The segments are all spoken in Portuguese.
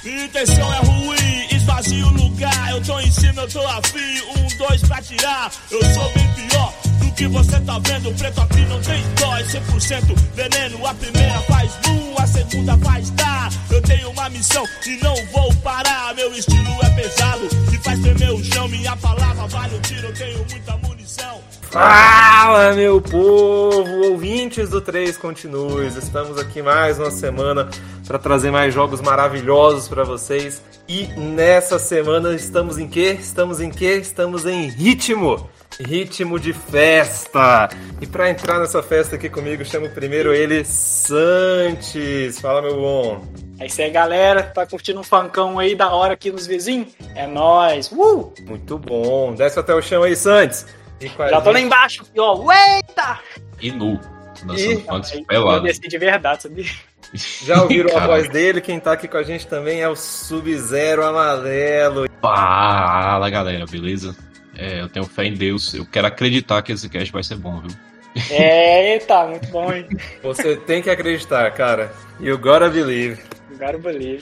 Intenção é ruim, esvazia o lugar. Eu tô em cima, eu tô afim. 1, 2 pra tirar. Eu sou bem pior do que você tá vendo. Preto aqui não tem dó, é 100% veneno. A primeira faz boom, a segunda faz tá. Eu tenho uma missão e não vou parar. Meu estilo é pesado e faz tremer o chão. Minha palavra vale o tiro, eu tenho muita munição. Fala, meu povo, ouvintes do 3 Continues. Estamos aqui mais uma semana para trazer mais jogos maravilhosos para vocês. E nessa semana estamos em quê? Estamos em ritmo. Ritmo de festa. E para entrar nessa festa aqui comigo, chamo primeiro ele, Sanches. Fala, meu bom. É isso aí, galera. Tá curtindo um funkão aí da hora aqui nos vizinhos? É nóis. Muito bom. Desce até o chão aí, Sanches. Já tô lá embaixo, ó. Eita! E nu. Dançando funk pelado. Eu desci de verdade, sabia? Já ouviram a voz dele? Quem tá aqui com a gente também é o Sub-Zero Amarelo. Fala, galera, beleza? Eu tenho fé em Deus. Eu quero acreditar que esse cast vai ser bom, viu? Eita, muito bom, hein? Você tem que acreditar, cara. You gotta believe. You gotta believe.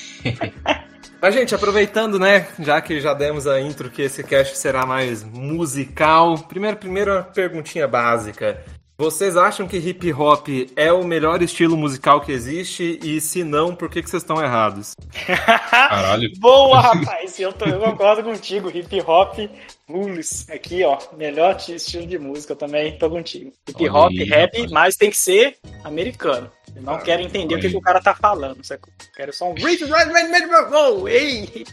Mas, gente, aproveitando, né, já que já demos a intro que esse cast será mais musical, primeira perguntinha básica. Vocês acham que hip hop é o melhor estilo musical que existe? E se não, por que vocês estão errados? Caralho. Boa, rapaz! Eu concordo contigo. Hip hop rules. Aqui, ó. Melhor estilo de música. Eu também tô contigo. Hip hop, rap, rapaz. Mas tem que ser americano. Eu não quero entender o que o cara tá falando. Eu quero só um... Ei!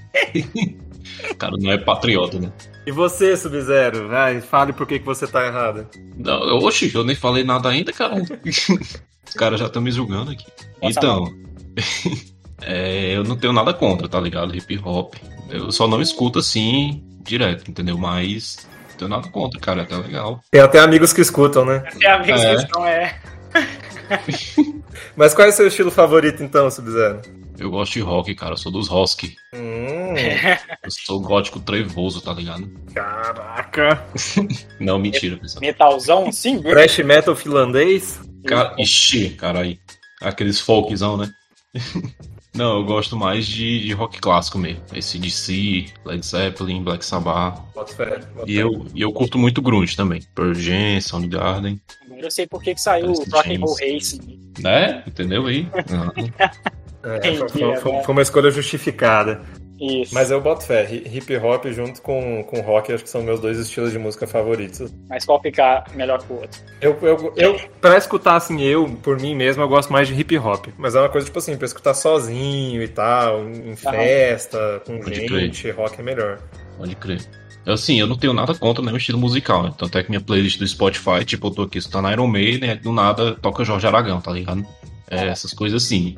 O cara não é patriota, né? E você, Sub-Zero? Vai, fale por que você tá errado. Não, oxi, eu nem falei nada ainda, cara. Os caras já estão me julgando aqui. Então, eu não tenho nada contra, tá ligado? Hip hop. Eu só não escuto assim, direto, entendeu? Mas não tenho nada contra, cara. É até legal. Tem até amigos que escutam, né? Tem amigos que escutam, Mas qual é o seu estilo favorito, então, Sub-Zero? Eu gosto de rock, cara. Eu sou dos Hosky. Eu sou gótico trevoso, tá ligado? Caraca! Não, mentira, pessoal. Metalzão, assim? Thrash metal finlandês? Cara, cara aí. Aqueles folkzão, né? Não, eu gosto mais de rock clássico mesmo. AC/DC, Led Zeppelin, Black Sabbath. E eu curto muito grunge também. Pearl Jam, Soundgarden. Eu sei por que saiu o Rock and Roll Racing. Né? Entendeu aí? Foi uma escolha justificada. Isso. Mas eu boto fé, hip hop junto com rock acho que são meus dois estilos de música favoritos. Mas qual fica melhor que o outro? Eu pra escutar assim, por mim mesmo, eu gosto mais de hip hop. Mas é uma coisa tipo assim, pra escutar sozinho e tal, em festa, com gente, rock é melhor. Pode crer. Assim, eu não tenho nada contra nenhum estilo musical, né? Tanto é que minha playlist do Spotify, tipo, eu tô aqui escutando Iron Maiden, do nada toca Jorge Aragão, tá ligado? Essas coisas assim.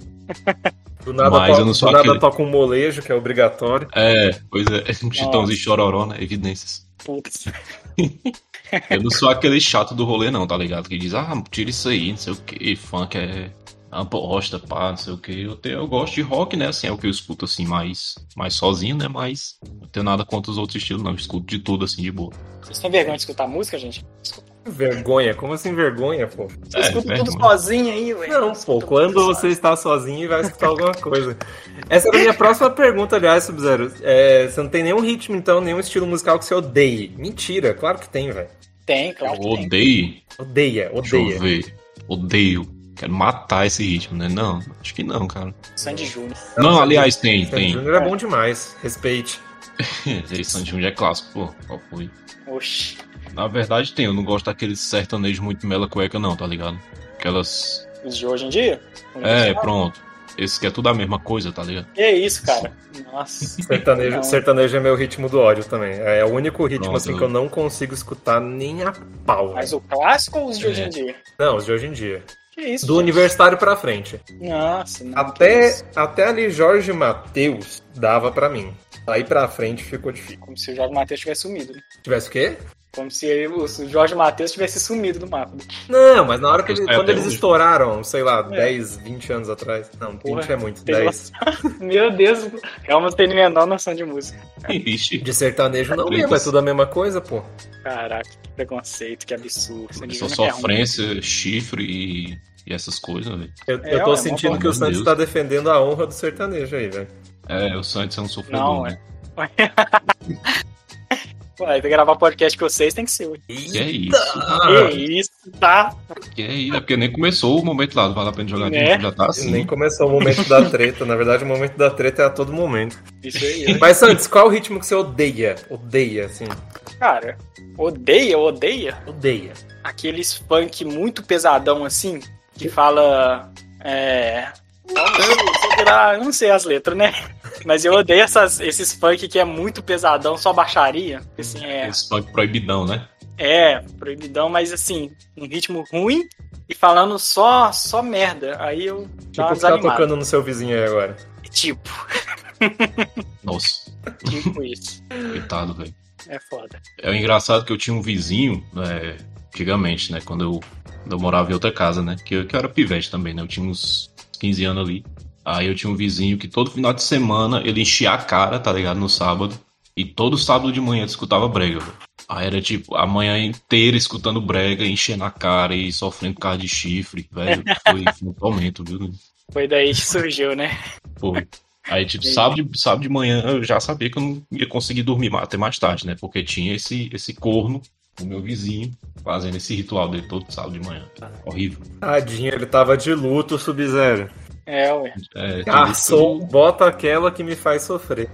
Do nada toca um molejo, que é obrigatório. Pois é, um Chitãozinho Chororó, né? Evidências. Putz. Eu não sou aquele chato do rolê, não, tá ligado? Que diz, tira isso aí, não sei o que, funk é uma bosta, pá, não sei o que. Eu gosto de rock, né? Assim, é o que eu escuto, assim, mais sozinho, né? Mas não tenho nada contra os outros estilos, não. Eu escuto de tudo, assim, de boa. Vocês têm vergonha de escutar música, gente? Vergonha? Como assim vergonha, pô? Você escuta tudo sozinho aí, velho. Não, pô, quando você está sozinho e vai escutar alguma coisa. Essa é a minha próxima pergunta, aliás, Sub-Zero. Você não tem nenhum ritmo, então, nenhum estilo musical que você odeie? Mentira, claro que tem, velho. Tem, claro que tem. Odeia. Deixa eu ver. Odeio. Quero matar esse ritmo, né? Não, acho que não, cara. Sandy Júnior. Não, aliás, tem. Sandy Júnior é bom demais, respeite. Sandy Júnior é clássico, pô. Qual foi? Oxi. Na verdade tem, eu não gosto daqueles sertanejos muito mela cueca não, tá ligado? Aquelas... Os de hoje em dia? Pronto. Esse que é tudo a mesma coisa, tá ligado? Que isso, cara? Nossa. Sertanejo é meu ritmo do ódio também. É o único ritmo assim que eu não consigo escutar nem a pau. Mas o clássico ou os de hoje em dia? Não, os de hoje em dia. Que isso, do universitário pra frente. Nossa. Até ali Jorge Mateus dava pra mim. Aí pra frente ficou difícil. Como se o Jorge Mateus tivesse sumido, né? Tivesse o quê? Como se o Jorge Mateus tivesse sumido do mapa. Não, mas na hora que quando eles estouraram, sei lá, 10, 20 anos atrás. Não, 20 é muito, 10. Meu Deus, é uma tem menor noção de música. De sertanejo não mesmo, é tudo a mesma coisa, pô. Caraca, que preconceito, que absurdo. Só sofrência, chifre e essas coisas, velho. Eu tô sentindo que o Santos tá defendendo a honra do sertanejo aí, velho. O Santos é um sofredor, Não, né? Ué, gravar podcast com vocês tem que ser. Que é isso? Que isso, tá? Que é isso? É porque nem começou o momento lá, não vale a pena jogar Né? já tá assim. Nem começou o momento da treta. Na verdade, o momento da treta é a todo momento. Isso aí. Mas, Santos, qual é o ritmo que você odeia? Odeia, assim. Cara, odeia. Odeia. Aqueles funk muito pesadão assim, que fala. Eu não sei as letras, né? Mas eu odeio esses funk que é muito pesadão, só baixaria. Assim, Esse funk proibidão, né? Proibidão, mas assim, um ritmo ruim e falando só merda. Aí eu Tipo o que tá tocando no seu vizinho aí agora. Tipo Nossa, isso. coitado, velho. É foda. É o engraçado que eu tinha um vizinho, antigamente, né? Quando eu morava em outra casa, né? Que eu era pivete também, né? Eu tinha uns 15 anos ali. Aí eu tinha um vizinho que todo final de semana ele enchia a cara, tá ligado? No sábado. E todo sábado de manhã ele escutava brega, velho. Aí era tipo a manhã inteira escutando brega, enchendo a cara e sofrendo por causa de chifre, velho. Foi um tormento, viu? Foi daí que surgiu, né? Foi. Aí, tipo, sábado de manhã eu já sabia que eu não ia conseguir dormir até mais tarde, né? Porque tinha esse corno, o meu vizinho, fazendo esse ritual dele todo sábado de manhã. Horrível. Tadinho, ele tava de luto, Sub-Zero. Ué. Garçom, bota aquela que me faz sofrer.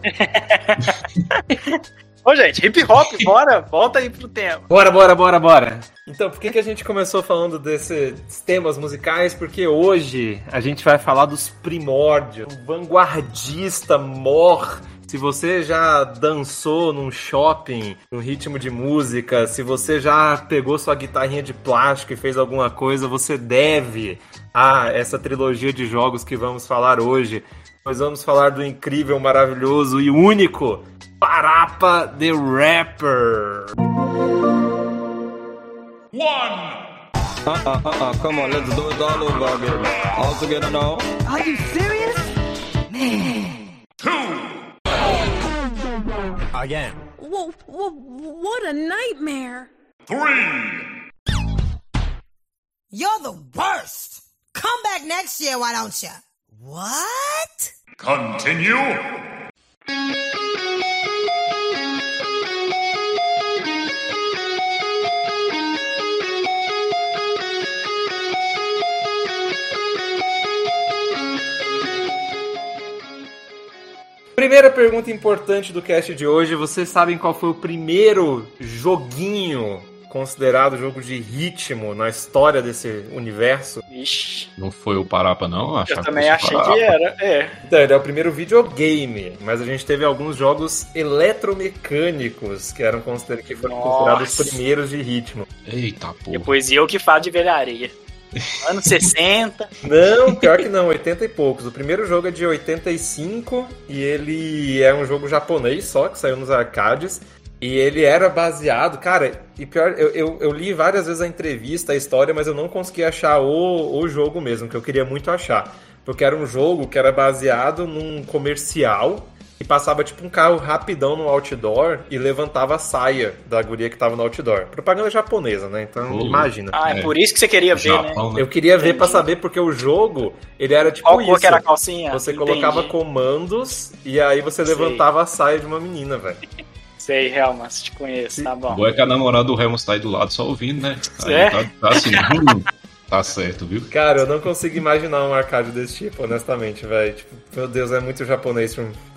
Ô, gente, hip hop, bora, volta aí pro tema. Bora. Então, por que a gente começou falando desses temas musicais? Porque hoje a gente vai falar dos primórdios. O vanguardista mor. Se você já dançou num shopping, num ritmo de música, se você já pegou sua guitarrinha de plástico e fez alguma coisa, você deve a essa trilogia de jogos que vamos falar hoje. Nós vamos falar do incrível, maravilhoso e único Parappa the Rapper. Come on, let's do it all over again. All together now. Are you serious? Man. 2. Again. What a nightmare. 3. You're the worst. Come back next year, why don't you? What? Continue. Primeira pergunta importante do cast de hoje. Vocês sabem qual foi o primeiro joguinho considerado jogo de ritmo na história desse universo? Ixi. Não foi o Parappa, não? Eu também achei que era, Então, ele é o primeiro videogame, mas a gente teve alguns jogos eletromecânicos que foram considerados os primeiros de ritmo. Eita, porra. Depois eu que falo de velharia. Anos 60. Não, pior que não, 80 e poucos. O primeiro jogo é de 85 e ele é um jogo japonês só, que saiu nos arcades. E ele era baseado, cara, e pior, eu li várias vezes a entrevista, a história, mas eu não consegui achar o jogo mesmo, que eu queria muito achar. Porque era um jogo que era baseado num comercial e passava tipo um carro rapidão no outdoor e levantava a saia da guria que tava no outdoor. Propaganda japonesa, né? Então imagina. Ah, é por isso que você queria ver, Japão, né? Eu queria ver pra saber, porque o jogo, ele era tipo Qual isso. cor que era a calcinha? Você Entendi. colocava comandos e aí você levantava a saia de uma menina, velho. Sei, Helmas, te conheço, tá bom. Boa é que a namorada do Helmut tá aí do lado só ouvindo, né? Aí É? tá assim, tá certo, viu? Cara, eu não consigo imaginar um arcade desse tipo, honestamente, velho. Tipo, meu Deus, é muito japonês,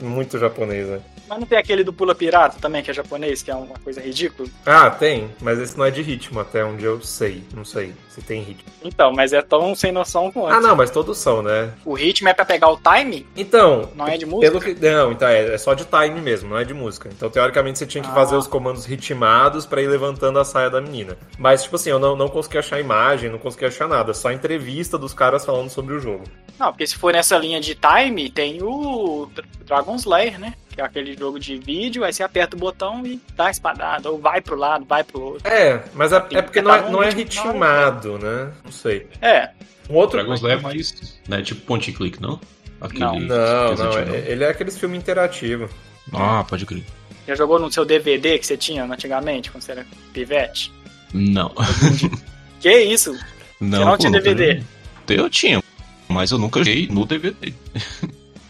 velho. Mas não tem aquele do Pula Pirata também, que é japonês, que é uma coisa ridícula? Ah, tem, mas esse não é de ritmo, até onde eu sei. Não sei se tem ritmo. Então, mas é tão sem noção quanto. Ah, não, mas todos são, né? O ritmo é pra pegar o time? Então, Não é de música? Não, então é só de time mesmo, não é de música. Então, teoricamente, você tinha que fazer os comandos ritmados pra ir levantando a saia da menina. Mas, tipo assim, eu não consegui achar imagem, não consegui achar nada. Só entrevista dos caras falando sobre o jogo. Não, porque se for nessa linha de time, tem o Dragon Slayer, né? Que é aquele jogo de vídeo, aí você aperta o botão e dá a espadada, ou vai pro lado, vai pro outro. É, mas é porque não é ritmo, ritmado, né? Não sei. É. Um outro... Dragon Slayer é mais, né, tipo point and click, não? Não, ele é aqueles filmes interativos. Ah, pode crer. Já jogou no seu DVD que você tinha antigamente, quando você era pivete? Não. Que isso? Não, Você não tinha DVD? Eu tinha, mas eu nunca joguei no DVD.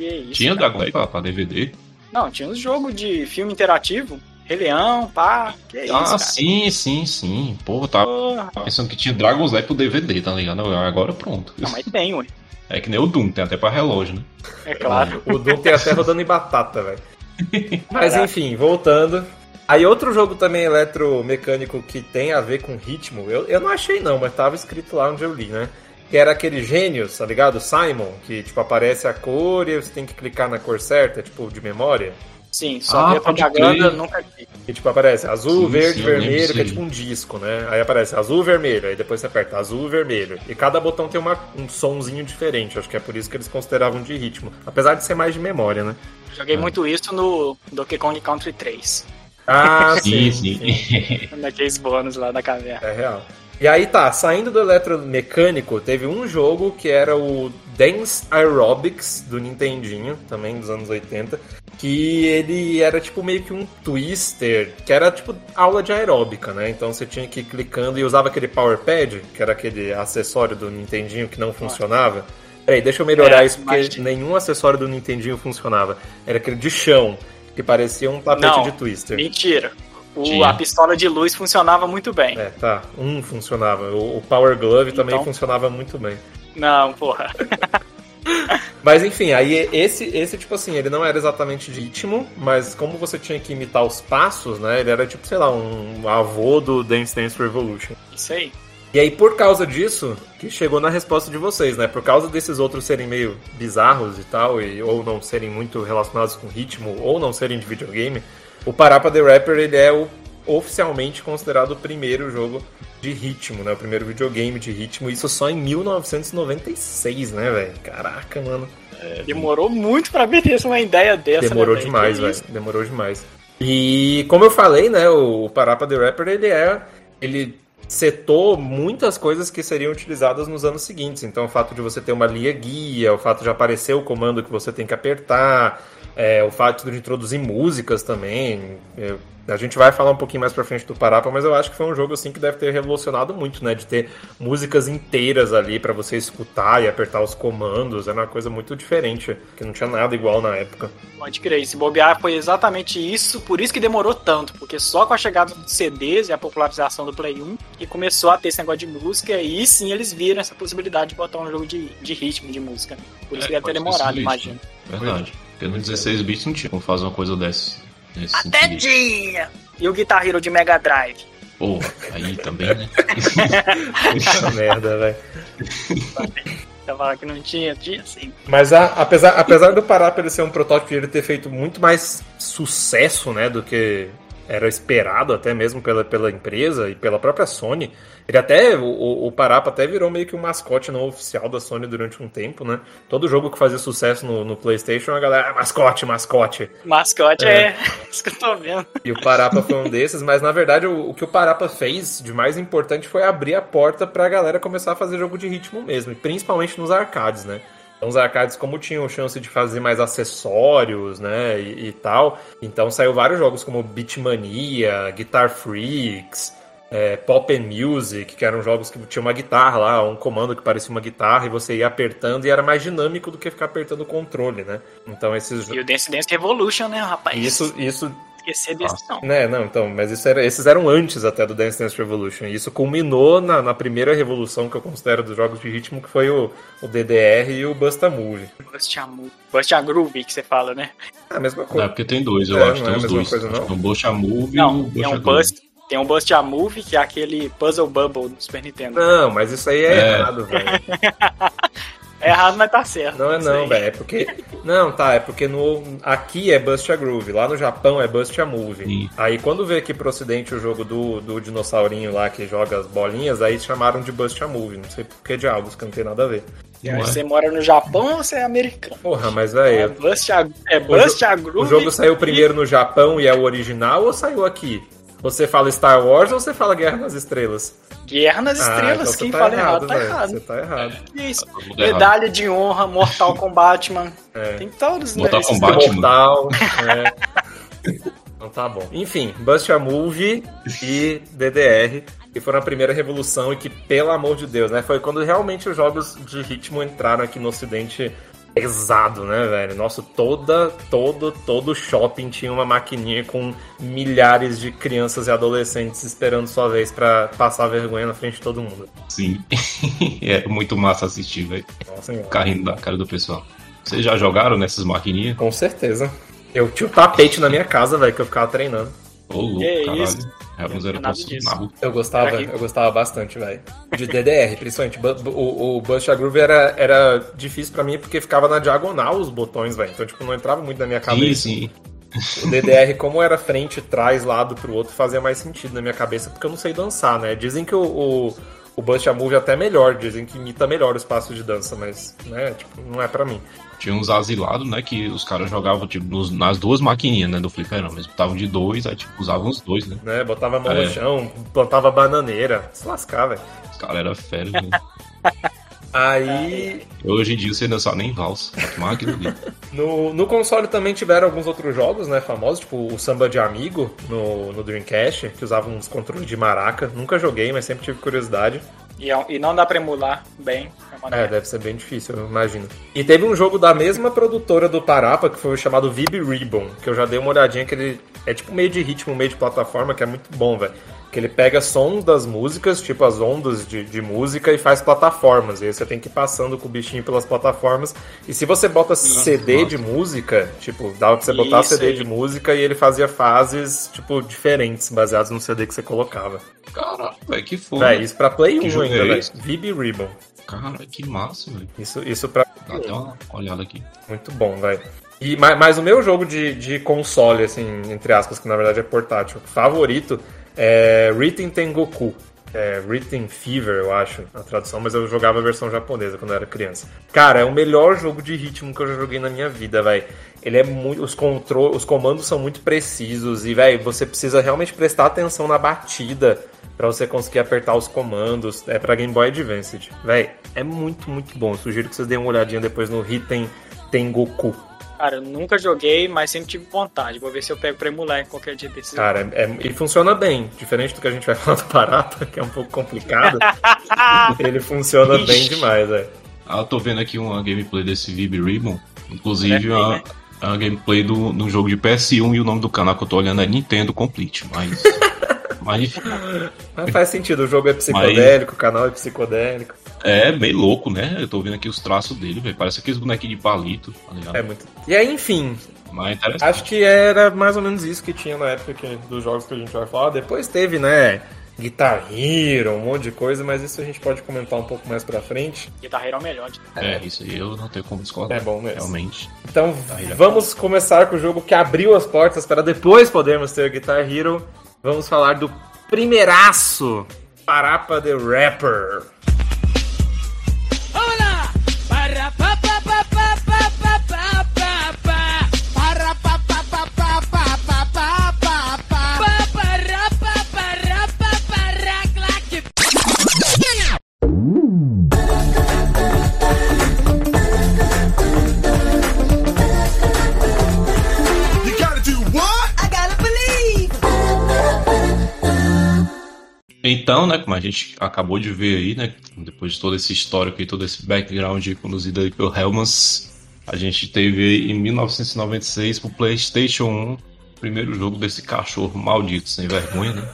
Que isso, Tinha cara. Dragon Ball pra DVD? Não, tinha uns jogos de filme interativo. Rei Leão, pá. Que isso, Ah, cara. sim. Pô, tava Porra. pensando que tinha Dragon's Lair pro DVD, tá ligado? Agora pronto. Não, mas tem, ué. É que nem o Doom, tem até pra relógio, né? É claro. O Doom tem até rodando em batata, velho. Mas Caraca. enfim, voltando. Aí outro jogo também eletromecânico que tem a ver com ritmo, eu não achei não, mas tava escrito lá onde eu li, né? Que era aquele Gênios, tá ligado? Simon, que tipo aparece a cor e você tem que clicar na cor certa, tipo de memória. Sim, só vi a pode propaganda, crer. nunca vi. E tipo aparece azul, Sim, verde, sim, eu lembro vermelho, disso que é aí. tipo um disco, né? Aí aparece azul, vermelho, aí depois você aperta azul, vermelho. E cada botão tem um sonzinho diferente, acho que é por isso que eles consideravam de ritmo. Apesar de ser mais de memória, né? Joguei muito isso no Donkey Kong Country 3. Ah, Sim. Naqueles bônus lá da caverna. É real. E aí tá, saindo do eletromecânico, teve um jogo que era o Dance Aerobics do Nintendinho, também dos anos 80, que ele era tipo meio que um twister, que era tipo aula de aeróbica, né? Então você tinha que ir clicando e usava aquele Power Pad, que era aquele acessório do Nintendinho que não funcionava. Peraí, deixa eu melhorar isso, porque imagina. nenhum acessório do Nintendinho funcionava. Era aquele de chão, que parecia um tapete Não, de twister. mentira. Tinha. A pistola de luz funcionava muito bem. É, tá. Funcionava. O Power Glove também Então. funcionava muito bem. Não, porra. Mas enfim, aí esse tipo assim, ele não era exatamente de ritmo, mas como você tinha que imitar os passos, né? Ele era tipo, sei lá, um avô do Dance Dance Revolution. Isso aí. E aí, por causa disso, que chegou na resposta de vocês, né? Por causa desses outros serem meio bizarros e tal, ou não serem muito relacionados com ritmo, ou não serem de videogame, o Parappa the Rapper, ele é oficialmente considerado o primeiro jogo de ritmo, né? O primeiro videogame de ritmo, isso só em 1996, né, velho? Caraca, mano. Demorou muito pra me ter uma ideia dessa. Demorou né, demais, Que velho. isso? Demorou demais. E como eu falei, né, o Parappa the Rapper, ele setou muitas coisas que seriam utilizadas nos anos seguintes. Então, o fato de você ter uma linha guia, o fato de aparecer o comando que você tem que apertar, o fato de introduzir músicas também. A gente vai falar um pouquinho mais pra frente do Parappa, mas eu acho que foi um jogo assim que deve ter revolucionado muito, né? De ter músicas inteiras ali pra você escutar e apertar os comandos. Era uma coisa muito diferente, que não tinha nada igual na época. Pode crer. Se bobear foi exatamente isso, por isso que demorou tanto. Porque só com a chegada dos CDs e a popularização do Play 1 que começou a ter esse negócio de música, e sim eles viram essa possibilidade de botar um jogo de ritmo, de música. Por isso que deve ter pode ter demorado, sido imagino. isso. Verdade. Porque no 16 bits não tinha como fazer uma coisa dessa. Nesse Até sentido. tinha! E o Guitar Hero de Mega Drive? Pô, aí também, né? Puta merda, velho. Você fala que não tinha sim. Mas apesar do Parappa ele ser um protótipo e ele ter feito muito mais sucesso, né, do que era esperado até mesmo pela empresa e pela própria Sony, ele até, o Parappa até virou meio que um mascote não oficial da Sony durante um tempo, né? Todo jogo que fazia sucesso no PlayStation, a galera, mascote. Mascote é isso que eu tô vendo. E o Parappa foi um desses, mas na verdade o que o Parappa fez de mais importante foi abrir a porta pra galera começar a fazer jogo de ritmo mesmo, e principalmente nos arcades, né? Então os arcades, como tinham chance de fazer mais acessórios, né, e tal, então saiu vários jogos como Beatmania, Guitar Freaks, Pop and Music, que eram jogos que tinha uma guitarra lá, um comando que parecia uma guitarra, e você ia apertando, e era mais dinâmico do que ficar apertando o controle, né? Então esses E o Dance Dance Revolution, né, rapaz? Isso Esquecer desse não. não, então, mas esses eram antes até do Dance Dance Revolution. E isso culminou na primeira revolução que eu considero dos jogos de ritmo, que foi o DDR e o Bust a Move. Bust a Groove, que você fala, né? É a mesma É, coisa. porque tem dois, eu acho. não Tem é a os mesma dois. coisa, não? Acho que é o Bust a Move e Não, o Bust tem a um Groove. Bust. Tem um Bust a Move, que é aquele Puzzle Bubble do Super Nintendo. Não, mas isso aí é errado, velho. É errado, mas tá certo. Não é Isso não, aí. velho. É porque. Não, tá, é porque aqui é Bust a Groove, lá no Japão é Bust a Move. Sim. Aí quando veio aqui pro ocidente o jogo do dinossaurinho lá que joga as bolinhas, aí chamaram de Bust a Move. Não sei por que diabos, que não tem nada a ver. Não é? Você mora no Japão ou você é americano? Porra, mas É velho. Bust a Groove. O jogo saiu primeiro no Japão e é o original ou saiu aqui? Você fala Star Wars ou você fala Guerra nas Estrelas? Guerra nas Estrelas, então quem você fala errado, tá velho. errado. Você tá errado. Que isso? Tá tudo Medalha de honra, Mortal Kombat, mano. É. Tem todos, Mortal esses Kombat. Batman. Mortal. Então tá bom. Enfim, Bust a Move e DDR, que foram a primeira revolução e que, pelo amor de Deus, né? Foi quando realmente os jogos de ritmo entraram aqui no ocidente pesado, né, velho? Nossa, todo shopping tinha uma maquininha com milhares de crianças e adolescentes esperando sua vez pra passar vergonha na frente de todo mundo. Sim. É muito massa assistir, velho. Nossa, Ficar rindo da cara do pessoal. Vocês já jogaram nessas maquininhas? com certeza. Eu tinha um tapete na minha casa, velho, que eu ficava treinando. Ô, louco, Que caralho. isso? Ramos era Nada possível disso. na rua. Eu gostava bastante, velho. De DDR, principalmente. O Bust a Groove era difícil pra mim porque ficava na diagonal os botões, velho. Então, tipo, não entrava muito na minha cabeça. Sim. O DDR, como era frente, trás, lado pro outro, fazia mais sentido na minha cabeça porque eu não sei dançar, né? Dizem que o Bust a Move é até melhor, dizem que imita melhor os passos de dança, mas, né, tipo, não é pra mim. Tinha uns asilados, né, que os caras jogavam, tipo, nas duas maquininhas, né, do fliperama. Eles botavam de dois, aí, tipo, usavam os dois, né. Botava a mão no chão, plantava bananeira, se lascar, velho. Os caras eram férias, né. Aí, Hoje em dia você não sabe nem valsa. Máquina ali. no console também tiveram alguns outros jogos, né, famosos, tipo o Samba de Amigo no Dreamcast, que usavam uns controles de maraca. Nunca joguei, mas sempre tive curiosidade. E não dá pra emular bem. Deve ser bem difícil, eu imagino. E teve um jogo da mesma produtora do Parapa, que foi o chamado Vib Ribbon, que eu já dei uma olhadinha, que ele é tipo meio de ritmo, meio de plataforma, que é muito bom, velho. Que ele pega sons das músicas, tipo as ondas de música, e faz plataformas. E aí você tem que ir passando com o bichinho pelas plataformas. E se você bota CD de música, tipo, dava pra você botar Isso CD aí. de música e ele fazia fases, tipo, diferentes, baseadas no CD que você colocava. Caralho, velho, que foda. Véi, isso pra Play 1 jogo ainda, é velho. esse? Vib Ribbon. Caralho, que massa, velho. Isso pra... Dá até uma olhada aqui. Muito bom, velho. Mas o meu jogo de console, assim, entre aspas, que na verdade é portátil, favorito é Ritten Tengoku. É Ritten Fever, eu acho, a tradução, mas eu jogava a versão japonesa quando eu era criança. Cara, é o melhor jogo de ritmo que eu já joguei na minha vida, velho. Ele é muito. Os comandos são muito precisos e, velho, você precisa realmente prestar atenção na batida pra você conseguir apertar os comandos. É pra Game Boy Advance, velho. É muito, muito bom. Eu sugiro que vocês deem uma olhadinha depois no Ritten Tengoku. Cara, eu nunca joguei, mas sempre tive vontade. Vou ver se eu pego pra emular em qualquer dia desses. Cara, ele funciona bem. Diferente do que a gente vai falar do Parapa, que é um pouco complicado. Ele funciona bem demais, velho. Eu tô vendo aqui uma gameplay desse Vib Ribbon. Inclusive, a gameplay do jogo de PS1 e o nome do canal que eu tô olhando é Nintendo Complete, mas Mas faz sentido, o jogo é psicodélico, o canal é psicodélico. É meio louco, né? Eu tô vendo aqui os traços dele, velho. Parece aqueles bonequinhos de palito, tá ligado? É muito. E aí, enfim. Mas interessante. Acho que era mais ou menos isso que tinha na época dos jogos que a gente vai falar. Depois teve, né? Guitar Hero, um monte de coisa, mas isso a gente pode comentar um pouco mais pra frente. Guitar Hero é o melhor. Isso aí eu não tenho como discordar. É bom mesmo. Realmente. Então vamos começar com o jogo que abriu as portas para depois podermos ter Guitar Hero. Vamos falar do primeiraço, Parapa the Rapper. Então, né, como a gente acabou de ver aí, né, depois de todo esse histórico e todo esse background conduzido aí pelo Helmans, a gente teve aí, em 1996 pro PlayStation 1 o primeiro jogo desse cachorro maldito, sem vergonha, né?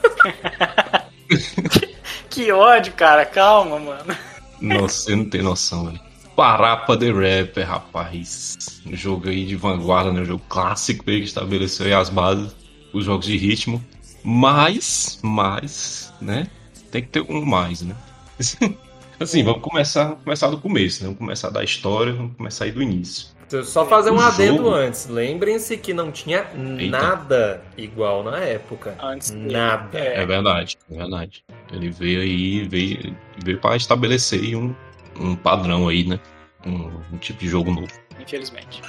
Que ódio, cara, calma, mano. Nossa, você não tem noção, velho. Parapa the Rapper, rapaz. Um jogo aí de vanguarda, né, um jogo clássico aí que estabeleceu aí as bases dos jogos de ritmo. Mas, né? Tem que ter um mais, né? Assim, vamos começar do começo, né? Vamos começar da história, vamos começar aí do início. Só fazer um adendo jogo... antes. Lembrem-se que não tinha nada igual na época. Antes nada. É verdade, é verdade. Ele veio para estabelecer aí um padrão aí, né? Um tipo de jogo novo. Infelizmente.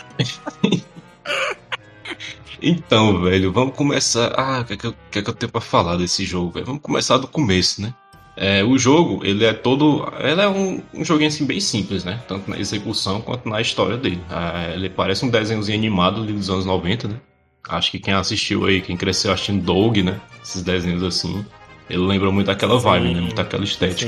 Então, velho, vamos começar... o que é que eu tenho pra falar desse jogo, velho? Vamos começar do começo, né? O jogo, ele é um joguinho assim bem simples, né? Tanto na execução quanto na história dele. Ele parece um desenhozinho animado ali dos anos 90, né? Acho que quem assistiu aí, quem cresceu assistindo Doug, né? Esses desenhos assim, ele lembra muito daquela vibe, né? Muito daquela estética. Sim.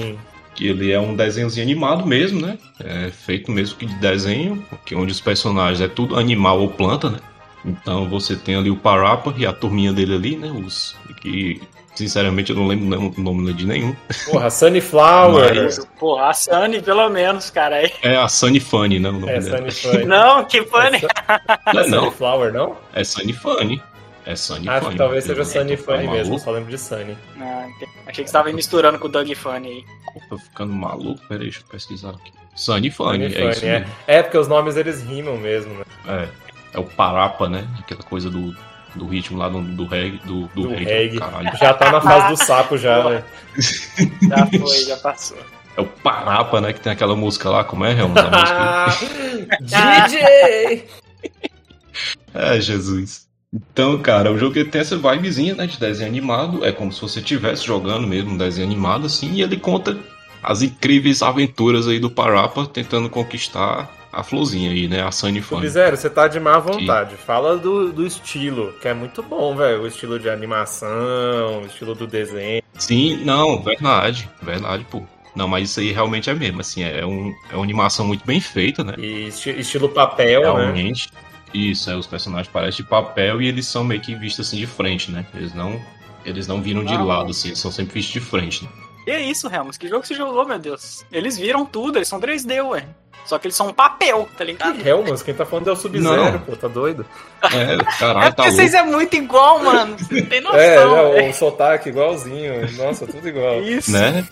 Que ele é um desenhozinho animado mesmo, né? É feito mesmo que de desenho, que onde os personagens é tudo animal ou planta, né? Então você tem ali o Parappa e a turminha dele ali, né? Os que, sinceramente, eu não lembro o nome de nenhum. Porra, Sunnyflower. Mas- Porra, a Sunny, pelo menos, cara. Aí. É a Sunny Funny, né? O nome É, dela. Sunnyflower. Não, que Funny. Não, não, Sunnyflower, não? é Sunny Funny. É Sunny Acho Funny. que talvez seja Tá Sunny Funny mesmo, maluco? só lembro de Sunny. Ah, achei que você tava aí misturando com o Doug Funny aí. Tô ficando maluco, peraí, deixa eu pesquisar aqui. Sunny Funny, Sunny é isso Funny, mesmo. é, porque os nomes eles rimam mesmo, né? É o Parappa, né? Aquela coisa do ritmo lá do reggae, do Do reggae, reggae. caralho. Já tá na fase do sapo já, né? Já foi, já passou. É o Parappa, né? Que tem aquela música lá, como é, Helmut? A música... DJ! É, Jesus. Então, cara, o jogo ele tem essa vibezinha, né, de desenho animado. É como se você estivesse jogando mesmo um desenho animado, assim. E ele conta as incríveis aventuras aí do Parappa tentando conquistar a florzinha aí, né? A Sunny Funny. Sub-Zero, você tá de má vontade. Fala do estilo, que é muito bom, velho. O estilo de animação, o estilo do desenho. Sim, não, verdade, pô. Não, mas isso aí realmente é mesmo, assim, é uma animação muito bem feita, né? E estilo papel, né? Realmente. Isso, os personagens parecem de papel e eles são meio que vistos assim de frente, né? Eles não viram de Não. lado, assim, eles são sempre vistos de frente, né? E é isso, Helmut. Que jogo você jogou, meu Deus? Eles viram tudo, eles são 3D, ué. Só que eles são um papel, tá ligado? Que Helmut, quem tá falando é o Sub-Zero, Não. pô, tá doido? É, É caralho, tá porque vocês louco. é muito igual, mano. Você não tem noção, É, velho. o sotaque igualzinho. Nossa, tudo igual. Isso. Né?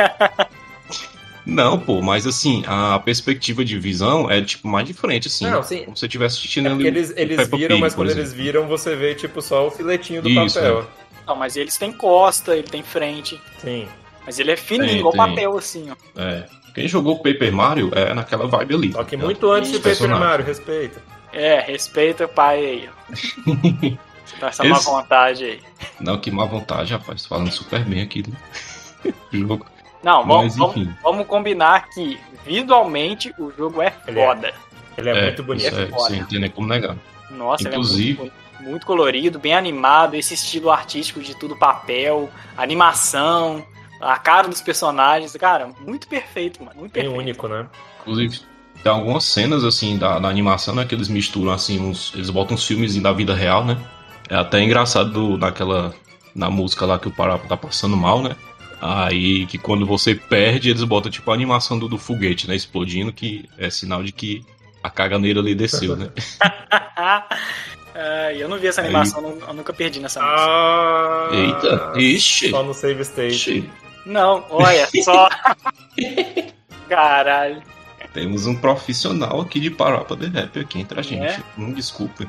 Não, pô, mas assim, a perspectiva de visão é tipo mais de frente, assim. Não, sim. Como se você estivesse assistindo É porque ali eles o Peppa viram, Pig, mas por quando exemplo. eles viram, você vê, tipo, só o filetinho do Isso, papel. Não, mas eles têm costa, ele tem frente. Sim. Mas ele é fininho, Tem, igual tem. papel, assim, ó. É. Quem jogou Paper Mario é naquela vibe ali. Só que tá muito ligado? antes de Os Paper personagens. Mario, respeita. É, respeita o pai aí, ó. Dá essa má Esse- vontade aí. Não, que má vontade, rapaz. Falando super bem aqui do jogo. Não, Mas, vamos, enfim. vamos combinar que visualmente o jogo é Ele é. foda. Ele é muito bonito. Isso foda. você não tem nem como negar. Nossa, Inclusive- ele é muito colorido, bem animado, esse estilo artístico de tudo papel, animação, a cara dos personagens, cara, muito perfeito, mano, muito Bem perfeito. único, né? Inclusive, tem algumas cenas, assim, da animação, né? Que eles misturam, assim, eles botam uns filmes da vida real, né? É até engraçado na música lá que o Parappa tá passando mal, né? Aí, que quando você perde, eles botam, tipo, a animação do foguete, né? Explodindo, que é sinal de que a caganeira ali desceu, né? Eu não vi essa animação, eu nunca perdi nessa música. Ah, Eita, ixi. Só no save state. Ixi. Não, olha só. Caralho. Temos um profissional aqui de Parappa The Rap aqui entre a gente. É? Desculpa.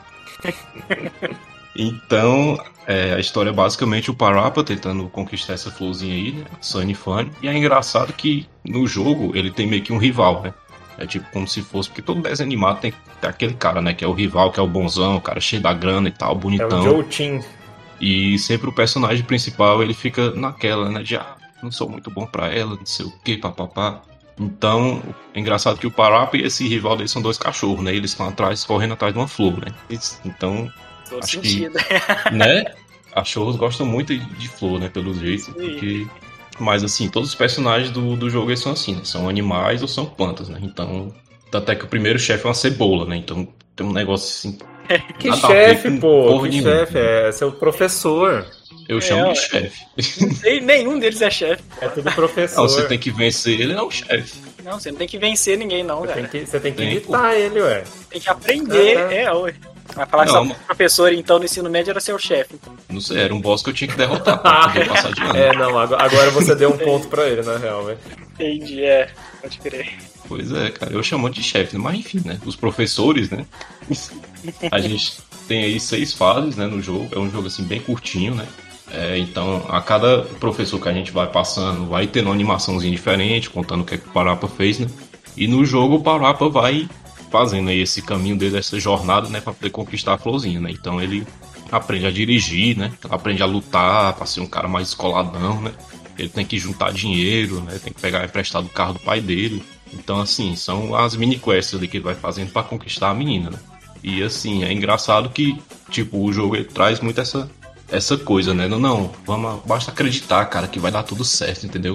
Então, a história é basicamente o Parappa tentando conquistar essa florzinha aí, né? Sunny Funny. E é engraçado que no jogo ele tem meio que um rival, né? É tipo como se fosse, porque todo desenho animado tem aquele cara, né? Que é o rival, que é o bonzão, o cara cheio da grana e tal, É bonitão. o Joe Chin. E sempre o personagem principal, ele fica naquela, né? De, não sou muito bom pra ela, não sei o que, papapá. Então, é engraçado que o Parappa e esse rival dele são dois cachorros, né? Eles estão atrás, correndo atrás de uma flor, né? Então, Todo acho que, sentido. né? Cachorros gostam muito de flor, né? Pelo jeito, porque... Mas, assim, todos os personagens do jogo, eles são assim, né? São animais ou são plantas, né? Então, até que o primeiro chefe é uma cebola, né? Então, tem um negócio assim... Que nada a ver chefe, com pô. porra Que nenhuma. chefe. É seu professor. Eu chamo ué. de chefe. Nenhum deles é chefe. É tudo professor. Não, você tem que vencer ele, é o chefe. Não, você não tem que vencer ninguém, não, cara. Você tem que Tem, imitar ele, ué. Tem que aprender. Ué. Vai falar que Não, seu professor, então, no ensino médio era seu chefe. Então. Não sei, era um boss que eu tinha que derrotar pra poder passar de ano. É, não, agora você deu um ponto pra ele, na real, velho. Entendi, pode crer. Pois é, cara, eu chamo de chefe, mas enfim, né? Os professores, né? A gente tem aí 6 fases, né, no jogo. É um jogo, assim, bem curtinho, né? Então, a cada professor que a gente vai passando, vai tendo uma animaçãozinha diferente, contando o que é que o Parappa fez, né? E no jogo o Parappa vai fazendo aí esse caminho dele, essa jornada, né, pra poder conquistar a florzinha, né? Então ele aprende a dirigir, né? Aprende a lutar, pra ser um cara mais escoladão, né? Ele tem que juntar dinheiro, né? Tem que pegar emprestado o carro do pai dele. Então, assim, são as mini-quests ali que ele vai fazendo pra conquistar a menina, né? E, assim, é engraçado que, tipo, o jogo ele traz muito essa coisa, né? Não, basta acreditar, cara, que vai dar tudo certo, entendeu?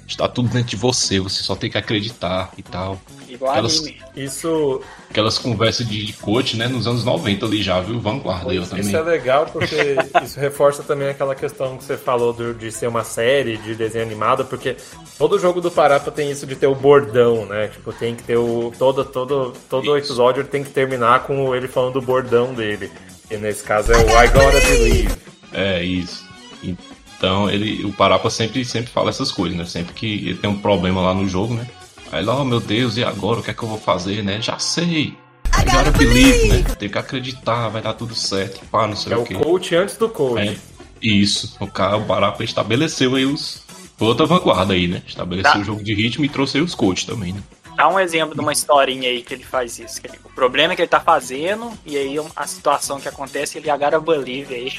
Está tudo dentro de você só tem que acreditar e tal. Igual anime. Aquelas conversas de coach, né, nos anos 90 ali já, viu? Vanguarda eu também. Isso é legal porque isso reforça também aquela questão que você falou de ser uma série de desenho animado, porque todo jogo do Parapa tem isso de ter o bordão, né? Tipo, tem que ter todo episódio ele tem que terminar com ele falando o bordão dele. E nesse caso é o I Gotta Believe. É, isso. Então, o Parapa sempre fala essas coisas, né? Sempre que ele tem um problema lá no jogo, né? Aí lá, oh meu Deus, e agora? O que é que eu vou fazer, né? Já sei! I gotta believe, né? Tem que acreditar, vai dar tudo certo, pá, não sei o quê. É o coach antes do coach. Isso. O Parapa estabeleceu aí outra vanguarda aí, né? Estabeleceu o jogo de ritmo e trouxe aí os coaches também, né? Dá um exemplo de uma historinha aí que ele faz isso. O problema é que ele tá fazendo, e aí a situação que acontece, ele agora believe aí.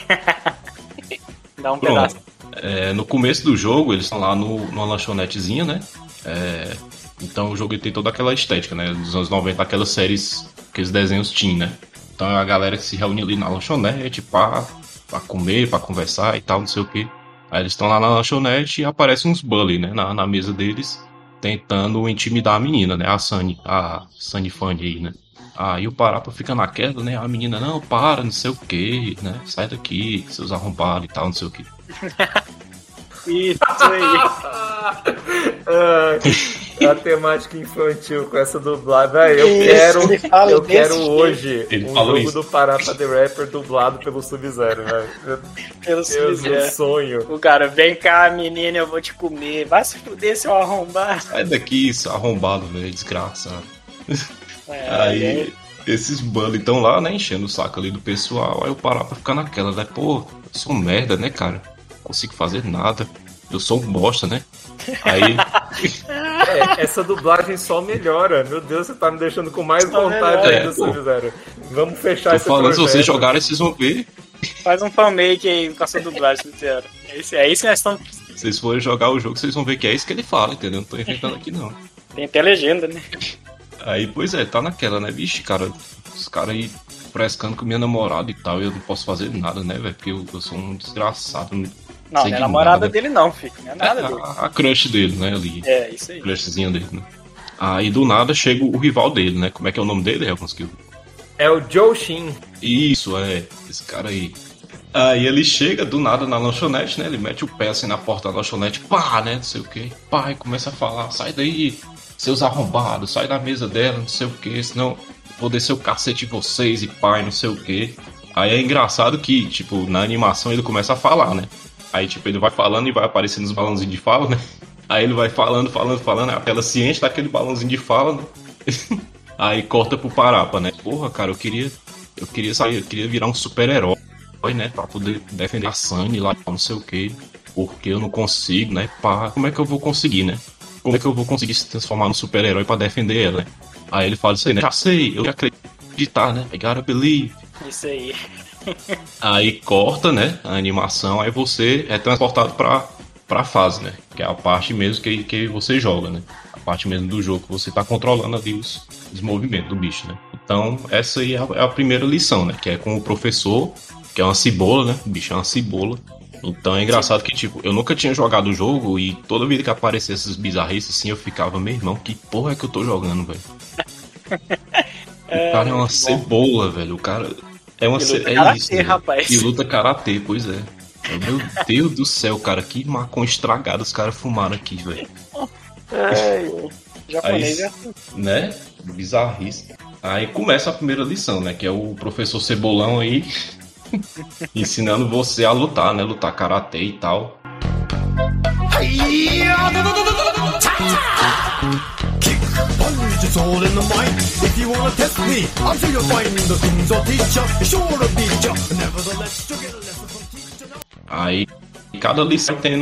Dá um pedaço. No começo do jogo, eles estão lá numa lanchonetezinha, né? Então o jogo ele tem toda aquela estética, né? Dos anos 90, aquelas séries, aqueles desenhos teen, né? Então é a galera que se reúne ali na lanchonete pra comer, pra conversar e tal, não sei o quê. Aí eles estão lá na lanchonete e aparecem uns bully, né? Na mesa deles, tentando intimidar a menina, né? A Sunny Funny aí, né? Aí o Parapa fica naquela, né? A menina, não, para, não sei o quê, né? Sai daqui, seus arrombados e tal, não sei o quê. Isso aí. A temática infantil com essa dublagem. Eu quero hoje jogo do Parapa The Rapper dublado pelo Sub-Zero, velho. Pelo Sub-Zero. Sonho. O cara, vem cá, menina, eu vou te comer. Vai se fuder, seu arrombado. Sai daqui, seu arrombado, velho, desgraçado. Aí, esses bullies estão lá, né, enchendo o saco ali do pessoal. Aí o Parapa fica naquela, né? Pô, eu sou um merda, né, cara? Não consigo fazer nada. Eu sou um bosta, né? Aí. Essa dublagem só melhora. Meu Deus, você tá me deixando com mais vontade aí do Sub-Zero. Vamos fechar esse projeto. Se vocês jogarem, vocês vão ver. Faz um fanmake aí com a sua dublagem, Sub-Zero. É isso que nós estamos. Se vocês forem jogar o jogo, vocês vão ver que é isso que ele fala, entendeu? Não tô inventando aqui, não. Tem até legenda, né? Aí, pois tá naquela, né? Vixe, cara, os caras aí frescando com minha namorada e tal, e eu não posso fazer nada, né, velho? Porque eu sou um desgraçado. Não é a namorada dele não, filho. Não é nada dele. A crush dele, né, ali. É, isso aí. Crushzinha dele, né? Aí, do nada, chega o rival dele, né? Como é que é o nome dele, Helcons? É o Joe Shin. Isso, esse cara aí. Aí ele chega do nada na lanchonete, né? Ele mete o pé assim na porta da lanchonete, pá, né? Não sei o que. Pá, e começa a falar, sai daí, seus arrombados, sai da mesa dela, não sei o que, senão vou descer o cacete em vocês e pá, não sei o que. Aí é engraçado que, tipo, na animação ele começa a falar, né? Aí, tipo, ele vai falando e vai aparecendo os balãozinhos de fala, né? Aí ele vai falando, a tela se enche daquele balãozinho de fala, né? Aí corta pro Parapa, né? Porra, cara, eu queria virar um super-herói, né? Pra poder defender a Sunny lá, não sei o que. Porque eu não consigo, né? Pá, como é que eu vou conseguir, né? Como é que eu vou conseguir se transformar num super-herói pra defender ela, né? Aí ele fala isso aí, né? Já sei, eu ia acreditar, né? I gotta believe. Isso aí. Aí corta, né, a animação, aí você é transportado pra fase, né, que é a parte mesmo que você joga, né, a parte mesmo do jogo que você tá controlando ali os movimentos do bicho, né. Então essa aí é a primeira lição, né, que é com o professor, que é uma cebola, né, o bicho é uma cebola. Então é engraçado que, tipo, eu nunca tinha jogado o jogo e toda vida que aparecia essas bizarrices assim, eu ficava, meu irmão, que porra é que eu tô jogando, velho? O cara é uma cebola, velho, o cara... É isso, né? Rapaz. E luta karatê, pois é. Meu Deus do céu, cara, que maconha estragada os caras fumaram aqui, velho. Japonês é né? Bizarrice. Aí começa a primeira lição, né? Que é o professor Cebolão aí ensinando você a lutar, né? Lutar karatê e tal. Aí cada lição tem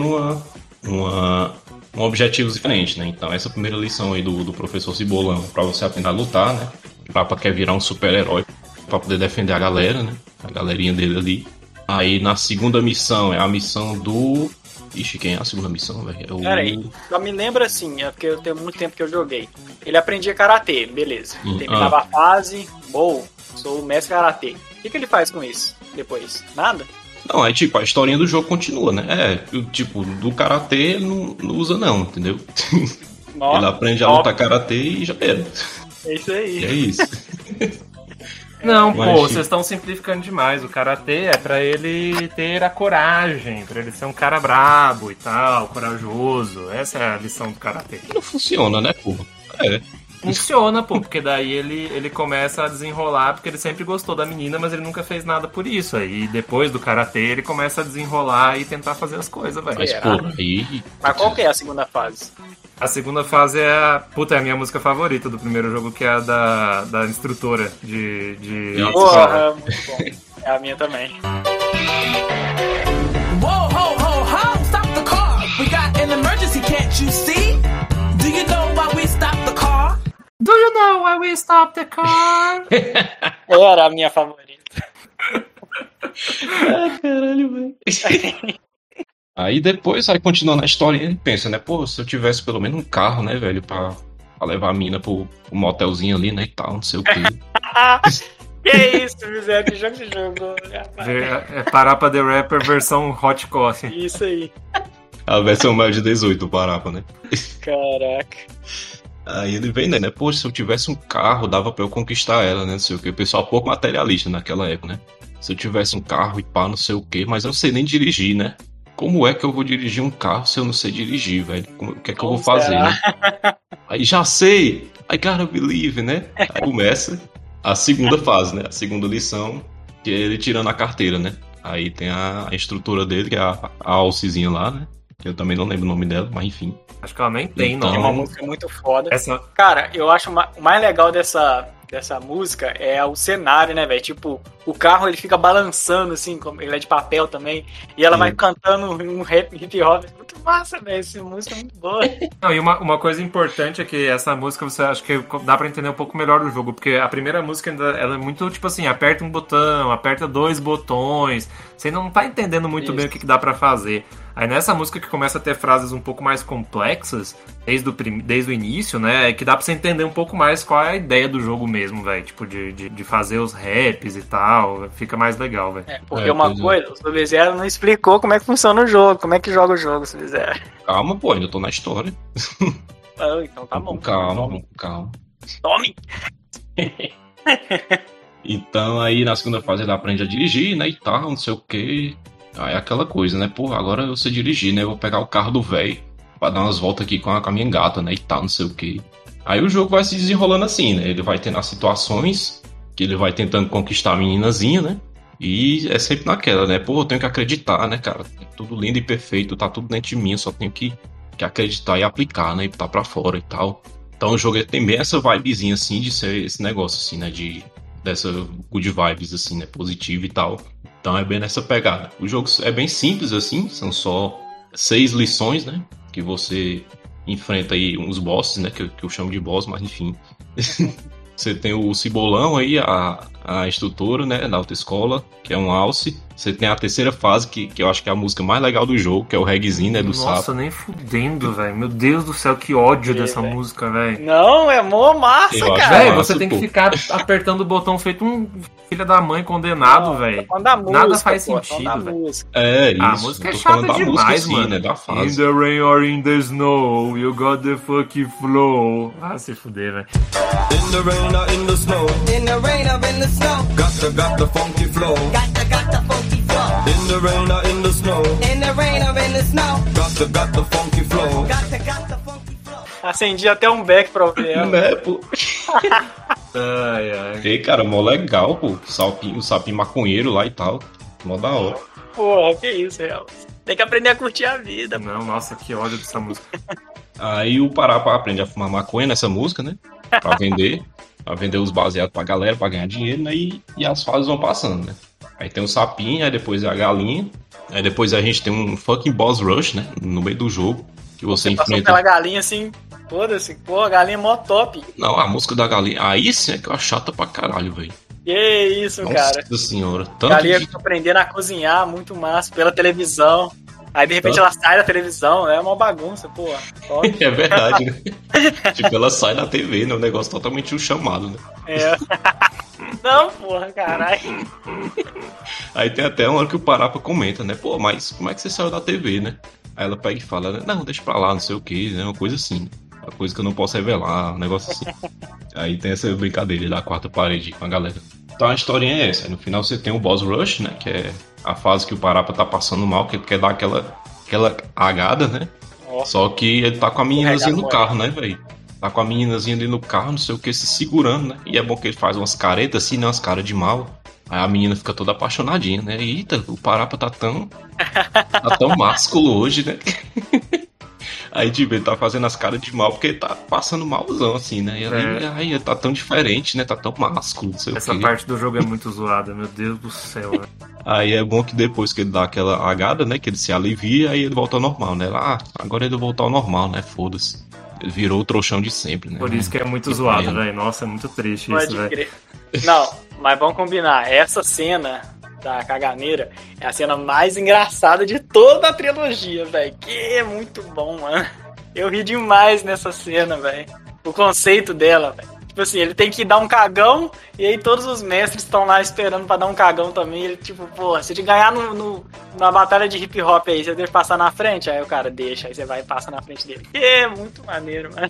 um objetivo diferente, né? Então essa primeira lição aí do professor Cebolão pra você aprender a lutar, né? Pra quer virar um super-herói pra poder defender a galera, né? A galerinha dele ali. Aí na segunda missão é a missão do... Ixi, quem é a segunda missão, velho? Peraí, só me lembra assim, é porque eu tenho muito tempo que eu joguei. Ele aprendia karatê, beleza. Terminava a fase, sou o mestre karatê. O que ele faz com isso depois? Nada? Não, aí tipo, a historinha do jogo continua, né? Tipo, do karatê ele não usa não, entendeu? Nossa, ele aprende a lutar karatê e já era. É isso aí. E é isso. Não, Mas, pô, tipo, vocês estão simplificando demais. O karatê é pra ele ter a coragem, pra ele ser um cara brabo e tal, corajoso. Essa é a lição do karatê. Não funciona, né, pô? Funciona, pô, porque daí ele começa a desenrolar, porque ele sempre gostou da menina, mas ele nunca fez nada por isso. Aí depois do karatê ele começa a desenrolar e tentar fazer as coisas, velho. Mas, pô, aí... Mas qual que é a segunda fase? A segunda fase é é a minha música favorita do primeiro jogo, que é a da instrutora de Porra, muito bom. É a minha também. Whoa, ho, ho, ho, stop the car. We got an emergency, can't you see? Do you know why we stopped the car? Do you know why we stopped the car? Era a minha favorita. Caralho, velho. Aí depois, aí continuando a história, ele pensa, né? Pô, se eu tivesse pelo menos um carro, né, velho, pra levar a mina pro motelzinho ali, né, e tal, não sei o quê. Que isso, miséria de jogo. É Parapa The Rapper versão Hot Coffee. Isso aí. A versão mais de 18 do Parapa, né? Caraca. Aí ele vem, né? Pô, se eu tivesse um carro, dava pra eu conquistar ela, né? Não sei o quê. O pessoal pouco materialista naquela época, né? Se eu tivesse um carro e pá, não sei o quê, mas eu não sei nem dirigir, né? Como é que eu vou dirigir um carro se eu não sei dirigir, velho? O que é que eu vou fazer, né? Aí já sei! I gotta believe, né? Aí começa a segunda fase, né? A segunda lição, que é ele tirando a carteira, né? Aí tem a instrutora dele, que é a Alcezinha lá, né? Que eu também não lembro o nome dela, mas enfim. Acho que ela nem tem, Então, É não. uma música muito foda. Essa... Cara, eu acho o mais legal dessa música é o cenário, né, velho? Tipo, o carro ele fica balançando, assim, como ele é de papel também, e ela vai cantando um hip hop. Muito massa, velho. Essa música é muito boa. Não, e uma coisa importante é que essa música você acha que dá pra entender um pouco melhor do jogo, porque a primeira música ela é muito tipo assim, aperta um botão, aperta 2 botões, você não tá entendendo muito bem o que dá pra fazer. Aí nessa música que começa a ter frases um pouco mais complexas, desde o início, né, é que dá pra você entender um pouco mais qual é a ideia do jogo mesmo, velho, tipo de fazer os raps e tal, fica mais legal, velho. Porque uma coisa, o Sub-Zero não explicou como é que funciona o jogo, como é que joga o jogo, Sub-Zero. Calma, pô, ainda tô na história. Então tá bom. Calma. Tome! Então aí na segunda fase ele aprende a dirigir, né, e tal, não sei o que. Aí aquela coisa, né, pô, agora eu sei dirigir, né, eu vou pegar o carro do velho pra dar umas voltas aqui com a minha gata, né, e tal, não sei o que. Aí o jogo vai se desenrolando assim, né, ele vai tendo as situações que ele vai tentando conquistar a meninazinha, né, e é sempre naquela, né, pô, eu tenho que acreditar, né, cara, é tudo lindo e perfeito, tá tudo dentro de mim, eu só tenho que acreditar e aplicar, né, e botar pra fora e tal. Então o jogo tem bem essa vibezinha, assim, de ser esse negócio, assim, né, dessa good vibes, assim, né, positivo e tal. Então é bem nessa pegada. O jogo é bem simples, assim, são só 6 lições, né, que você enfrenta aí uns bosses, né, que eu chamo de boss, mas enfim. Você tem o Cibolão aí, a instrutora, né, da autoescola, que é um Alce. Você tem a terceira fase, que eu acho que é a música mais legal do jogo, que é o reggaezinho, né, do sapo. Nossa, nem fudendo, velho. Meu Deus do céu, que ódio dessa música, velho. Não, é mó massa, Eu acho cara. Velho, massa, você tem que pô. ficar apertando o botão feito um filho da mãe condenado, velho. Nada faz sentido, velho. É isso. A música é tô falando chata da música, demais, assim, mano. né, da In fase. the rain or in the snow, you got the fucking flow. Ah, se fuder, velho. In the rain or in the snow, In the rain or in the snow, got the funky flow. got the funky flow. In the rain or in the snow, In the rain or in the snow, got the funky flow. got the funky flow. Acendi até um beck pra ouvir ela. Né, pô. Ai, ai. E, cara, mó legal, pô. O sapinho maconheiro lá e tal. Mó da hora. Porra, que isso, real. Tem que aprender a curtir a vida. Não, nossa, que ódio dessa música. Aí o Parapa aprende a fumar maconha nessa música, né? Pra vender. Pra vender os baseados pra galera, pra ganhar dinheiro, né? E as fases vão passando, né? Aí tem o sapinho, aí depois é a galinha. Aí depois a gente tem um fucking boss rush, né? No meio do jogo. Que você Passou enfrenta. pela galinha assim, foda-se. Pô, a galinha é mó top. Não, a música da galinha. Aí sim é que eu acho chata pra caralho, velho. Que isso, Nossa cara. senhora. A Tanto galinha de... fica aprendendo a cozinhar muito massa pela televisão. Aí de repente ela sai da televisão, é uma bagunça, pô. Top. É verdade, né? Tipo, ela sai da TV, né? Um negócio totalmente um chamado, né? É. Não, porra, caralho. Aí tem até uma hora que o Parapa comenta, né? Pô, mas como é que você saiu da TV, né? Aí ela pega e fala, né? Não, deixa pra lá, não sei o que, né? Uma coisa assim. Uma coisa que eu não posso revelar, um negócio assim. Aí tem essa brincadeira da quarta parede com a galera. Então a historinha é essa. Aí no final você tem o Boss Rush, né? Que é a fase que o Parapa tá passando mal, que ele quer dar aquela agada, né? Só que ele tá com a meninazinha no carro, né, velho? Tá com a meninazinha ali no carro, não sei o que, se segurando, né? E é bom que ele faz umas caretas assim, né? Umas caras de mal. Aí a menina fica toda apaixonadinha, né? Eita, o Parapa tá tão másculo hoje, né? Aí, tipo, ele tá fazendo as caras de mal porque ele tá passando malzão, assim, né? E aí, ele tá tão diferente, né? Tá tão másculo, não sei o quê. Essa parte do jogo é muito zoada, meu Deus do céu, velho. Aí é bom que depois que ele dá aquela agada, né? Que ele se alivia, aí ele volta ao normal, né? Agora ele voltou ao normal, né? Foda-se. Ele virou o trouxão de sempre, né? Por isso que é muito zoado, velho. Nossa, é muito triste isso, velho. Não, mas vamos combinar. Essa cena da caganeira é a cena mais engraçada de toda a trilogia, velho. Que é muito bom, mano. Eu ri demais nessa cena, velho. O conceito dela, velho. Tipo assim, ele tem que dar um cagão e aí todos os mestres estão lá esperando pra dar um cagão também. Ele, tipo, porra, se ele ganhar na batalha de hip hop aí, você deve passar na frente? Aí o cara deixa, aí você vai e passa na frente dele. É muito maneiro, mano.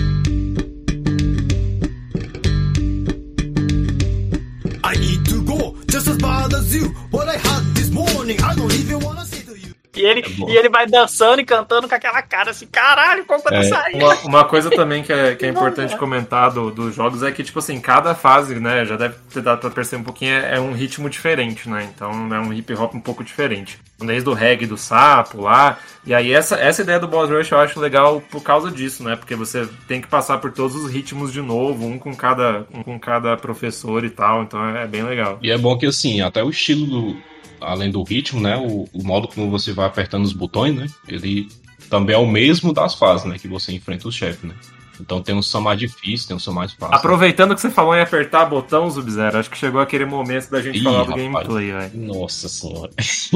I need to go just as bad as you. What I had this morning, I don't even wanna say to you. E ele vai dançando e cantando com aquela cara assim, caralho, como tá saindo? Uma coisa também que é importante comentar dos jogos é que, tipo assim, cada fase, né, já deve ter dado pra perceber um pouquinho, é um ritmo diferente, né? Então é um hip hop um pouco diferente. Desde o reggae do sapo lá. E aí essa ideia do Boss Rush eu acho legal por causa disso, né? Porque você tem que passar por todos os ritmos de novo, um com cada professor e tal. Então é bem legal. E é bom que, assim, até o estilo além do ritmo, né? O modo como você vai apertando os botões, né? Ele também é o mesmo das fases, né? Que você enfrenta os chefes, né? Então tem um som mais difícil, tem um som mais fácil. Aproveitando que você falou em apertar botão, Sub-Zero, acho que chegou aquele momento da gente falar do gameplay, velho. Nossa senhora.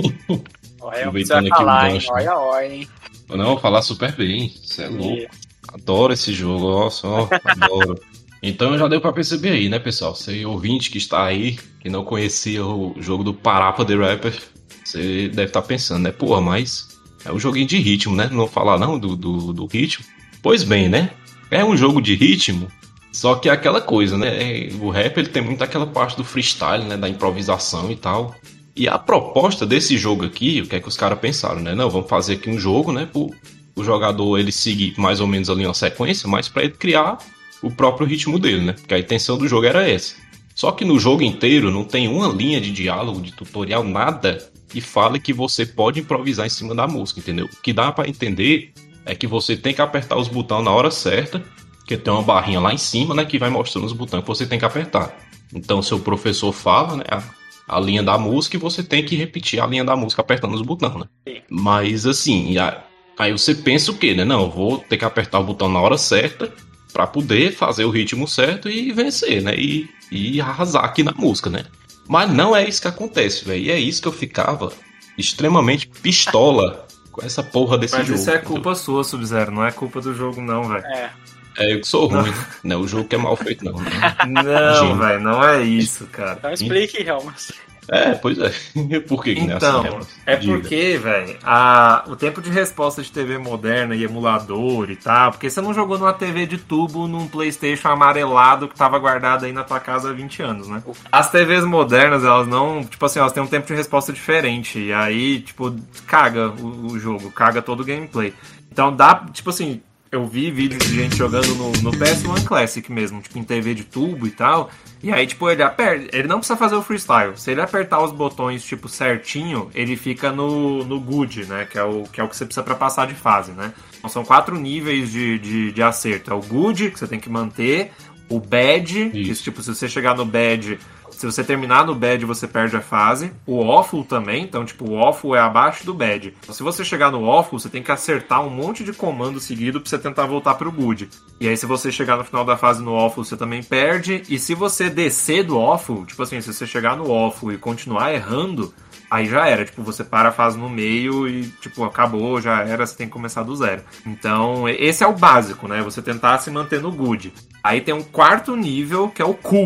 Aproveitando aqui o gancho. Olha, hein? Não, vou falar super bem. Você é louco. Adoro esse jogo, nossa, adoro. Então já deu pra perceber aí, né, pessoal? Você ouvinte que está aí, que não conhecia o jogo do Parapa The Rapper, você deve estar pensando, né? Porra, mas é um joguinho de ritmo, né? Não vou falar não do ritmo. Pois bem, né? É um jogo de ritmo, só que é aquela coisa, né? O rap, ele tem muito aquela parte do freestyle, né? Da improvisação e tal. E a proposta desse jogo aqui, o que é que os caras pensaram, né? Não, vamos fazer aqui um jogo, né? O jogador, ele seguir mais ou menos ali uma sequência, mas pra ele criar o próprio ritmo dele, né? Porque a intenção do jogo era essa. Só que no jogo inteiro não tem uma linha de diálogo, de tutorial, nada que fale que você pode improvisar em cima da música, entendeu? O que dá pra entender é que você tem que apertar os botões na hora certa, que tem uma barrinha lá em cima, né, que vai mostrando os botões que você tem que apertar. Então, seu professor fala, né, a linha da música e você tem que repetir a linha da música apertando os botões, né? Sim. Mas, assim, aí você pensa o quê, né? Não, eu vou ter que apertar o botão na hora certa pra poder fazer o ritmo certo e vencer, né? E arrasar aqui na música, né? Mas não é isso que acontece, velho. E é isso que eu ficava extremamente pistola com essa porra desse jogo. Mas isso é culpa sua, Sub-Zero, não é culpa do jogo não, velho. É, eu que sou ruim, né? O jogo que é mal feito, não. Né? Não, velho, não é isso, cara. Então explique, Helmas. Pois é. Por que não é então, assim, Helmas? É porque, velho, o tempo de resposta de TV moderna e emulador e tal, porque você não jogou numa TV de tubo num PlayStation amarelado que tava guardado aí na tua casa há 20 anos, né? As TVs modernas, elas não, tipo assim, elas têm um tempo de resposta diferente, e aí, tipo, caga o jogo, caga todo o gameplay. Então dá, tipo assim, eu vi vídeos de gente jogando no PS1 Classic mesmo, tipo, em TV de tubo e tal. E aí, tipo, ele não precisa fazer o freestyle. Se ele apertar os botões, tipo, certinho, ele fica no good, né? Que é o que você precisa pra passar de fase, né? Então são 4 níveis de acerto. É o good, que você tem que manter. O bad, que, tipo, se você chegar no bad... Se você terminar no bad, você perde a fase. O awful também, então, tipo, o awful é abaixo do bad. Então, se você chegar no awful, você tem que acertar um monte de comando seguido pra você tentar voltar pro good. E aí, se você chegar no final da fase no awful, você também perde. E se você descer do awful, tipo assim, se você chegar no awful e continuar errando, aí já era. Tipo, você para a fase no meio e, tipo, acabou, já era, você tem que começar do zero. Então, esse é o básico, né? Você tentar se manter no good. Aí tem um 4º nível, que é o cool.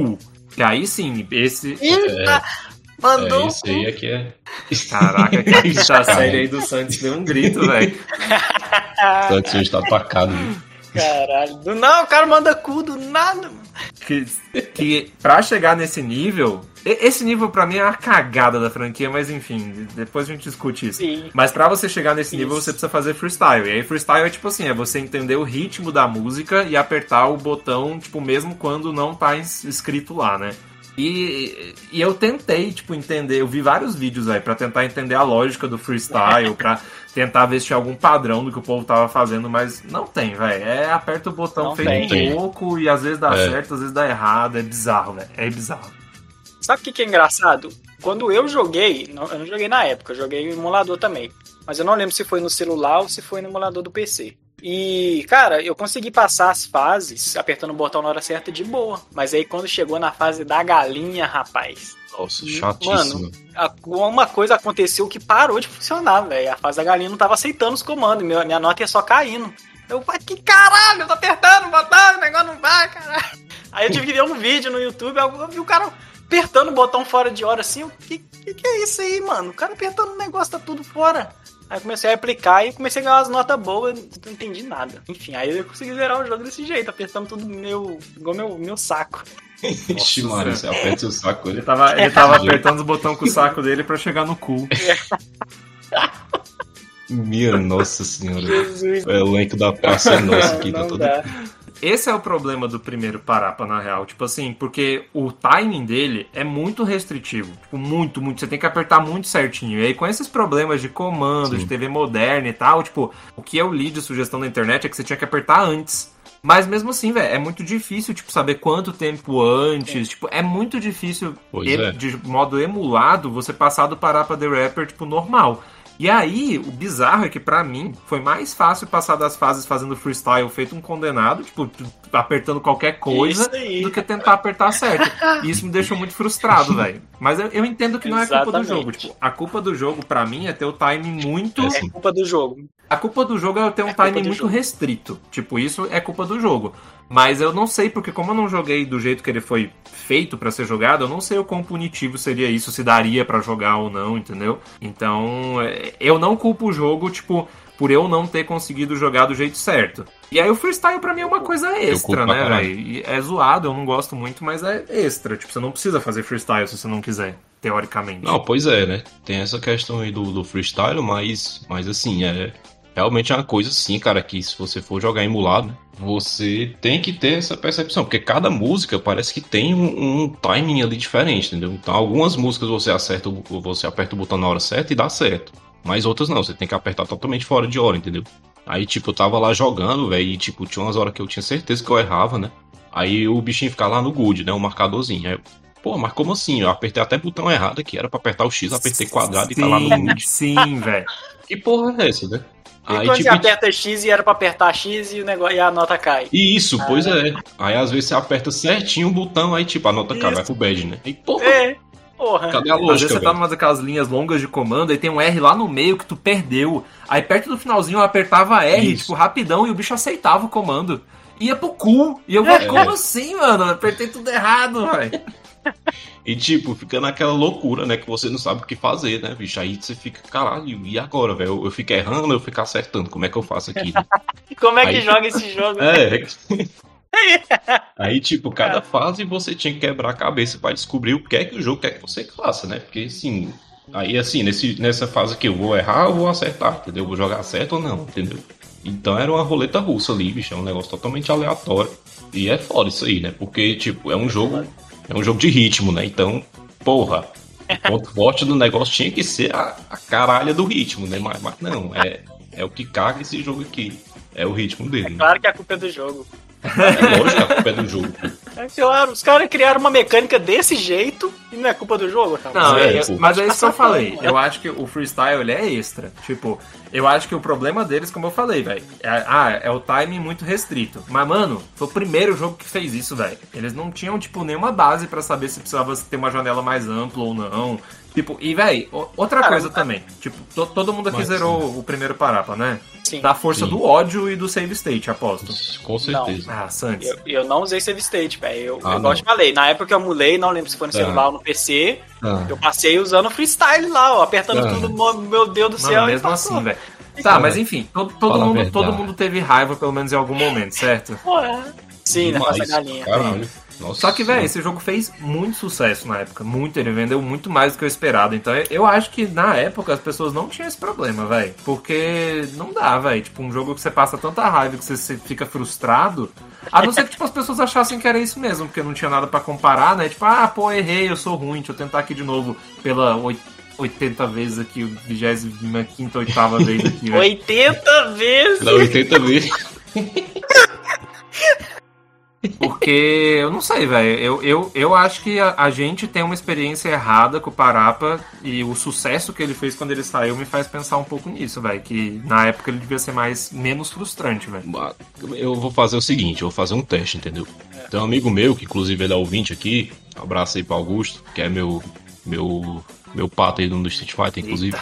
Que aí sim, esse... Mandou. Esse aí é que é. Caraca, que essa série aí do Santos deu um grito, velho. O Santos hoje tá atacado, viu? Caralho. Não, o cara manda cu do nada. Que pra chegar nesse nível... Esse nível pra mim é uma cagada da franquia, mas enfim, depois a gente discute isso. Sim. Mas pra você chegar nesse nível, você precisa fazer freestyle. E aí freestyle é tipo assim, é você entender o ritmo da música e apertar o botão, tipo, mesmo quando não tá escrito lá, né? E eu tentei, tipo, entender, eu vi vários vídeos aí pra tentar entender a lógica do freestyle, pra tentar ver se tinha algum padrão do que o povo tava fazendo, mas não tem, velho. É aperta o botão Não feito tem. um louco e às vezes dá certo, às vezes dá errado, é bizarro, velho. É bizarro. Sabe o que é engraçado? Quando eu joguei, eu não joguei na época, eu joguei no emulador também. Mas eu não lembro se foi no celular ou se foi no emulador do PC. E, cara, eu consegui passar as fases apertando o botão na hora certa de boa. Mas aí quando chegou na fase da galinha, rapaz... Nossa, chatíssimo. Mano, uma coisa aconteceu que parou de funcionar, velho. A fase da galinha não tava aceitando os comandos, minha nota ia só caindo. Eu falei, que caralho, eu tô apertando o botão, o negócio não vai, caralho. Aí eu tive que ver um vídeo no YouTube, eu vi o cara apertando o botão fora de hora assim. O que é isso aí, mano? O cara apertando o negócio, tá tudo fora. Aí eu comecei a aplicar e comecei a ganhar umas notas boas, não entendi nada. Enfim, aí eu consegui zerar o jogo desse jeito, apertando tudo igual meu saco. Ixi, mano, você aperta seu saco. Ele tava apertando os botões com o saco dele pra chegar no cu. Minha nossa senhora. Jesus. O elenco da praça é nosso aqui, tá Não todo. dá. Esse é o problema do primeiro Parapa, na real. Tipo assim, porque o timing dele é muito restritivo. Tipo, muito. Você tem que apertar muito certinho. E aí, com esses problemas de comando, de TV moderna e tal, tipo, o que eu li de sugestão na internet é que você tinha que apertar antes. Mas mesmo assim, velho, é muito difícil, tipo, saber quanto tempo antes. Tipo, é muito difícil, de modo emulado, você passar do Parapa The Rapper, tipo, normal. E aí, o bizarro é que pra mim foi mais fácil passar das fases fazendo freestyle feito um condenado, tipo, apertando qualquer coisa, do que tentar apertar certo. E isso me deixou muito frustrado, velho. Mas eu entendo que não é culpa do jogo. Tipo, a culpa do jogo, pra mim, é ter o timing muito... É culpa do jogo. A culpa do jogo é ter um timing muito restrito. Tipo, isso é culpa do jogo. Mas eu não sei, porque como eu não joguei do jeito que ele foi feito pra ser jogado, eu não sei o quão punitivo seria isso, se daria pra jogar ou não, entendeu? Então, eu não culpo o jogo, tipo, por eu não ter conseguido jogar do jeito certo. E aí o freestyle pra mim é uma coisa extra, né, velho? É zoado, eu não gosto muito, mas é extra. Tipo, você não precisa fazer freestyle se você não quiser, teoricamente. Não, pois é, né? Tem essa questão aí do freestyle, mas assim, realmente é uma coisa assim, cara, que se você for jogar emulado, você tem que ter essa percepção, porque cada música parece que tem um timing ali diferente, entendeu? Então algumas músicas você aperta o botão na hora certa e dá certo, mas outras não, você tem que apertar totalmente fora de hora, entendeu? Aí tipo, eu tava lá jogando, velho, e tipo, tinha umas horas que eu tinha certeza que eu errava, né? Aí o bichinho ficava lá no good, né, o marcadorzinho, aí eu, pô, mas como assim? Eu apertei até botão errado aqui, era pra apertar o X, apertei quadrado e tá lá no good. Sim, velho. Que porra é essa, né? E aí, quando tipo, você aperta X e era pra apertar X e, e a nota cai. Isso, pois é. Aí às vezes você aperta certinho o botão, aí tipo, a nota cai, vai pro bad, né? Aí, porra. Cadê a lógica, às vezes você tá numa daquelas linhas longas de comando, aí tem um R lá no meio que tu perdeu. Aí perto do finalzinho eu apertava R, tipo, rapidão, e o bicho aceitava o comando. Ia pro cu. E eu falei, como assim, mano? Eu apertei tudo errado, velho. E tipo, fica naquela loucura, né? Que você não sabe o que fazer, né, bicho? Aí você fica, caralho, e agora, velho? Eu fico errando, eu fico acertando. Como é que eu faço aqui? Né? Como é que joga esse jogo? Aí, tipo, cada fase você tinha que quebrar a cabeça pra descobrir o que é que o jogo quer que você faça, né? Porque, assim... Aí, assim, nessa fase aqui eu vou errar ou vou acertar, entendeu? Eu vou jogar certo ou não, entendeu? Então era uma roleta russa ali, bicho. É um negócio totalmente aleatório. E é foda isso aí, né? Porque, tipo, é um jogo de ritmo, né? Então, porra, o ponto forte do negócio tinha que ser a caralha do ritmo, né? Mas não, é o que caga esse jogo aqui. É o ritmo dele. É claro que a culpa é do jogo. É lógico que a culpa é do jogo. É claro, os caras criaram uma mecânica desse jeito e não é culpa do jogo, cara. Não, mas é isso que eu falei. Eu acho que o freestyle, ele é extra. Tipo, Eu acho que o problema deles, como eu falei, velho, é o timing muito restrito. Mas, mano, foi o primeiro jogo que fez isso, velho. Eles não tinham, tipo, nenhuma base pra saber se precisava ter uma janela mais ampla ou não. Tipo, e, velho, outra coisa também. Tipo, todo mundo aqui zerou o primeiro Parapa, né? Sim. Da força do ódio e do save state, aposto. Com certeza. Ah, Santos. Eu não usei save state, velho. Ah, Igual eu te falei, na época que eu emulei, não lembro se foi no celular ou no PC, eu passei usando freestyle lá, ó, apertando tudo, meu Deus do céu. Mano, mesmo assim, velho. Tá, mas enfim, todo mundo teve raiva, pelo menos em algum momento, certo? Sim, na nossa galinha. Caralho. Nossa, só que, velho, esse jogo fez muito sucesso na época. Muito, ele vendeu muito mais do que eu esperado. Então eu acho que na época as pessoas não tinham esse problema, velho. Porque não dá, velho. Tipo, um jogo que você passa tanta raiva que você fica frustrado. A não ser que tipo, as pessoas achassem que era isso mesmo, porque não tinha nada pra comparar, né? Tipo, pô, errei, eu sou ruim, deixa eu tentar aqui de novo pela 80 vezes aqui, 25ª, 8ª vez aqui, velho. 80 vezes! Não, 80 vezes. Porque, eu não sei, velho, eu acho que a gente tem uma experiência errada com o Parapa e o sucesso que ele fez quando ele saiu me faz pensar um pouco nisso, velho, que na época ele devia ser menos frustrante, velho. Eu vou fazer o seguinte, eu vou fazer um teste, entendeu? Tem um amigo meu, que inclusive ele é ouvinte aqui, um abraço aí pro Augusto, que é meu pato aí do Street Fighter, inclusive.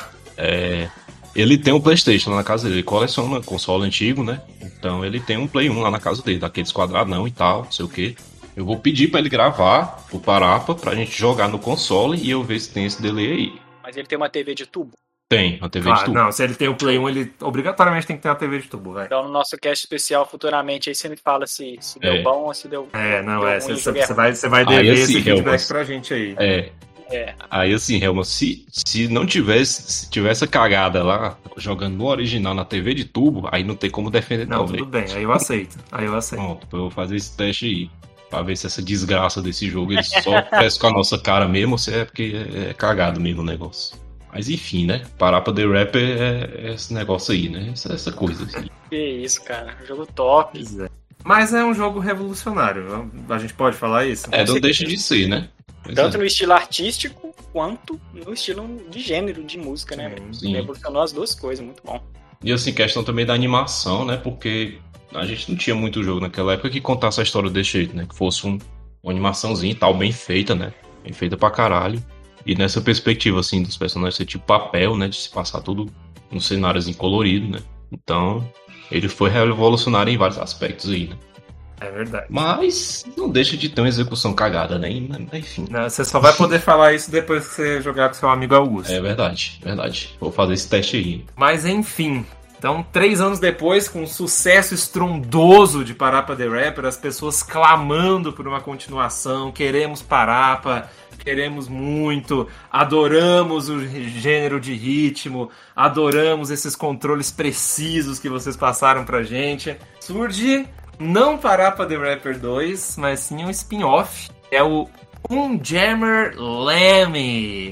Ele tem um PlayStation lá na casa dele, ele coleciona console antigo, né? Então ele tem um Play 1 lá na casa dele, daqueles quadradão e tal, não sei o que. Eu vou pedir pra ele gravar o Parapa pra gente jogar no console e eu ver se tem esse delay aí. Mas ele tem uma TV de tubo? Tem, uma TV de tubo. Não, se ele tem o Play 1, ele obrigatoriamente tem que ter uma TV de tubo, velho. Então no nosso cast especial futuramente aí você me fala se deu bom ou se deu ruim. Você vai dever esse feedback pra gente aí. Aí assim, Helma, se não tivesse a cagada lá, jogando no original na TV de tubo, aí não tem como defender não, tudo bem, aí eu aceito. Pronto, eu vou fazer esse teste aí, pra ver se essa desgraça desse jogo ele só parece com a nossa cara mesmo, ou se é porque é cagado mesmo o negócio. Mas enfim, né, Parapa The Rapper é esse negócio aí, né, essa coisa assim. Que isso, cara, jogo top. Mas é um jogo revolucionário, a gente pode falar isso? Não deixa de ser, né? Tanto no estilo artístico quanto no estilo de gênero, de música, né? Sim. Revolucionou as duas coisas, muito bom. E assim, questão também da animação, né? Porque a gente não tinha muito jogo naquela época que contasse a história desse jeito, né? Que fosse uma animaçãozinha e tal, bem feita, né? Bem feita pra caralho. E nessa perspectiva, assim, dos personagens ser tipo papel, né? De se passar tudo num cenáriozinho colorido, né? Então, ele foi revolucionário em vários aspectos aí, né? É verdade. Mas não deixa de ter uma execução cagada, né? Enfim. Não, você só vai poder falar isso depois que você jogar com seu amigo Augusto. É verdade. Vou fazer esse teste aí. Mas enfim. Então, 3 anos depois, com um sucesso estrondoso de Parapa The Rapper, as pessoas clamando por uma continuação, queremos Parapa, queremos muito, adoramos o gênero de ritmo, adoramos esses controles precisos que vocês passaram pra gente. Surge não Parapa The Rapper 2, mas sim um spin-off, é o Jammer Lemmy.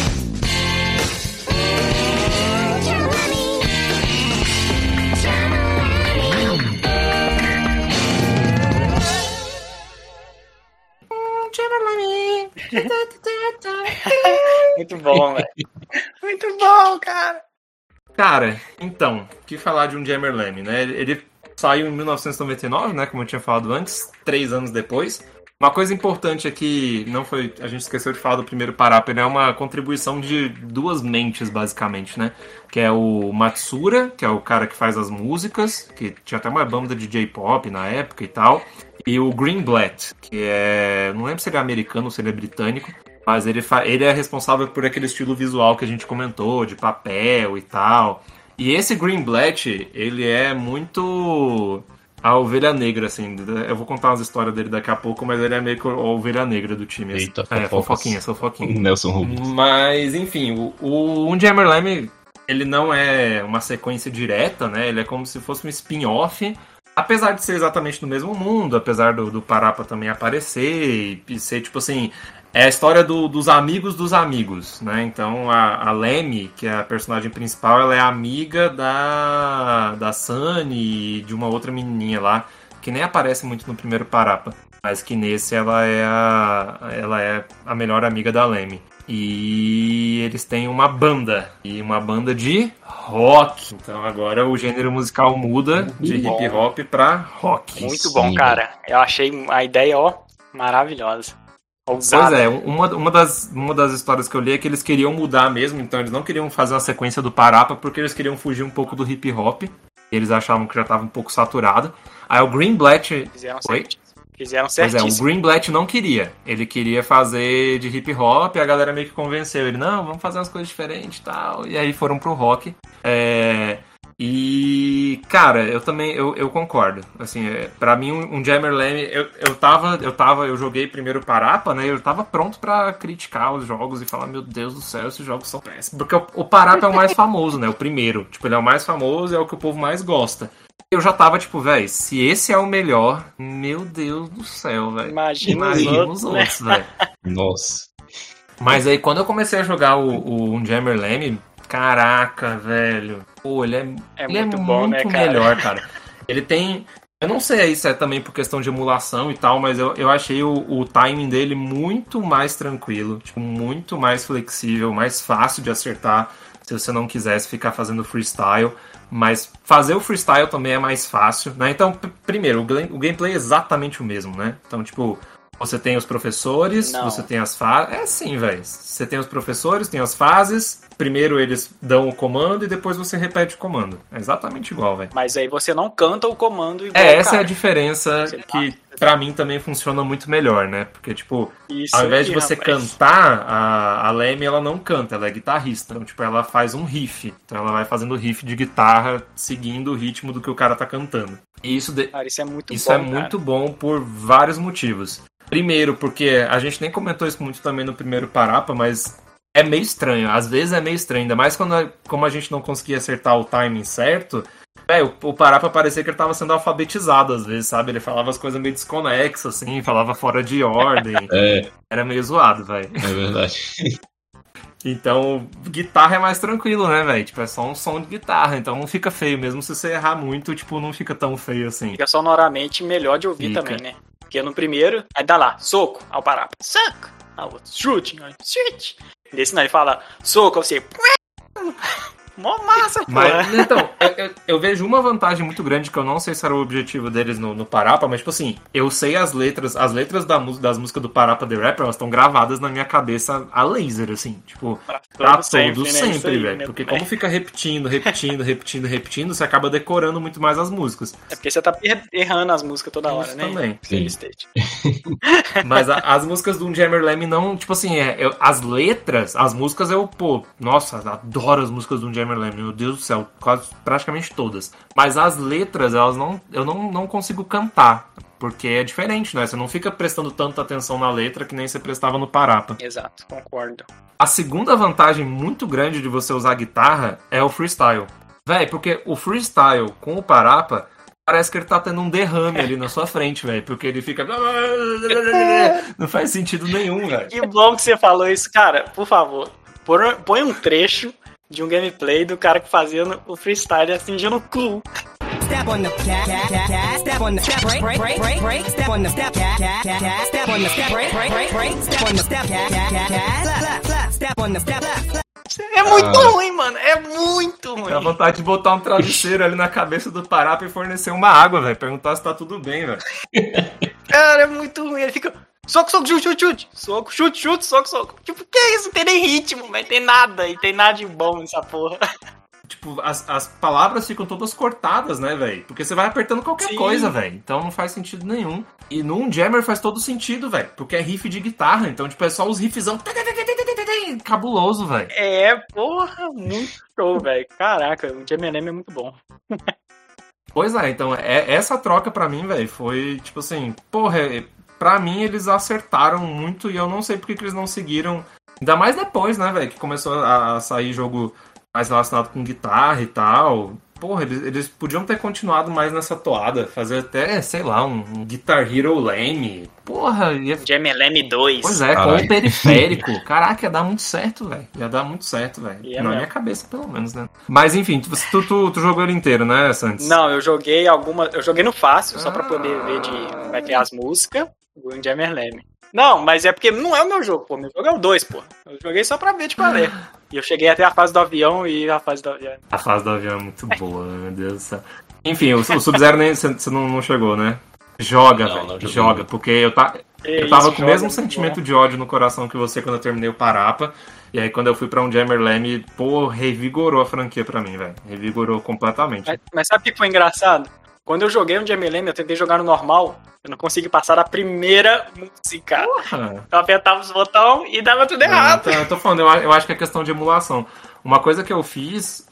Muito bom, velho. Muito bom, cara. Cara, então, o que falar de Jammer Lemmy, né? Ele saiu em 1999, né? Como eu tinha falado antes, 3 anos depois. Uma coisa importante aqui, a gente esqueceu de falar do primeiro Parapa, ele é uma contribuição de 2 mentes, basicamente, né? Que é o Matsura, que é o cara que faz as músicas, que tinha até uma banda de J-pop na época e tal. E o Greenblatt, que não lembro se ele é americano ou se ele é britânico, mas ele é responsável por aquele estilo visual que a gente comentou, de papel e tal. E esse Greenblatt, ele é muito a ovelha negra, assim. Eu vou contar umas histórias dele daqui a pouco, mas ele é meio que a ovelha negra do time. Eita, fofoquinha. Nelson Rubens. Mas, enfim, o Jammer Lemmy, ele não é uma sequência direta, né? Ele é como se fosse um spin-off. Apesar de ser exatamente no mesmo mundo, apesar do Parapa também aparecer e ser, tipo assim, é a história dos amigos, né? Então a Lemmy, que é a personagem principal, ela é amiga da Sunny e de uma outra menininha lá, que nem aparece muito no primeiro Parapa. mas que nesse ela é a melhor amiga da Lemmy. E eles têm uma banda, e uma banda de rock. Então agora o gênero musical muda de hip hop pra rock. Muito bom, cara. Eu achei a ideia, maravilhosa. Ousada. Pois é, uma das histórias que eu li é que eles queriam mudar mesmo, então eles não queriam fazer uma sequência do Parappa porque eles queriam fugir um pouco do hip hop. Eles achavam que já estava um pouco saturado. Aí o Greenblatt... Fizeram certíssimo. Pois é, o Greenblatt não queria. Ele queria fazer de hip hop e a galera meio que convenceu ele. Não, vamos fazer umas coisas diferentes e tal. E aí foram pro rock. E, cara, eu também, eu concordo. Assim, pra mim, um Jammer Lemmy, eu joguei primeiro Parappa, né? Eu tava pronto pra criticar os jogos e falar, meu Deus do céu, esses jogos são péssimos. Porque o Parappa é o mais famoso, né? O primeiro. Tipo, ele é o mais famoso, é o que o povo mais gosta. Eu já tava, tipo, velho, se esse é o melhor, meu Deus do céu, velho. Imagina os outros, velho. Nossa. Mas aí, quando eu comecei a jogar o Jammer Lemmy, caraca, velho. Pô, ele é muito bom, né, cara? melhor, cara. Ele tem... Eu não sei se é também por questão de emulação e tal, mas eu achei o timing dele muito mais tranquilo, tipo, muito mais flexível, mais fácil de acertar se você não quisesse ficar fazendo freestyle. Mas fazer o freestyle também é mais fácil, né? Então, primeiro, o gameplay é exatamente o mesmo, né? Então, tipo, você tem os professores, você tem as fases... É assim, velho. Você tem os professores, tem as fases. Primeiro eles dão o comando e depois você repete o comando. É exatamente igual, velho. Mas aí você não canta o comando igual essa é a diferença que pra mim também funciona muito melhor, né? Porque, tipo, ao invés de você cantar, a Lemmy, ela não canta, ela é guitarrista. Então, tipo, ela faz um riff. Então ela vai fazendo riff de guitarra seguindo o ritmo do que o cara tá cantando. E isso é muito bom, é muito bom por vários motivos. Primeiro, porque a gente nem comentou isso muito também no primeiro Parappa, mas é meio estranho. Às vezes é meio estranho, ainda mais como a gente não conseguia acertar o timing certo. O Parappa parecia que ele tava sendo alfabetizado às vezes, sabe? Ele falava as coisas meio desconexas, assim, falava fora de ordem. Era meio zoado, velho. É verdade. Então, guitarra é mais tranquilo, né, velho? Tipo, é só um som de guitarra, então não fica feio. Mesmo se você errar muito, tipo, não fica tão feio assim. Fica sonoramente melhor de ouvir também, né? Porque no primeiro, aí dá lá, soco, ao Parappa, soco, ao outro, chute, chute. Desse não, ele fala, soco, você... Mó massa, pô. Mas, então, eu vejo uma vantagem muito grande, que eu não sei se era o objetivo deles no Parappa, mas, tipo assim, eu sei as letras das músicas do Parappa The Rapper, elas estão gravadas na minha cabeça a laser, assim, tipo, pra todo sempre, velho. Porque como fica repetindo, você acaba decorando muito mais as músicas. É porque você tá errando as músicas toda hora, né? Também. Mas as músicas do Jammer Lemmy não, tipo assim, as letras, as músicas nossa, adoro as músicas do Jammer Lemmy, meu Deus do céu, quase praticamente todas. Mas as letras, eu não consigo cantar, porque é diferente, né? Você não fica prestando tanta atenção na letra que nem você prestava no Parappa. Exato, concordo. A segunda vantagem muito grande de você usar guitarra é o freestyle. Véi, porque o freestyle com o Parappa parece que ele tá tendo um derrame ali na sua frente, velho, porque ele fica... Não faz sentido nenhum, velho. Que bom que você falou isso, cara. Por favor, põe um trecho de um gameplay do cara que fazia o freestyle atingindo o cu. Step on the step on the step break, step on the step step on the step break, step on the step on the step. É muito ruim, mano. É muito ruim. Dá vontade de botar um travesseiro ali na cabeça do Parappa e fornecer uma água, velho. Perguntar se tá tudo bem, velho. Cara, é muito ruim. Ele fica... Soco, chute. Soco, chute, soco. Tipo, que é isso? Não tem nem ritmo, mas tem nada. E tem nada de bom nessa porra. Tipo, as palavras ficam todas cortadas, né, velho? Porque você vai apertando qualquer coisa, velho. Então não faz sentido nenhum. E num Jammer faz todo sentido, velho. Porque é riff de guitarra. Então, tipo, é só os riffzão... Cabuloso, velho. Porra, muito show, velho. Caraca, o Jammer Lemmy é muito bom. Pois é, então, essa troca pra mim, velho, foi, tipo assim... Porra, pra mim eles acertaram muito e eu não sei porque que eles não seguiram... Ainda mais depois, né, velho, que começou a sair jogo mais relacionado com guitarra e tal... Porra, eles podiam ter continuado mais nessa toada. Fazer até, sei lá, um Guitar Hero Lemmy. Porra, Jammer Lemmy 2. Pois é, com o periférico. Caraca, ia dar muito certo, velho. Na minha cabeça, pelo menos, né? Mas enfim, tu jogou ele inteiro, né, Santos? Não, eu joguei no fácil, só pra poder ver vai ter as músicas. Windjammer Leme. Não, mas é porque não é o meu jogo, pô. Meu jogo é o 2, pô. Eu joguei só pra ver de valer. E eu cheguei até a fase do avião e a fase do avião. A fase do avião é muito boa, meu Deus do céu. Enfim, o Sub-Zero você não chegou, né? Joga, velho. Joga, porque eu tava com o mesmo sentimento de ódio no coração que você quando eu terminei o Parapa. E aí quando eu fui pra Windjammer Leme, pô, revigorou a franquia pra mim, velho. Revigorou completamente. Mas sabe o que foi engraçado? Quando eu joguei Windjammer Leme, eu tentei jogar no normal, eu não consegui passar da primeira música. Porra. Eu apertava os botões e dava tudo errado. Eu tô falando, eu acho que é questão de emulação. Uma coisa que eu fiz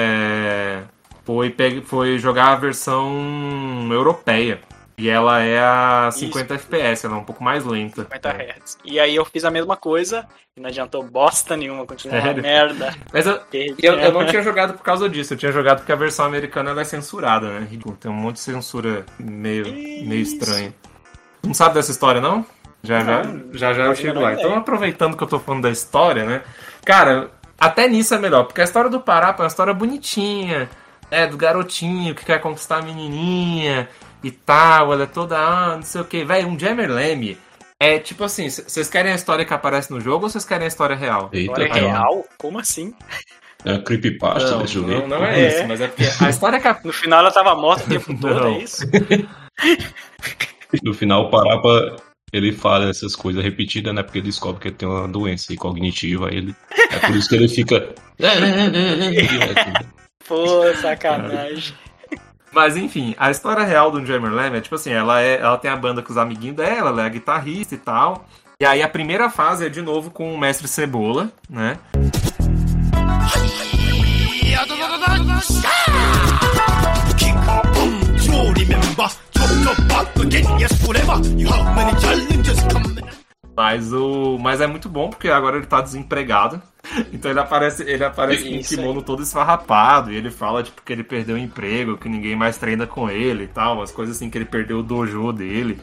foi jogar a versão europeia. E ela é a 50 FPS, ela é um pouco mais lenta. 50 Hz. E aí eu fiz a mesma coisa e não adiantou bosta nenhuma, continuou uma merda. Mas eu não tinha jogado por causa disso, eu tinha jogado porque a versão americana ela é censurada, né? Tem um monte de censura meio estranha. Não sabe dessa história, não? Já eu chego lá. Então, aproveitando que eu tô falando da história, né? Cara, até nisso é melhor, porque a história do Parapa é uma história bonitinha, do garotinho que quer conquistar a menininha e tal, ela é toda, não sei o que. Véi, Windjammer Leme é tipo assim, vocês querem a história que aparece no jogo ou vocês querem a história real? História real? Como assim? É uma creepypasta desse jogo. Não é isso, mas é porque a história que... No final ela tava morta o tempo todo, é isso? No final o Parapa, ele fala essas coisas repetidas, né? Porque ele descobre que ele tem uma doença aí cognitiva, é por isso que ele fica... Pô, sacanagem. Mas enfim, a história real do Windjammer Leme é tipo assim, ela tem a banda com os amiguinhos dela, ela é guitarrista e tal. E aí a primeira fase é de novo com o Mestre Cebola, né? Mas é muito bom porque agora ele tá desempregado. Então ele aparece com um kimono todo esfarrapado. E ele fala tipo, que ele perdeu o emprego, que ninguém mais treina com ele e tal. Umas coisas assim, que ele perdeu o dojo dele.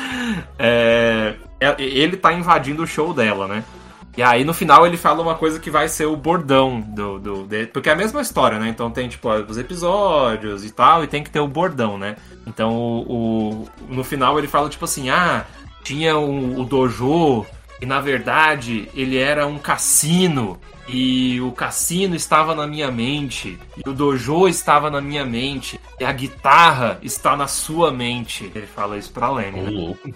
Ele tá invadindo o show dela, né? E aí no final ele fala uma coisa que vai ser o bordão dele, porque é a mesma história, né? Então tem tipo os episódios e tal, e tem que ter o bordão, né? Então no final ele fala tipo assim, tinha o dojo e na verdade ele era um cassino e o cassino estava na minha mente e o dojo estava na minha mente e a guitarra está na sua mente. Ele fala isso pra Leme, né? Louco.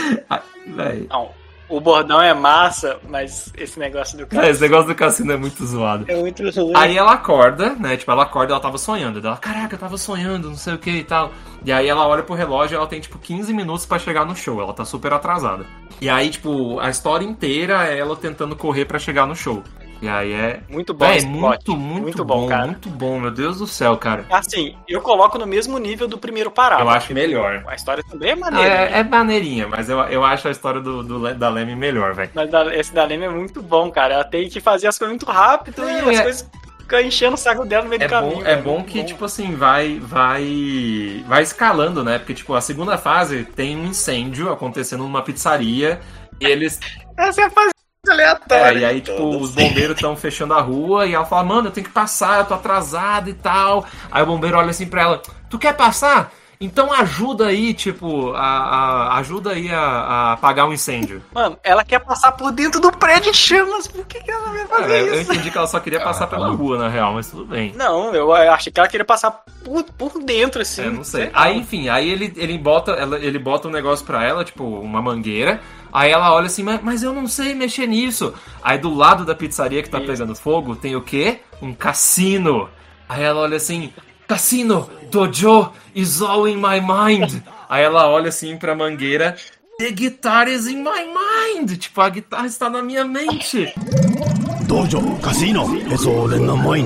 Não. O bordão é massa, mas esse negócio do cassino... Esse negócio do cassino é muito zoado. É muito ruim. Aí ela acorda, né? Tipo, ela tava sonhando. Ela, caraca, eu tava sonhando, não sei o que e tal. E aí ela olha pro relógio e ela tem, tipo, 15 minutos pra chegar no show. Ela tá super atrasada. E aí, tipo, a história inteira é ela tentando correr pra chegar no show. E aí é... Muito bom, muito bom, cara. Muito bom, meu Deus do céu, cara. Assim, eu coloco no mesmo nível do primeiro Parapa. Eu acho melhor. A história também é maneira. É maneirinha, mas eu acho a história da Leme melhor, velho. Mas esse da Leme é muito bom, cara. Ela tem que fazer as coisas muito rápido e as coisas ficam enchendo o saco dela no meio do caminho. É bom que, tipo assim, vai escalando, né? Porque, tipo, a segunda fase tem um incêndio acontecendo numa pizzaria e eles... Essa é a fase aleatória. E aí, tipo, os bombeiros estão fechando a rua e ela fala, mano, eu tenho que passar, eu tô atrasada e tal. Aí o bombeiro olha assim pra ela, tu quer passar? Então ajuda aí, tipo, ajuda aí a apagar um incêndio. Mano, ela quer passar por dentro do prédio em chamas, por que ela vai fazer isso? Eu entendi que ela só queria passar pela rua, na real, mas tudo bem. Não, eu achei que ela queria passar por dentro, assim. Não sei. Aí, enfim, aí ele bota um negócio pra ela, tipo, uma mangueira. Aí ela olha assim, mas eu não sei mexer nisso. Aí do lado da pizzaria que tá pegando fogo, tem o quê? Um cassino. Aí ela olha assim, cassino, dojo is all in my mind. Aí ela olha assim pra mangueira, the guitar is in my mind. Tipo, a guitarra está na minha mente. Dojo, casino, is all in the mind.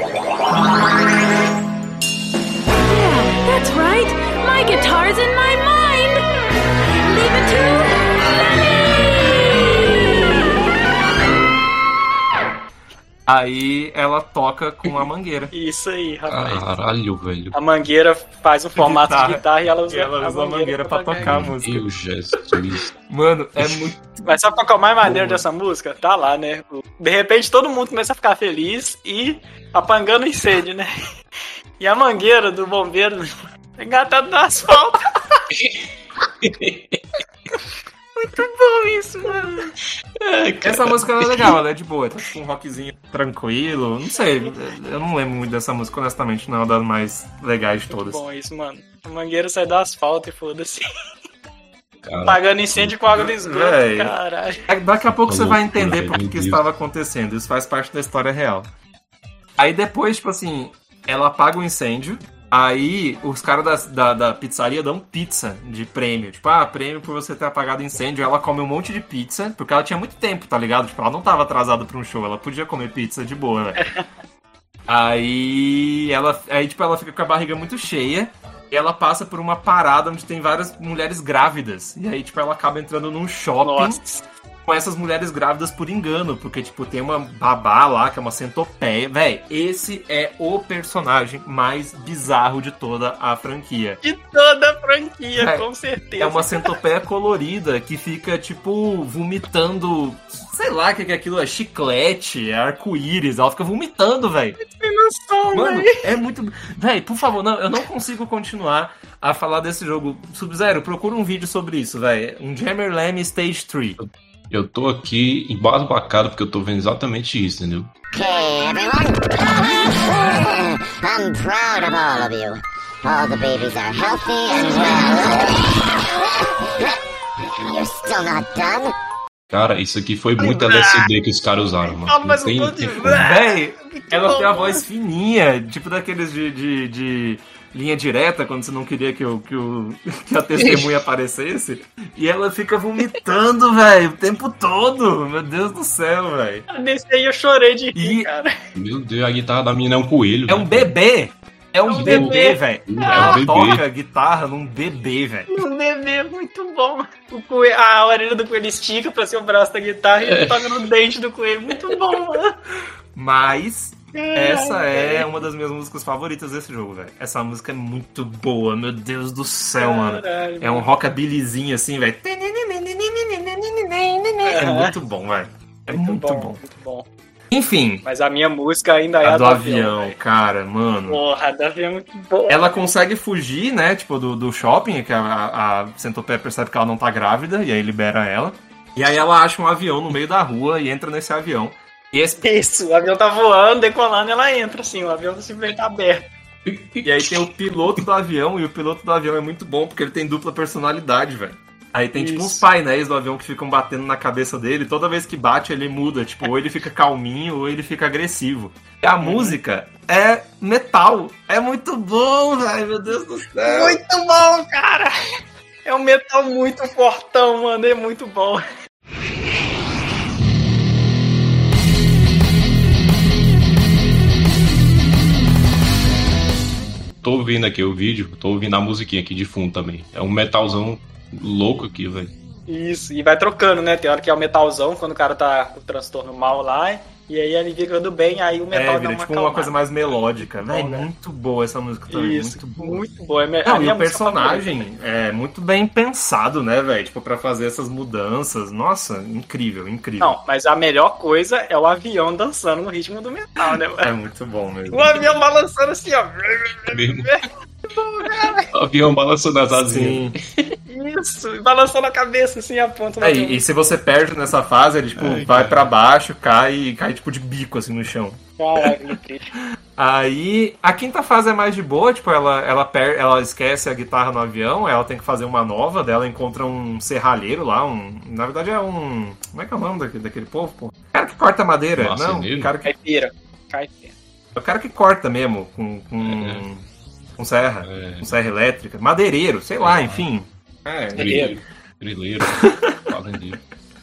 Yeah, that's right. My guitar's in my mind. Leave it to... Aí ela toca com a mangueira. Isso aí, rapaz. Caralho, velho. A mangueira faz um formato de guitarra e ela usa a mangueira pra tocar a música. Meu Jesus. Mano, é muito... Mas sabe qual que é o mais maneiro dessa música? Tá lá, né? De repente todo mundo começa a ficar feliz e apagando incêndio, né? E a mangueira do bombeiro engatada no asfalto. Muito bom isso, mano. Essa música ela é legal, ela é de boa, tá tipo um rockzinho tranquilo. Não sei, eu não lembro muito dessa música, honestamente, não é uma das mais legais de todas. Muito bom isso, mano. A mangueira sai do asfalto e foda-se. Cara, Pagando incêndio com água do esgoto, Véi. caralho. Daqui a pouco você vai loucura, entender velho, por que meu isso Deus. estava acontecendo. Isso faz parte da história real. Aí depois, tipo assim, ela apaga o incêndio. Aí os caras da pizzaria dão pizza de prêmio. Tipo, prêmio por você ter apagado o incêndio. Ela come um monte de pizza, porque ela tinha muito tempo, tá ligado? Tipo, ela não tava atrasada pra um show. Ela podia comer pizza de boa, velho. Aí ela fica com a barriga muito cheia. E ela passa por uma parada onde tem várias mulheres grávidas. E aí, tipo, ela acaba entrando num shopping com essas mulheres grávidas por engano. Porque, tipo, tem uma babá lá, que é uma centopeia. Véi, esse é o personagem mais bizarro de toda a franquia. De toda a franquia, É, com certeza. É uma centopeia colorida que fica, tipo, vomitando... Sei lá o que é aquilo, é chiclete, é arco-íris. Ela fica vomitando, velho. Tem noção, Mano, velho. é muito... Véi, por favor, não, eu não consigo continuar a falar desse jogo. Sub-Zero, procura um vídeo sobre isso, velho. Um Jammer Lamb Stage 3. Eu tô aqui embasbacado porque eu tô vendo exatamente isso, entendeu? Okay, everyone. I'm proud of all of you. All the babies are healthy and well. You're still not done? Cara, isso aqui foi muito LSD que os caras usaram, mano. mas Não não tem tô de- como. Véi, ela bom, tem a mano. voz fininha, tipo daqueles de linha direta, quando você não queria que a testemunha aparecesse. E ela fica vomitando, velho, o tempo todo. Meu Deus do céu, velho. Nesse aí eu chorei de rir, E- cara. Meu Deus, a guitarra da menina é um coelho. É um velho. bebê. É um bebê. bebê, velho. É Ela um bebê. toca guitarra num bebê, velho. Um bebê muito bom. A orelha do coelho estica pra ser o braço da guitarra e ele toca no dente do coelho. Muito bom, mano. Mas essa é uma das minhas músicas favoritas desse jogo, velho. Essa música é muito boa, meu Deus do céu, mano. Caralho, É um rockabillyzinho assim, velho. É muito bom, velho. É muito bom. Muito bom. Enfim, Mas a minha música ainda é a a do avião, velho. cara, mano. Porra, a do avião é muito boa. Ela consegue fugir, né, tipo, do shopping, que a centopeia percebe que ela não tá grávida, e aí libera ela. E aí ela acha um avião no meio da rua e entra nesse avião. E esse Isso, o avião tá voando, decolando, ela entra assim, o avião simplesmente tá aberto. E aí tem o piloto do avião, e o piloto do avião é muito bom porque ele tem dupla personalidade, velho. Aí tem tipo Isso. uns painéis do avião que ficam batendo na cabeça dele, toda vez que bate ele muda, tipo, ou ele fica calminho ou ele fica agressivo. E a música é metal, é muito bom, velho, meu Deus do céu. Muito bom, cara! É um metal muito fortão, mano, é muito bom. Tô ouvindo aqui o vídeo, tô ouvindo a musiquinha aqui de fundo também. É um metalzão louco aqui, velho. Isso, e vai trocando, né? Tem hora que é o metalzão, quando o cara tá com o transtorno mal lá, e aí ele fica do bem, aí o metal dá vira uma tipo acalmada. uma coisa mais melódica, velho, né? muito boa essa música também, Isso, muito boa. muito boa. Não, A e minha o música personagem é muito bem pensado, né, velho? Tipo, pra fazer essas mudanças. Nossa, incrível, incrível. Não, mas a melhor coisa é o avião dançando no ritmo do metal, né? É muito bom mesmo. O avião balançando assim, ó. Mesmo. O avião balançando as asinhas. Sim. Isso, e balançando a cabeça assim, a ponta do avião. E se você perde nessa fase, ele tipo, vai pra baixo, cai tipo de bico assim no chão. Caraca, que triste. Aí, a quinta fase é mais de boa, tipo, ela esquece a guitarra no avião, ela tem que fazer uma nova, dela encontra um serralheiro lá, na verdade é um... Como é que é o nome daquele povo, pô? O cara que corta madeira, Marceneiro? não? O cara que, Caipira. é o cara que corta mesmo, com serra, com serra elétrica, madeireiro, sei lá, enfim. Grileiro. Fazendeiro.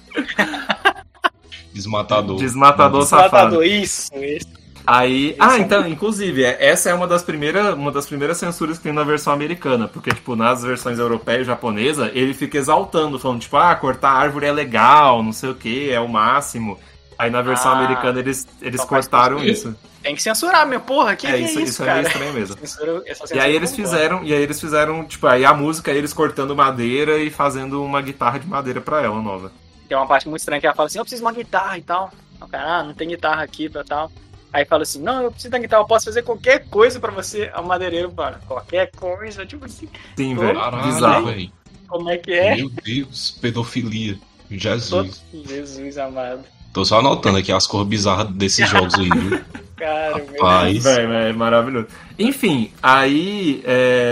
Desmatador. Desmatador safado. Matador, isso. Aí, então, inclusive, essa é uma das primeiras censuras que tem na versão americana, porque, tipo, nas versões europeia e japonesa, ele fica exaltando, falando, tipo, cortar árvore é legal, não sei o que, é o máximo. Aí na versão americana eles cortaram isso. Tem que censurar, meu porra, que isso, é isso cara? é meio estranho mesmo. Essa E censura aí não eles fizeram, tipo, aí a música, eles cortando madeira e fazendo uma guitarra de madeira pra ela, nova. Tem uma parte muito estranha que ela fala assim, eu preciso de uma guitarra e tal. O cara, não tem guitarra aqui pra tal. Aí fala assim, não, eu preciso da guitarra, eu posso fazer qualquer coisa pra você. O madeireiro, para, qualquer coisa, tipo assim. Sim, Pô, velho, Caralho, bizarro. velho. Como é que é? Meu Deus, pedofilia. Jesus. Jesus amado. Tô só anotando aqui as cores bizarras desses jogos aí, viu? Cara, Rapaz. É maravilhoso. Enfim, aí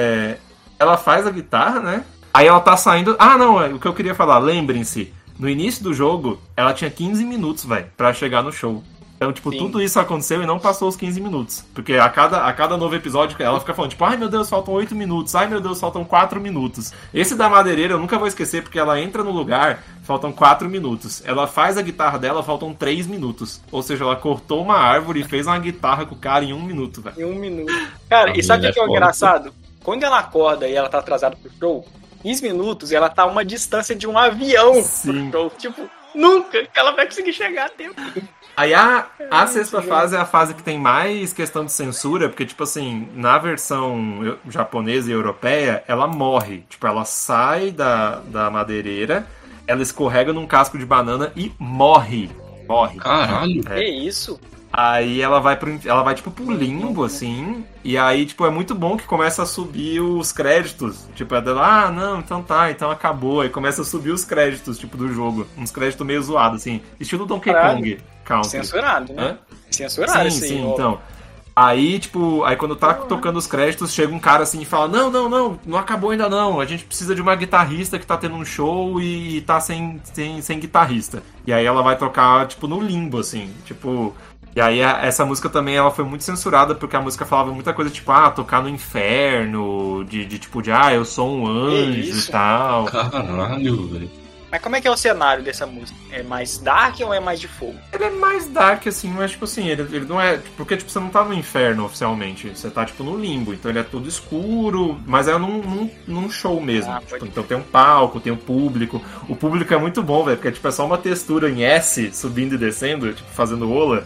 ela faz a guitarra, né? Aí ela tá saindo... Ah, não, o que eu queria falar, lembrem-se, no início do jogo, ela tinha 15 minutos, velho, pra chegar no show. Então, tipo, Sim. tudo isso aconteceu e não passou os 15 minutos. Porque a cada novo episódio, ela fica falando, tipo, ai meu Deus, faltam 8 minutos. Ai meu Deus, faltam 4 minutos. Esse da madeireira eu nunca vou esquecer, porque ela entra no lugar, faltam 4 minutos. Ela faz a guitarra dela, faltam 3 minutos. Ou seja, ela cortou uma árvore e fez uma guitarra com o cara em 1 minuto, velho. Em 1 minuto. Cara, e sabe o que é engraçado? Quando ela acorda e ela tá atrasada pro show, 15 minutos ela tá a uma distância de um avião Sim. pro show. Tipo, nunca que ela vai conseguir chegar a tempo. Aí a sexta fase é a fase que tem mais questão de censura, porque, tipo assim, na versão japonesa e europeia, ela morre. Tipo, ela sai da madeireira, ela escorrega num casco de banana e morre. Morre. Caralho. Que isso? Aí ela vai tipo pro limbo, assim, e aí, tipo, é muito bom que começa a subir os créditos. Tipo, é dela, não, então tá, então acabou. Aí começa a subir os créditos, tipo, do jogo. Uns créditos meio zoados, assim, estilo Donkey Kong Country. Censurado, né? Hã? Censurado, sim, então. Aí, tipo, quando tá tocando os créditos, chega um cara assim e fala, não acabou ainda não, a gente precisa de uma guitarrista que tá tendo um show e tá sem guitarrista. E aí ela vai tocar, tipo, no limbo, assim, tipo... E aí essa música também ela foi muito censurada, porque a música falava muita coisa, tipo, tocar no inferno, eu sou um anjo e tal. Caralho, velho. Mas como é que é o cenário dessa música? É mais dark ou é mais de fogo? Ele é mais dark, assim, mas, tipo assim, ele não é... Porque, tipo, você não tá no inferno, oficialmente. Você tá, tipo, no limbo. Então ele é todo escuro, mas é num show mesmo. Tipo, então tem um palco, tem um público. O público é muito bom, velho, porque, tipo, é só uma textura em S, subindo e descendo, tipo, fazendo ola.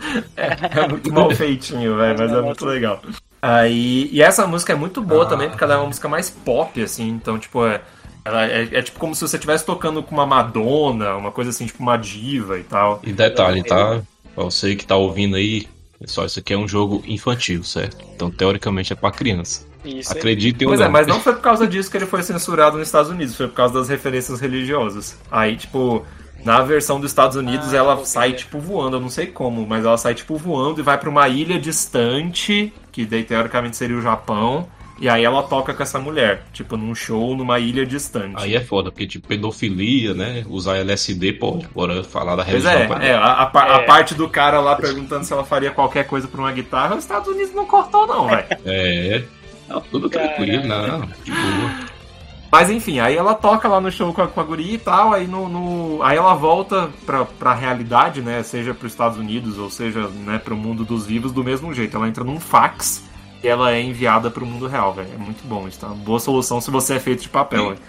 É muito mal feitinho, velho, mas é muito legal. Aí, e essa música é muito boa também, porque ela é uma música mais pop, assim. Então, tipo, ela é tipo como se você estivesse tocando com uma Madonna, uma coisa assim, tipo uma diva e tal. E detalhe, tá? Pra você que tá ouvindo aí, pessoal, isso aqui é um jogo infantil, certo? Então, teoricamente, é pra criança. Isso. Acreditem ou Pois não. mas não foi por causa disso que ele foi censurado nos Estados Unidos, foi por causa das referências religiosas. Aí, tipo, na versão dos Estados Unidos, ela sai, tipo, voando, eu não sei como, mas ela sai, tipo, voando e vai pra uma ilha distante, que daí, teoricamente, seria o Japão. E aí ela toca com essa mulher, tipo, num show numa ilha distante. Aí é foda, porque tipo, pedofilia, né? Usar LSD pode, bora falar da religião. Pois a parte do cara lá perguntando se ela faria qualquer coisa pra uma guitarra, os Estados Unidos não cortou não, velho. Tudo tranquilo, não, de boa. Mas enfim, aí ela toca lá no show com a guria e tal, aí aí ela volta pra realidade, né? Seja pros Estados Unidos ou seja, né, pro mundo dos vivos do mesmo jeito. Ela entra num fax e ela é enviada pro mundo real, velho. É muito bom isso, tá? Uma boa solução se você é feito de papel, velho.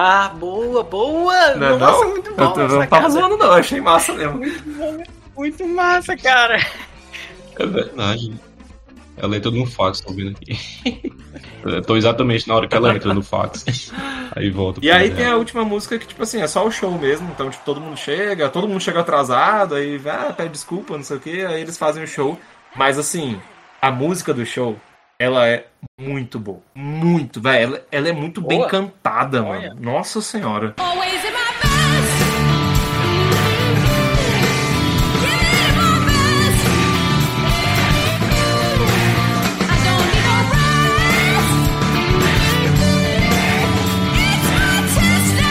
Boa! Não, Nossa, não? muito bom. Eu não tava zoando, não, eu achei massa mesmo. Muito massa, cara. É verdade. Ela entra no fax, tô vendo aqui. Eu tô exatamente na hora que ela entra no fax. Aí volta. E aí tem a última música que, tipo assim, é só o show mesmo. Então, tipo, todo mundo chega atrasado, aí pede desculpa, não sei o que, aí eles fazem o show. Mas assim, a música do show, ela é muito boa. Muito, velho. Ela é muito bem cantada, mano. Nossa senhora. Always in my best. Yeah, my best. I don't need no rest. It's my test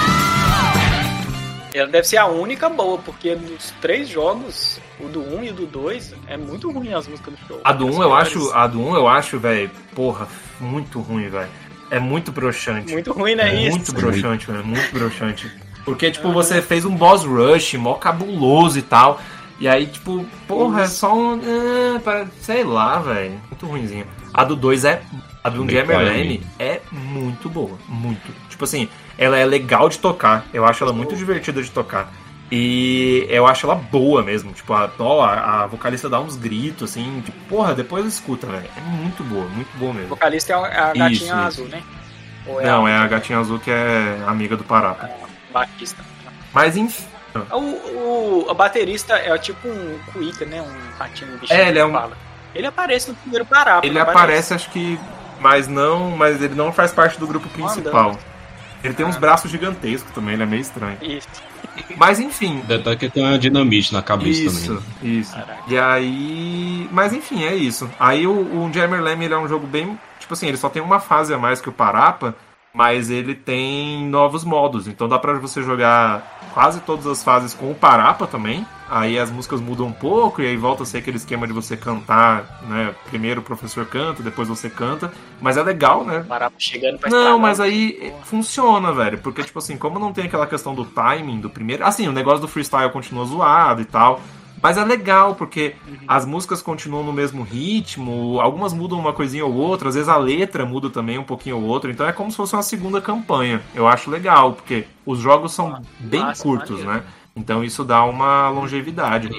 now. Ela deve ser a única boa, porque nos 3 jogos, o do 1 e o do 2, é muito ruim as músicas do show. A do 1 eu acho, velho, porra, muito ruim, velho. É muito broxante. Muito ruim, né? Isso. Muito broxante, velho, muito broxante. Porque, tipo, você fez um boss rush mó cabuloso e tal. E aí, tipo, porra, é só um... sei lá, velho. Muito ruimzinho. A do 2 a do Jammer Lane é muito boa. Muito. Tipo assim, ela é legal de tocar. Eu acho ela muito divertida de tocar. E eu acho ela boa mesmo. Tipo, a vocalista dá uns gritos, assim. Tipo, porra, depois escuta, velho. É muito boa mesmo. O vocalista é a gatinha azul, né? Ou não, é a gatinha azul que é amiga do Parapa. Batista. Mas enfim. O baterista é tipo um cuíca, né? Um ratinho, um bichinho. Ele é um... fala. Ele aparece no primeiro Parapa. Ele aparece, acho que... Mas ele não faz parte do grupo principal. Ele tem uns braços gigantescos também, ele é meio estranho. Isso. Mas enfim. Detalhe que tem uma dinamite na cabeça também. Isso. E aí... Mas enfim, é isso. Aí o Jammer Lamb, ele é um jogo bem... Tipo assim, ele só tem uma fase a mais que o Parappa, mas ele tem novos modos. Então dá pra você jogar quase todas as fases com o Parappa também. Aí as músicas mudam um pouco e aí volta a ser aquele esquema de você cantar, né? Primeiro o professor canta, depois você canta. Mas é legal, né? Parappa chegando pra Não, mas aí funciona, velho. Porque, tipo assim, como não tem aquela questão do timing do primeiro... Assim, o negócio do freestyle continua zoado e tal. Mas é legal, porque as músicas continuam no mesmo ritmo, algumas mudam uma coisinha ou outra, às vezes a letra muda também um pouquinho ou outro, então é como se fosse uma segunda campanha. Eu acho legal, porque os jogos são bem curtos, né? Então isso dá uma longevidade.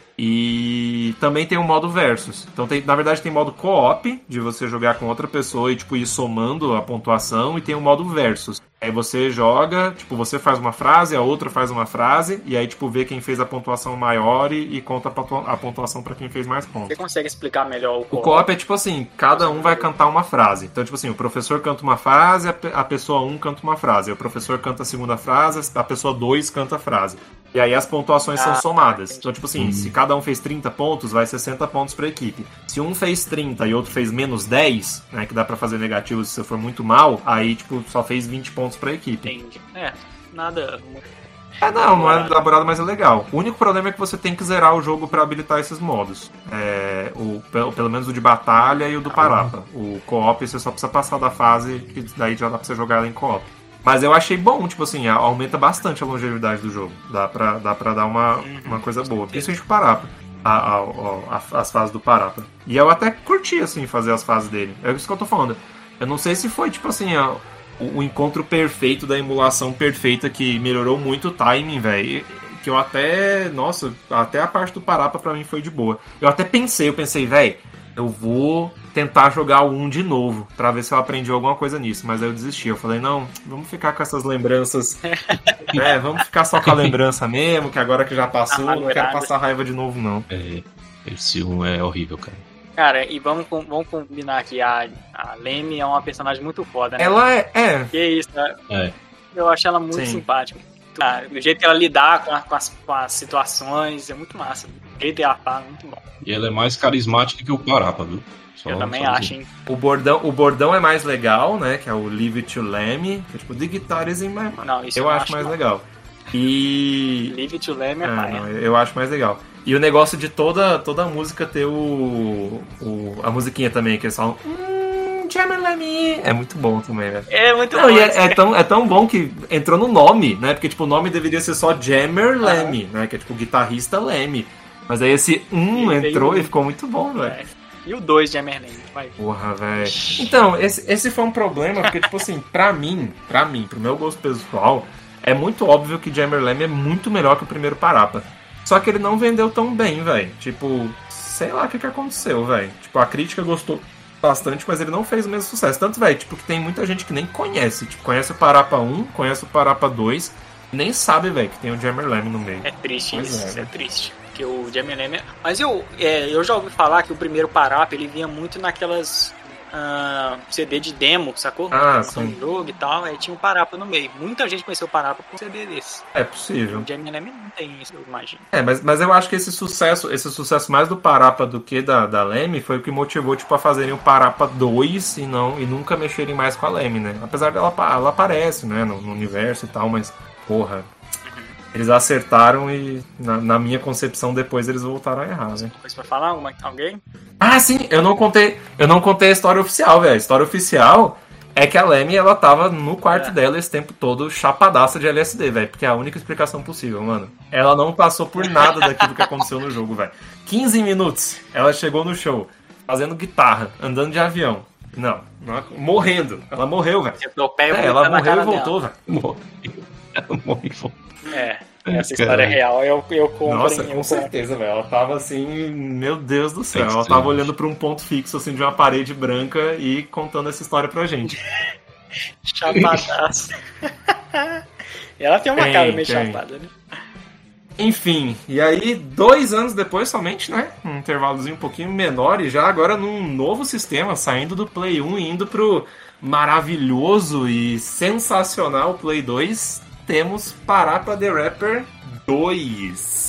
E também tem o modo versus. Então, na verdade, tem modo co-op, de você jogar com outra pessoa e tipo, ir somando a pontuação, e tem o modo versus. Aí você joga, tipo, você faz uma frase, a outra faz uma frase, e aí, tipo, vê quem fez a pontuação maior e conta a pontuação pra quem fez mais pontos. Você consegue explicar melhor o co-op? O co-op é tipo assim, cada um vai cantar uma frase. Então, tipo assim, o professor canta uma frase, a pessoa 1 canta uma frase. O professor canta a segunda frase, a pessoa 2 canta a frase. E aí as pontuações são somadas. Então, tipo assim, se cada um fez 30 pontos, vai 60 pontos pra equipe. Se um fez 30 e outro fez menos 10, né, que dá pra fazer negativo se você for muito mal, aí, tipo, só fez 20 pontos pra equipe. Entendi. Nada... Não é elaborado, mas é legal. O único problema é que você tem que zerar o jogo pra habilitar esses modos. Pelo menos o de batalha e o do Parappa. O co-op você só precisa passar da fase, que daí já dá pra você jogar ela em co-op. Mas eu achei bom, tipo assim, aumenta bastante a longevidade do jogo. Dá pra dar uma coisa boa. Principalmente o Parappa. As fases do Parappa. E eu até curti, assim, fazer as fases dele. É isso que eu tô falando. Eu não sei se foi, tipo assim, o encontro perfeito da emulação perfeita que melhorou muito o timing, velho. Que eu até... Nossa, até a parte do Parappa pra mim foi de boa. Eu pensei, velho, eu vou tentar jogar o 1 de novo, pra ver se eu aprendi alguma coisa nisso. Mas aí eu desisti. Eu falei, não, vamos ficar com essas lembranças. Vamos ficar só com a lembrança mesmo, que agora que já passou, não quero passar raiva de novo, não. Esse 1 é horrível, cara. Cara, e vamos combinar aqui, a Lemmy é uma personagem muito foda, né? Ela é. Que isso, né? Eu acho ela muito simpática. O jeito que ela lidar com as situações é muito massa. O jeito que ela fala é muito bom. E ela é mais carismática que o Parappa, viu? Eu também acho, hein? O bordão é mais legal, né? Que é o Leave It to Lemmy. Que é tipo, The Guitar is in my mind. Não, isso eu acho mais legal. E... Leave It to Lemmy eu acho mais legal. E o negócio de toda a música ter a musiquinha também, que eles falam... Jammer Lemmy. É muito bom também, né? É muito bom. E é tão bom que entrou no nome, né? Porque, tipo, o nome deveria ser só Jammer Lemmy, né? Que é, tipo, guitarrista Lemmy. Mas aí esse entrou e ficou muito bom, velho. E o 2 Jammer Lemmy, vai. Porra, velho. Então, esse foi um problema, porque, tipo assim, pra mim, pro meu gosto pessoal, é muito óbvio que Jammer Lemmy é muito melhor que o primeiro Parappa. Só que ele não vendeu tão bem, velho. Tipo, sei lá o que aconteceu, velho. Tipo, a crítica gostou bastante, mas ele não fez o mesmo sucesso. Tanto, velho, tipo, que tem muita gente que nem conhece. Tipo, conhece o Parappa 1, conhece o Parappa 2, nem sabe, velho, que tem o Jammer Lemmy no meio. É triste isso, é triste. Porque o Jammer Lemmy... Mas eu já ouvi falar que o primeiro Parappa, ele vinha muito naquelas... CD de demo, sacou? Sim. Jogo e tal, aí tinha um Parappa no meio. Muita gente conheceu o Parappa com CD desse. É possível. O Jammer Lemmy não tem isso, eu imagino. Mas eu acho que esse sucesso mais do Parappa do que da Lemmy foi o que motivou, tipo, a fazerem o Parappa 2 e nunca mexerem mais com a Lemmy, né? Apesar dela ela aparece, né, no universo e tal, mas, porra... Eles acertaram e, na minha concepção, depois eles voltaram a errar, né? Você vai falar alguém? Sim, eu não contei a história oficial, velho. A história oficial é que a Lemmy, ela tava no quarto dela esse tempo todo, chapadaça de LSD, velho. Porque é a única explicação possível, mano. Ela não passou por nada daquilo que aconteceu no jogo, velho. 15 minutos, ela chegou no show, fazendo guitarra, andando de avião. Não, morrendo. Ela morreu, velho. Ela morreu e voltou, velho. Ela morreu e voltou. Essa história é real, eu compro. Nossa, com certeza, velho. Ela tava assim, meu Deus do céu. Ela tava olhando pra um ponto fixo, assim, de uma parede branca e contando essa história pra gente. Chapadaço. E ela tem uma cara meio chapada, né? Enfim, e aí 2 anos depois somente, né? Um intervalozinho um pouquinho menor e já agora num novo sistema, saindo do Play 1 e indo pro maravilhoso e sensacional Play 2, temos Parappa the Rapper 2.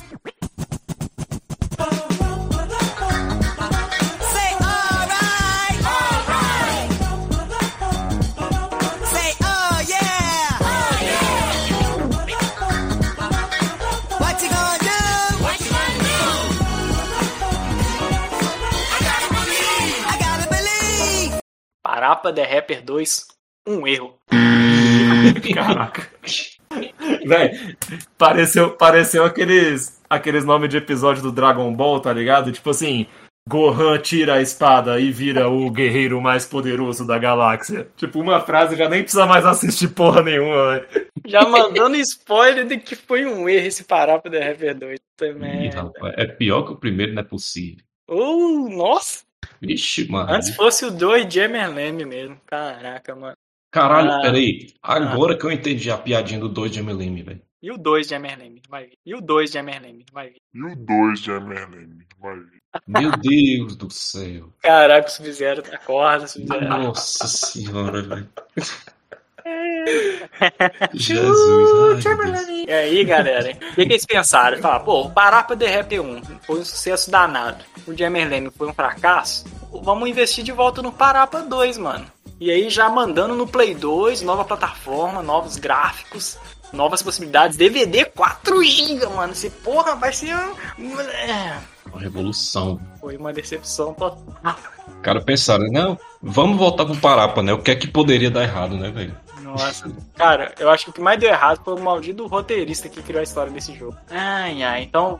Parappa the Rapper 2, um erro. Caraca. Véi, pareceu aqueles nomes de episódio do Dragon Ball, tá ligado? Tipo assim, Gohan tira a espada e vira o guerreiro mais poderoso da galáxia. Tipo, uma frase já nem precisa mais assistir porra nenhuma, velho. Já mandando spoiler de que foi um erro esse Parappa the Rapper 2. Ih, rapaz, é pior que o primeiro, não é possível. Nossa! Vixe, mano. Antes fosse o 2 de Emerleme mesmo. Caraca, mano. Caralho, peraí. Agora que eu entendi a piadinha do 2 de Emerleme, velho. E o 2 de Emerleme, vai vir. E o 2 de Emerleme, vai vir. Meu Deus do céu. Caraca, se fizeram, acorda, se fizeram. Nossa senhora, velho. Jesus. E aí, galera, o que eles pensaram? Falaram, pô, o Parappa the Rapper 1 foi um sucesso danado. O de Emerleme foi um fracasso. Vamos investir de volta no Parappa 2, mano. E aí, já mandando no Play 2, nova plataforma, novos gráficos, novas possibilidades. DVD 4 GB, mano. Esse porra vai ser uma revolução. Foi uma decepção total. Cara, pensaram, não, vamos voltar pro Parappa, né? O que é que poderia dar errado, né, velho? Nossa, cara, eu acho que o que mais deu errado foi o maldito roteirista que criou a história desse jogo. Então,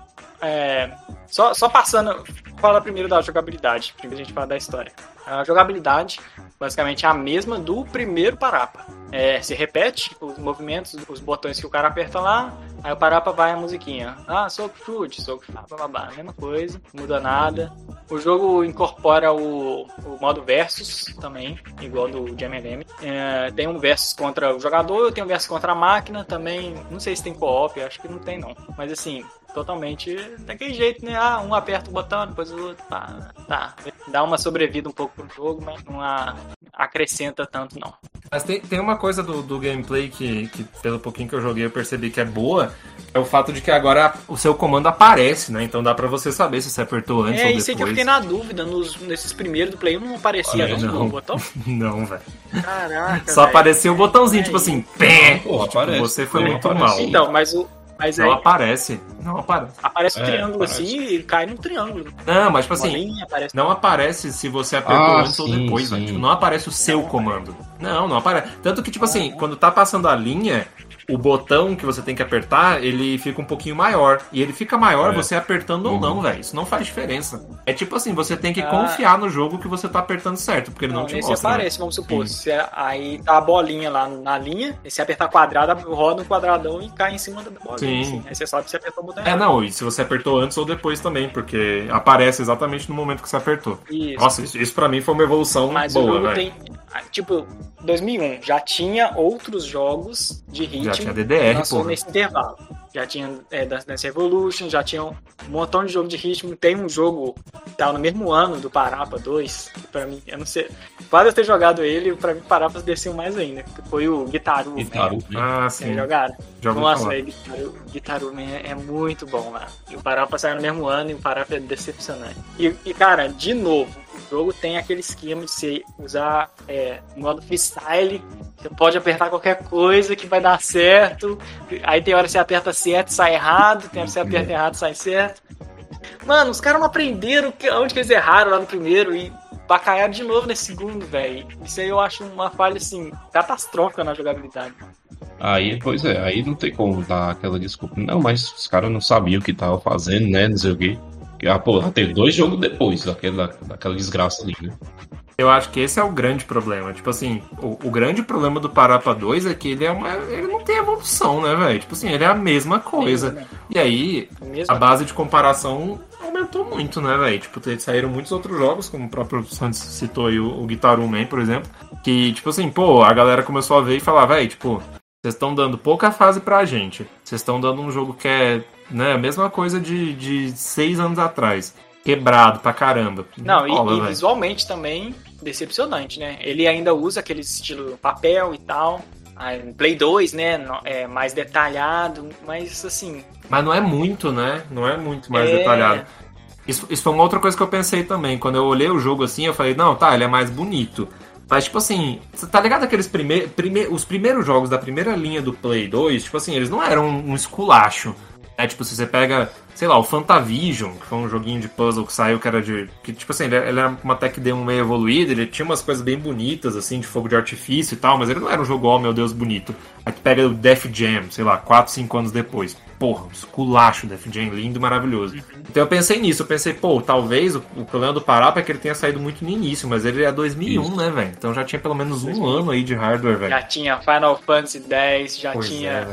só passando, fala primeiro da jogabilidade, primeiro a gente fala da história. A jogabilidade, basicamente, é a mesma do primeiro Parappa. Se repete os movimentos, os botões que o cara aperta lá, aí o Parappa vai a musiquinha. Soco, chute, blá, blá, blá, mesma coisa, não muda nada. O jogo incorpora o modo versus também, igual do de M&M. Tem um versus contra o jogador, tem um versus contra a máquina também. Não sei se tem co-op, acho que não tem não. Mas assim, totalmente daquele jeito, né? Um aperta o botão, depois o outro. Tá. Dá uma sobrevida um pouco pro jogo, mas não acrescenta tanto não. Mas tem uma coisa do gameplay que pelo pouquinho que eu joguei eu percebi que é boa, é o fato de que agora o seu comando aparece, né? Então dá pra você saber se você apertou antes ou depois. Isso aí que eu fiquei na dúvida, nesses primeiros do Play 1 não aparecia no botão? Não, velho. Caraca, só aparecia o botãozinho, tipo assim, pé! Aparece. Você foi muito mal. Então, mas não aparece. Aparece um triângulo assim e cai num triângulo. Não, mas tipo assim, não aparece se você apertou antes ou depois, velho. Tipo, não aparece o seu comando. Não aparece. Tanto que, tipo assim, quando tá passando a linha, o botão que você tem que apertar, ele fica um pouquinho maior. E ele fica maior você apertando ou não, velho. Isso não faz diferença. É tipo assim, você tem que confiar no jogo que você tá apertando certo, porque ele não te mostra. Esse aparece, vamos supor. Aí tá a bolinha lá na linha, e se apertar quadrado, roda um quadradão e cai em cima da bolinha. Sim. Assim. Aí você sabe que você apertou o botão errado. Não, e se você apertou antes ou depois também, porque aparece exatamente no momento que você apertou. Isso. Nossa, isso pra mim foi uma evolução boa, velho. Mas o jogo tem, tipo, 2001, já tinha outros jogos de ritmo. Já tinha DDR, pô. Nesse intervalo. Já tinha Dance Revolution, já tinha um montão de jogo de ritmo. Tem um jogo que tava no mesmo ano do Parappa 2, que pra mim, eu não sei, quase eu ter jogado ele, pra mim Parappa desceu mais ainda, que foi o Guitar Room. Sim. Jogaram? Nossa, Guitar Room é muito bom, mano. E o Parappa saiu no mesmo ano e o Parappa é decepcionante. E cara, de novo, o jogo tem aquele esquema de você usar modo freestyle. Você pode apertar qualquer coisa que vai dar certo. Aí tem hora que você aperta certo e sai errado. Tem hora que você aperta errado e sai certo. Mano, os caras não aprenderam onde que eles erraram lá no primeiro e bacalharam de novo nesse segundo, velho. Isso aí eu acho uma falha, assim, catastrófica na jogabilidade. Aí não tem como dar aquela desculpa. Não, mas os caras não sabiam o que estavam fazendo, né? Não sei o quê. Teve 2 jogos depois daquela desgraça ali, né? Eu acho que esse é o grande problema. Tipo assim, o grande problema do Parappa 2 é que ele não tem evolução, né, velho? Tipo assim, ele é a mesma coisa. E aí, a base de comparação aumentou muito, né, velho? Tipo, saíram muitos outros jogos, como o próprio Santos citou aí, o Guitar Room Man, por exemplo. Que, tipo assim, a galera começou a ver e falar, velho, tipo, vocês estão dando pouca fase pra gente. Vocês estão dando um jogo que é né? A mesma coisa de 6 anos atrás. Quebrado pra caramba. Não, rola, e visualmente também decepcionante, né? Ele ainda usa aquele estilo papel e tal. Aí, Play 2, né? É mais detalhado, mas assim... Mas não é muito, né? Não é muito mais detalhado. Isso foi uma outra coisa que eu pensei também. Quando eu olhei o jogo assim, eu falei, não, tá, ele é mais bonito. Mas, tipo assim, você tá ligado aqueles os primeiros jogos da primeira linha do Play 2, tipo assim, eles não eram um esculacho. É tipo, se você pega, sei lá, o Fantavision, que foi um joguinho de puzzle que saiu, que era de... Que, tipo assim, ele era uma tech demo meio evoluída, ele tinha umas coisas bem bonitas, assim, de fogo de artifício e tal, mas ele não era um jogo, oh meu Deus, bonito. Aí tu pega o Def Jam, sei lá, 4, 5 anos depois. Porra, um esculacho, Def Jam, lindo e maravilhoso. Então eu pensei nisso, eu pensei, pô, talvez o problema do Parapa é que ele tenha saído muito no início, mas ele é 2001, né, velho? Então já tinha pelo menos um ano aí de hardware, velho. Já tinha Final Fantasy X, já tinha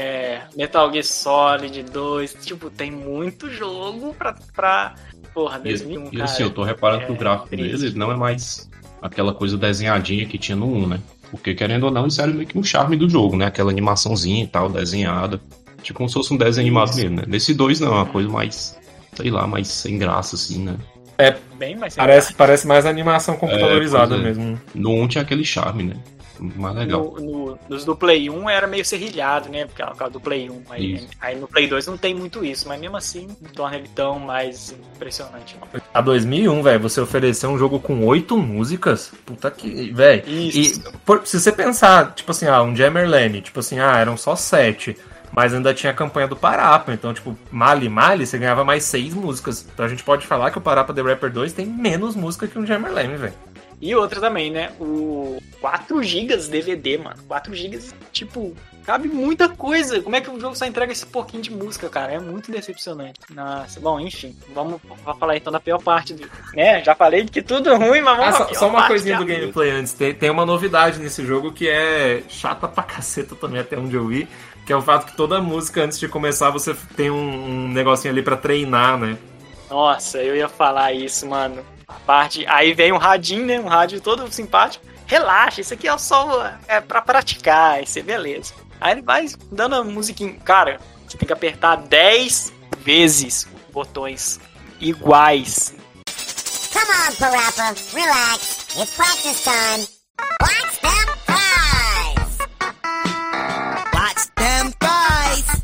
Metal Gear Solid 2, tipo, tem muito jogo pra porra, 2001, e assim, eu tô reparando que o gráfico dele não é mais aquela coisa desenhadinha que tinha no 1, né? Porque, querendo ou não, isso era meio que um charme do jogo, né? Aquela animaçãozinha e tal, desenhada. Tipo como se fosse um desenho animado mesmo, né? Nesse 2 não, é uma coisa mais, sei lá, mais sem graça, assim, né? É, bem mais parece mais animação computadorizada mesmo. No 1 tinha aquele charme, né? Mais legal. Nos do Play 1 era meio serrilhado, né? Por causa do Play 1. Aí no Play 2 não tem muito isso, mas mesmo assim torna ele tão mais impressionante. A 2001, velho, você ofereceu um jogo com 8 músicas? Puta que... Velho. E se você pensar, tipo assim, um Jammerland, tipo assim, eram só 7... Mas ainda tinha a campanha do Parapa, então, tipo, Mali, você ganhava mais 6 músicas. Então a gente pode falar que o Parapa The Rapper 2 tem menos música que um Jammerland, velho. E outra também, né? O 4 GB DVD, mano. 4 GB, tipo, cabe muita coisa. Como é que o jogo só entrega esse pouquinho de música, cara? É muito decepcionante. Nossa, bom, enfim. Vamos falar então da pior parte do... Né? Já falei que tudo ruim, mas vamos só uma coisinha do gameplay antes. Tem uma novidade nesse jogo que é chata pra caceta também, até onde eu vi. Que é o fato que toda música, antes de começar, você tem um negocinho ali pra treinar, né? Nossa, eu ia falar isso, mano. A parte... Aí vem um radinho, né? Um rádio todo simpático. Relaxa, isso aqui é só pra praticar, isso é beleza. Aí ele vai dando a musiquinha. Cara, você tem que apertar 10 vezes botões iguais. Come on, Parappa, relax. It's practice time. Watch them flies. Watch them flies.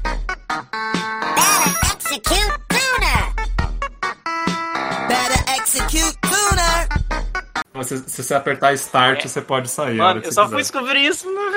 Better execute sooner. Better execute sooner. Se você apertar Start, você pode sair. Mano, eu só fui descobrir isso no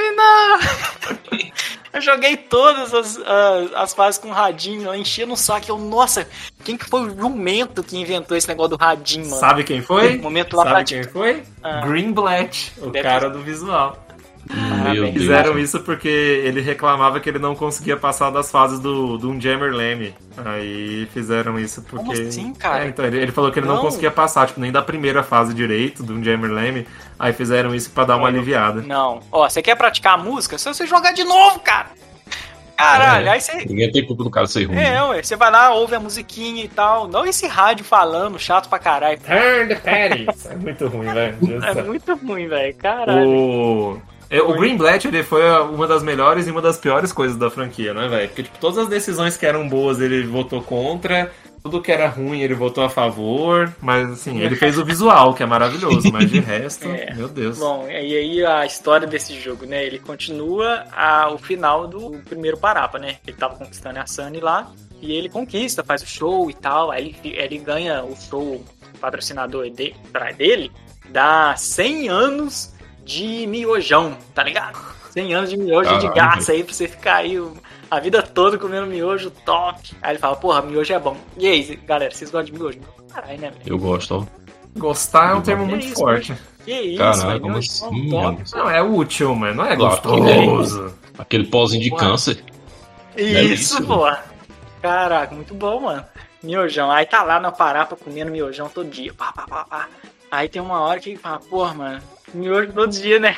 final. Eu joguei todas as fases com radinho, eu enchia no saco. Nossa, quem que foi o jumento que inventou esse negócio do radinho, mano? Sabe quem foi? Momento lá Sabe quem foi? Greenblatt, o cara do visual. Fizeram isso porque ele reclamava que ele não conseguia passar das fases do Jammerland. Aí fizeram isso porque... Como assim, cara? Então ele falou que ele não conseguia passar, tipo, nem da primeira fase direito do Jammerland. Aí fizeram isso pra dar uma aliviada. Não. Ó, você quer praticar a música? Só você jogar de novo, cara. Caralho, aí você... Ninguém tem culpa do cara ser ruim. Ué, você vai lá, ouve a musiquinha e tal. Não esse rádio falando, chato pra caralho. Turn the patties. É muito ruim, velho. É muito ruim, velho. Caralho. O Greenblatt, ele foi uma das melhores e uma das piores coisas da franquia, né, velho? Porque, tipo, todas as decisões que eram boas ele votou contra, tudo que era ruim ele votou a favor, mas, assim, ele fez o visual, que é maravilhoso, mas de resto, meu Deus. Bom, e aí a história desse jogo, né, ele continua ao final do primeiro Parapa, né? Ele tava conquistando a Sunny lá, e ele conquista, faz o show e tal, aí ele ganha o show, o patrocinador dele, dá 100 anos... de miojão, tá ligado? 100 anos de miojo de graça aí pra você ficar aí a vida toda comendo miojo top. Aí ele fala, porra, miojo é bom. E aí, galera, vocês gostam de miojo? Caralho, né, velho? Eu gosto, ó. Gostar é um termo muito forte. Que isso, caralho, como assim, mano? Não, é útil, mas não é gostoso. Aquele pozinho de câncer. Isso, porra. Caraca, muito bom, mano. Miojão. Aí tá lá na Parapa comendo miojão todo dia. Pá, pá, pá, pá. Aí tem uma hora que ele fala, porra, mano, miojo todo dia, né?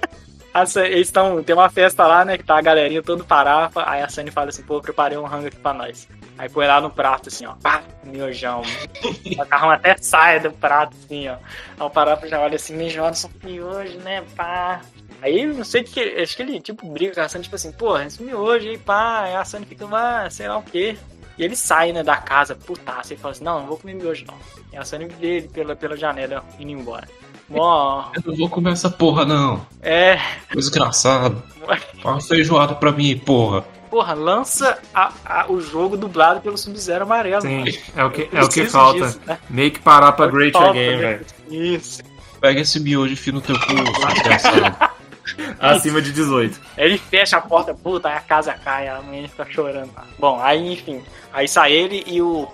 Eles tem uma festa lá, né, que tá a galerinha todo Parapa. Aí a Sunny fala assim, pô, preparei um rango aqui pra nós. Aí põe lá no prato, assim, ó, pá, miojão. O macarrão até sai do prato, assim, ó. Aí o Parapa já olha assim, miojão, só miojo, né, pá. Aí, não sei o que, acho que ele, tipo, briga com a Sunny, tipo assim, porra, esse miojo aí, pá. Aí a Sunny fica, sei lá o quê. E ele sai, né, da casa, putaço, e fala assim, não vou comer miojo não. E a Sony vê ele pela janela indo embora. Bom, eu não vou comer essa porra, não. Coisa engraçada. Faz uma feijoada pra mim, porra. Porra, lança o jogo dublado pelo Sub-Zero amarelo. Sim, é o que falta. Disso, né? Meio que parar pra Great Again, velho. Isso. Pega esse miojo e enfia no teu cu, desgraçado. Acima de 18. Ele fecha a porta, puta, aí a casa cai, a mãe fica chorando. Bom, aí enfim, aí sai ele e o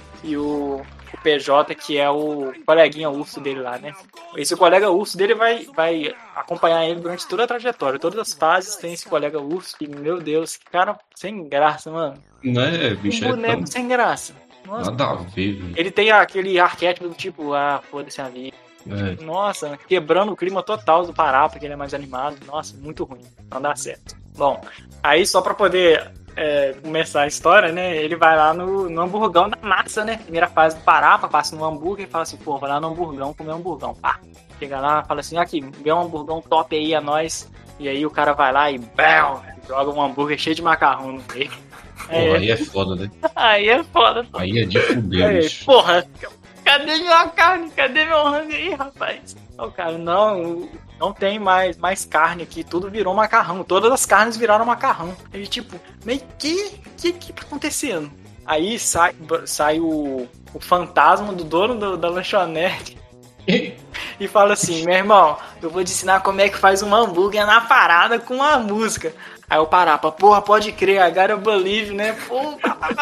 PJ, que é o coleguinha urso dele lá, né? Esse colega urso dele vai acompanhar ele durante toda a trajetória. Todas as fases tem esse colega urso que, meu Deus, que cara sem graça, mano. Né, bicho? Um boneco tão... sem graça. Nossa. Nada a ver, velho. Ele tem aquele arquétipo do tipo, foda-se a vida. Nossa, quebrando o clima total do Pará, porque ele é mais animado. Nossa, muito ruim. Não dá certo. Bom, aí só pra poder começar a história, né? Ele vai lá no hamburgão da massa, né? Primeira fase do Pará, passa no hambúrguer e fala assim, pô, vai lá no hamburgão comer um hamburgão. Pá, chega lá, fala assim, aqui, vê um hamburgão top aí, é nóis. E aí o cara vai lá e joga um hambúrguer cheio de macarrão no meio. Porra, aí é foda, né? Aí é foda. Aí é de fuder, bicho. Porra, cadê minha carne? Cadê meu rango aí, rapaz? O cara, não tem mais carne aqui, tudo virou macarrão. Todas as carnes viraram macarrão. Ele tipo, meio que tá acontecendo? Aí sai o fantasma do dono da lanchonete e fala assim, meu irmão, eu vou te ensinar como é que faz um hambúrguer na parada com a música. Aí o Parapa, porra, pode crer, I gotta believe, né? Porra,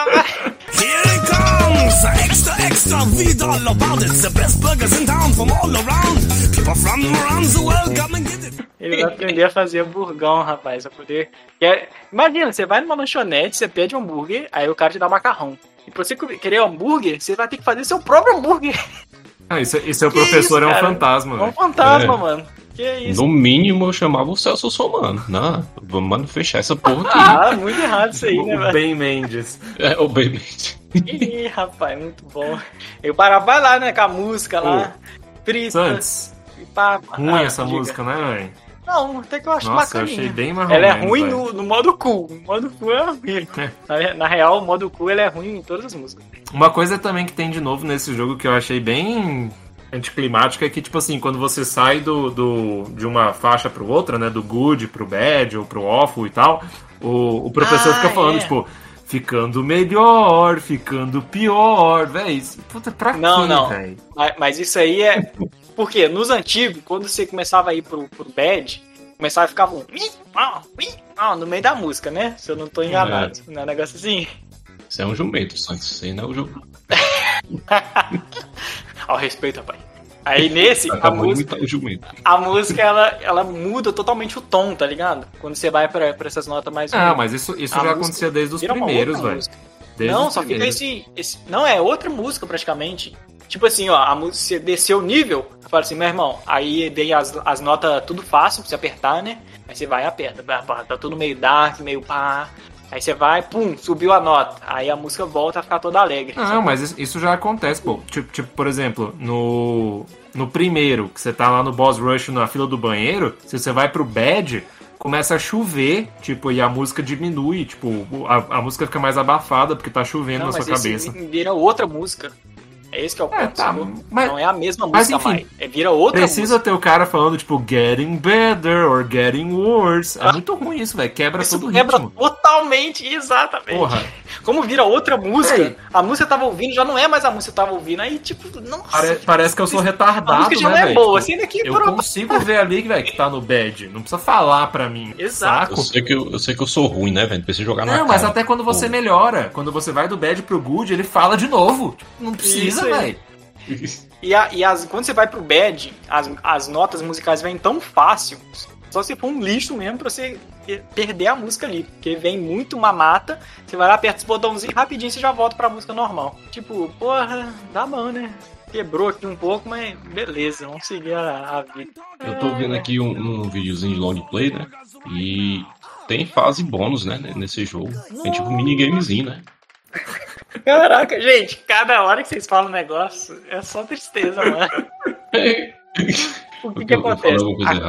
Here it comes, extra, read all about it. The best burgers in town from all around. People from around the world come and get it. Ele vai aprender a fazer hamburgão, rapaz, pra poder... Imagina, você vai numa lanchonete, você pede um hambúrguer, aí o cara te dá macarrão. E pra você querer hambúrguer, você vai ter que fazer seu próprio hambúrguer. Esse é o professor, é um fantasma. É um fantasma, mano. Que isso? No mínimo eu chamava o Celso Somano. Não, vamos fechar essa porra aqui. Muito errado isso aí, né, velho? O Ben Mendes. O Ben Mendes. Ih, rapaz, muito bom. Eu parava, vai lá, né, com a música lá. Frita. Santos. Ruim essa música, né, velho? Não, até que eu acho bacaninha. Nossa, eu achei bem marrom. Ela é ruim no modo cool. O modo cool é ruim. Na real, o modo cool ele é ruim em todas as músicas. Uma coisa também que tem de novo nesse jogo que eu achei bem anticlimática é que, tipo assim, quando você sai de uma faixa pro outra, né, do good pro bad ou pro awful e tal, o professor fica falando, tipo, ficando melhor, ficando pior, véi, puta, pra quê, véi? Mas isso aí é... Porque nos antigos, quando você começava a ir pro bad, começava a ficar no meio da música, né? Se eu não tô enganado. Não é um negócio assim? Isso é um jumento, Santos. Isso aí não é o jogo. Ao respeito, rapaz. Aí nesse, a música ela muda totalmente o tom, tá ligado? Quando você vai pra essas notas mais... mas isso já acontecia desde os primeiros, velho. Não, só fica esse... Não, é outra música praticamente. Tipo assim, ó, a música, você desceu o nível, fala assim, meu irmão, aí dei as notas tudo fácil pra você apertar, né? Aí você vai e aperta, tá tudo meio dark, meio pá... Aí você vai, pum, subiu a nota. Aí a música volta a ficar toda alegre. Não, mas isso já acontece, pô. Tipo, por exemplo, no primeiro, que você tá lá no boss rush na fila do banheiro, se você vai pro bad, começa a chover, tipo, e a música diminui, tipo, a música fica mais abafada porque tá chovendo na sua cabeça. Vira outra música. É esse que é o ponto. Tá, mas, não é a mesma música, enfim, mais. Vira outra precisa música. ter o cara falando, tipo, getting better or getting worse. É muito ruim isso, velho. Quebra isso todo o quebra ritmo. Totalmente, exatamente. Porra. Como vira outra música, a música que eu tava ouvindo já não é mais a música que eu tava ouvindo. Aí, tipo, nossa. Parece que eu sou retardado, a música já né, não é véio? boa, tipo, assim daqui eu consigo ver ali, velho, que tá no bad. Não precisa falar pra mim. Exato. Eu sei que eu sou ruim, né, velho? Não precisa jogar na cara. Não, mas até quando você melhora. Quando você vai do bad pro good, ele fala de novo. Tipo, não precisa, velho. Quando você vai pro bad, as notas musicais vêm tão fácil, só se for um lixo mesmo pra você perder a música ali, porque vem muito uma mata, você vai lá, aperta esse botãozinho rapidinho você já volta pra música normal. Tipo, porra, dá bom, né? Quebrou aqui um pouco, mas beleza, vamos seguir a vida. Eu tô vendo aqui um videozinho de long play, né? E tem fase bônus, né, nesse jogo. Tem tipo um minigamezinho, né? Caraca, gente, cada hora que vocês falam negócio é só tristeza, mano. O que acontece?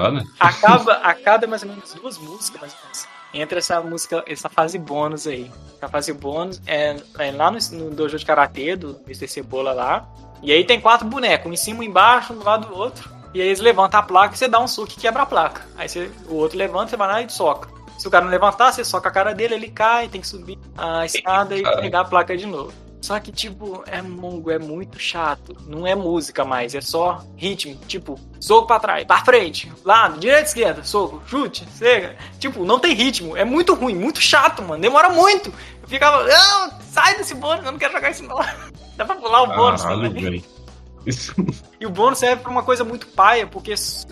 Acaba mais ou menos 2 músicas, mais ou menos. Entra essa música, essa fase bônus aí. A fase bônus é lá no dojo de karatê do Mr. Cebola lá. E aí tem 4 bonecos, um em cima, um embaixo, um do lado do outro. E aí eles levantam a placa e você dá um soco e quebra a placa. Aí o outro levanta, você vai lá e soca. Se o cara não levantar, você soca a cara dele, ele cai, tem que subir a escada e pegar a placa de novo. Só que, tipo, é muito chato. Não é música mais, é só ritmo. Tipo, soco pra trás, pra frente, lado, direita, esquerda, soco, chute, cega. Tipo, não tem ritmo. É muito ruim, muito chato, mano. Demora muito. Eu ficava, não, sai desse bônus, eu não quero jogar isso não. Dá pra pular o bônus também. E o bônus serve pra uma coisa muito paia, porque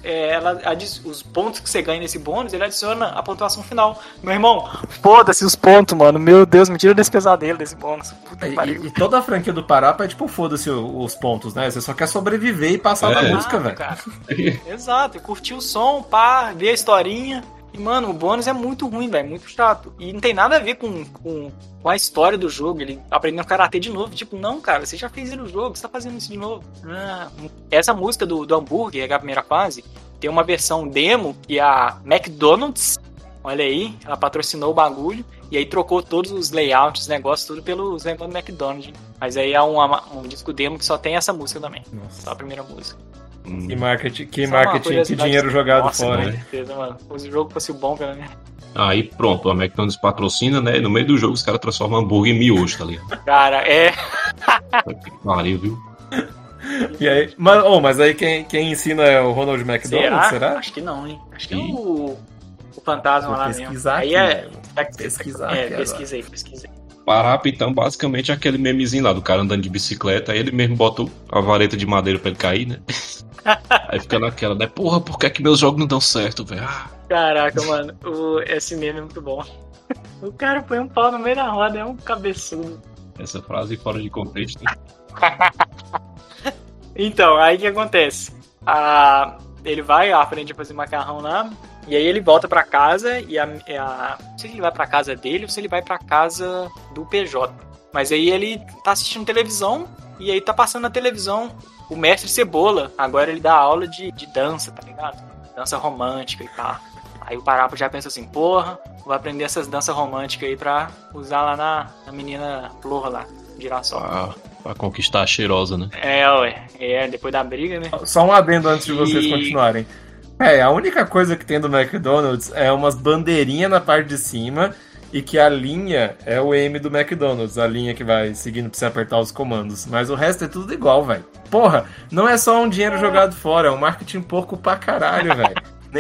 os pontos que você ganha nesse bônus, ele adiciona a pontuação final. Meu irmão, foda-se os pontos, mano. Meu Deus, me tira desse pesadelo desse bônus. Puta que pariu. E toda a franquia do Parapa é tipo, foda-se os pontos, né? Você só quer sobreviver e passar da música, velho. Exato, curtir o som, pá, ver a historinha. E, mano, o bônus é muito ruim, velho, muito chato. E não tem nada a ver com a história do jogo, ele aprendendo karatê de novo. Tipo, não, cara, você já fez isso no jogo, você tá fazendo isso de novo. Essa música do hambúrguer, a primeira fase, tem uma versão demo que a McDonald's, olha aí, ela patrocinou o bagulho. E aí trocou todos os layouts, negócios, tudo pelos negócios do McDonald's. Mas aí é um disco demo que só tem essa música também. Nossa. Só a primeira música. Que marketing, que dinheiro jogado fora, hein? Certeza, mano. Se o jogo fosse bom, pelo menos. Aí pronto, a McDonald's patrocina, né? E no meio do jogo os caras transformam hambúrguer em miojo, tá ligado? Cara, Valeu, viu? E aí, mas aí quem ensina é o Ronald McDonald, será? Acho que não, hein? Acho que é o fantasma lá mesmo. Pesquisar aí aqui, pesquisar aqui pesquisei. Parapa, então, basicamente é aquele memezinho lá do cara andando de bicicleta, aí ele mesmo bota a vareta de madeira pra ele cair, né? Aí fica naquela, né? Porra, por que é que meus jogos não dão certo, velho? Caraca, mano, esse meme é muito bom. O cara põe um pau no meio da roda, é um cabeçudo. Essa frase fora de contexto. Então, aí o que acontece? Ele vai, aprende a fazer macarrão lá, e aí ele volta pra casa, e não sei se ele vai pra casa dele ou se ele vai pra casa do PJ. Mas aí ele tá assistindo televisão, e aí tá passando na televisão o Mestre Cebola. Agora ele dá aula de dança, tá ligado? Dança romântica e tal. Aí o Parapa já pensa assim, porra, vou aprender essas danças românticas aí pra usar lá na menina Flor lá, Girassol. Pra conquistar a cheirosa, né? Depois da briga, né? Só um adendo antes de vocês continuarem. A única coisa que tem do McDonald's é umas bandeirinhas na parte de cima e que a linha é o M do McDonald's, a linha que vai seguindo pra você apertar os comandos. Mas o resto é tudo igual, velho. Porra, não é só um dinheiro jogado fora, é um marketing porco pra caralho, velho.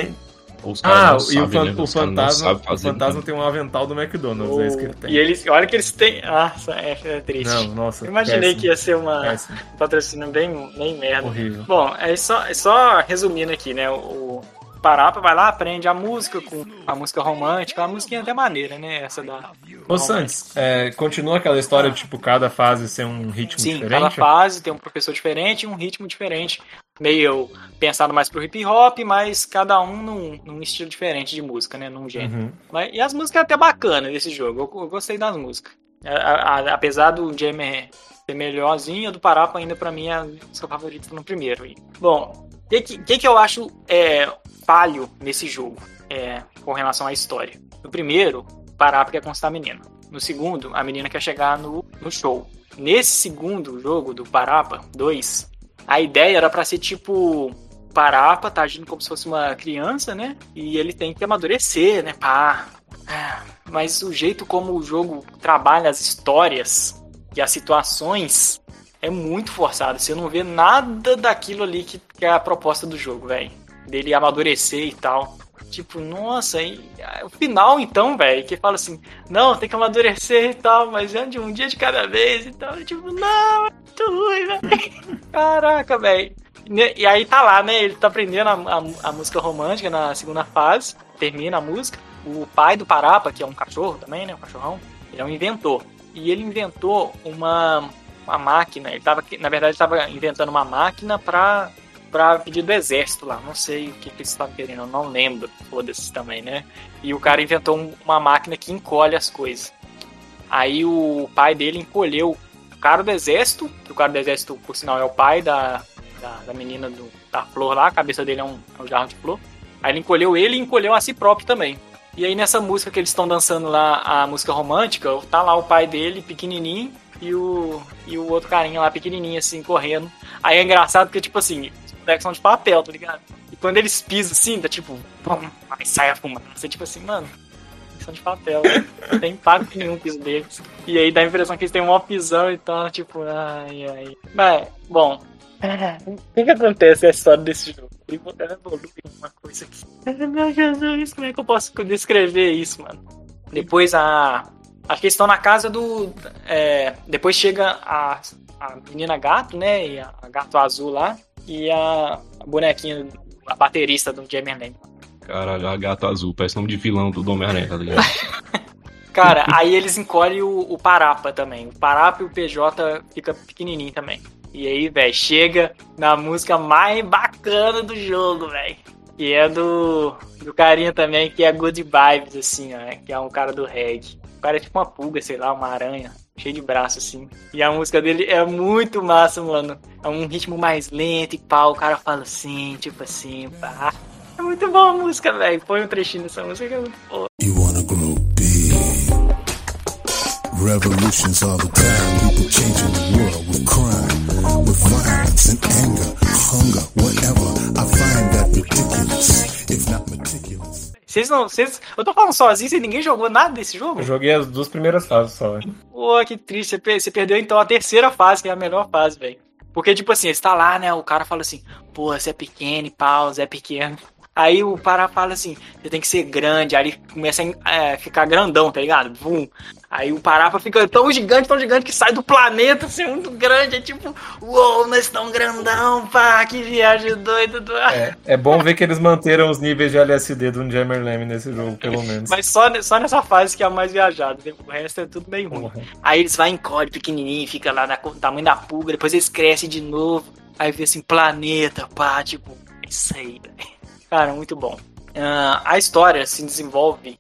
E o fantasma tem um avental do McDonald's, é isso que ele tem. E olha que eles têm... Nossa, é triste. Não, nossa, eu imaginei que ia ser um patrocínio bem merda. Horrível. Bom, só resumindo aqui, né, o Parapa vai lá, aprende a música com a música romântica, a musiquinha até maneira, né, essa da... Ô Santos, continua aquela história de tipo, cada fase ser um ritmo diferente? Sim, cada fase tem um professor diferente e um ritmo diferente. Meio pensado mais pro hip hop, mas cada um num estilo diferente de música, né? Num gênero. E as músicas é até bacanas desse jogo. Eu gostei das músicas. Apesar do Jammer ser melhorzinho, a do Parapa ainda pra mim é a música favorita no primeiro. Bom, o que eu acho falho nesse jogo com relação à história? No primeiro, o Parapa quer conquistar a menina. No segundo, a menina quer chegar no show. Nesse segundo jogo do Parapa 2, a ideia era pra ser tipo, Parapa tá agindo como se fosse uma criança, né? E ele tem que amadurecer, né? Pá. Mas o jeito como o jogo trabalha as histórias e as situações é muito forçado. Você não vê nada daquilo ali que é a proposta do jogo, velho. Dele amadurecer e tal. Tipo, nossa, o final então, velho, que fala assim, não, tem que amadurecer e tal, mas é de um dia de cada vez e tal. Tipo, não, é muito ruim, velho. Caraca, velho. E aí tá lá, né, ele tá aprendendo a música romântica na segunda fase, termina a música. O pai do Parapa, que é um cachorro também, né, um cachorrão, ele é um inventor. E ele inventou uma máquina, na verdade ele tava inventando uma máquina pra pedido do exército lá, não sei o que eles estavam querendo, eu não lembro, foda-se também, né? E o cara inventou uma máquina que encolhe as coisas. Aí o pai dele encolheu o cara do exército, que o cara do exército, por sinal, é o pai da da menina da flor lá, a cabeça dele é um jarro de flor. Aí ele encolheu a si próprio também. E aí nessa música que eles estão dançando lá, a música romântica, tá lá o pai dele pequenininho e o outro carinha lá pequenininho assim, correndo. Aí é engraçado porque, tipo assim, os bonecos são de papel, tá ligado? E quando eles pisam assim, dá tipo, aí sai a fumaça, tipo assim, mano, eles são de papel, não tem impacto nenhum o piso deles. E aí dá a impressão que eles têm um maior pisão e tal, tipo, ai. Mas, bom, o que acontece nessa história desse jogo? Evolui uma coisa aqui. Meu Jesus, como é que eu posso descrever isso, mano? Depois acho que eles estão na casa do... depois chega a menina gato, né? E a gato azul lá. E a bonequinha, a baterista do Jamie Lamb. Caralho, a gata azul, parece nome de vilão do Homem-Aranha, tá ligado? Cara, aí eles encolhem o Parapa também. O Parapa e o PJ fica pequenininho também. E aí, velho, chega na música mais bacana do jogo, velho. Que é do carinha também, que é Good Vibes, assim, ó. Que é um cara do reggae. O cara é tipo uma pulga, sei lá, uma aranha. Cheio de braço, assim. E a música dele é muito massa, mano. É um ritmo mais lento e pá. O cara fala assim, tipo assim, pá. É muito boa a música, velho. Põe um trechinho dessa música que é muito boa. You wanna grow big. Revolutions all the time. People changing the world with crime, with violence and anger, hunger, whatever. I find that ridiculous, if not meticulous. Eu tô falando sozinho, ninguém jogou nada desse jogo? Eu joguei as 2 primeiras fases só, velho. Pô, que triste. Você perdeu então a terceira fase, que é a melhor fase, velho. Porque, tipo assim, você tá lá, né? O cara fala assim, pô, você é pequeno e pau, você é pequeno. Aí o Pará fala assim, você tem que ser grande. Aí ele começa a ficar grandão, tá ligado? Vum. Aí o Parapa fica tão gigante que sai do planeta, assim, muito grande. É tipo, uou, nós estamos grandão, pá, que viagem doida. É bom ver que eles manteram os níveis de LSD do Jammer Lamb nesse jogo, pelo menos. Mas só nessa fase que é a mais viajada, né? O resto é tudo bem ruim. Aí eles vão em código pequenininho, fica lá do tamanho da pulga, depois eles crescem de novo. Aí vê assim, planeta, pá, tipo, é isso aí, velho. Cara, muito bom. A história se desenvolve...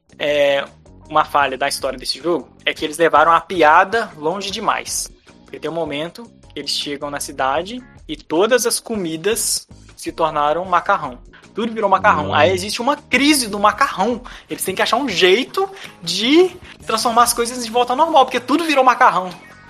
Uma falha da história desse jogo é que eles levaram a piada longe demais. Porque tem um momento que eles chegam na cidade e todas as comidas se tornaram macarrão. Tudo virou macarrão. Aí existe uma crise do macarrão. Eles têm que achar um jeito de transformar as coisas de volta ao normal, porque tudo virou macarrão.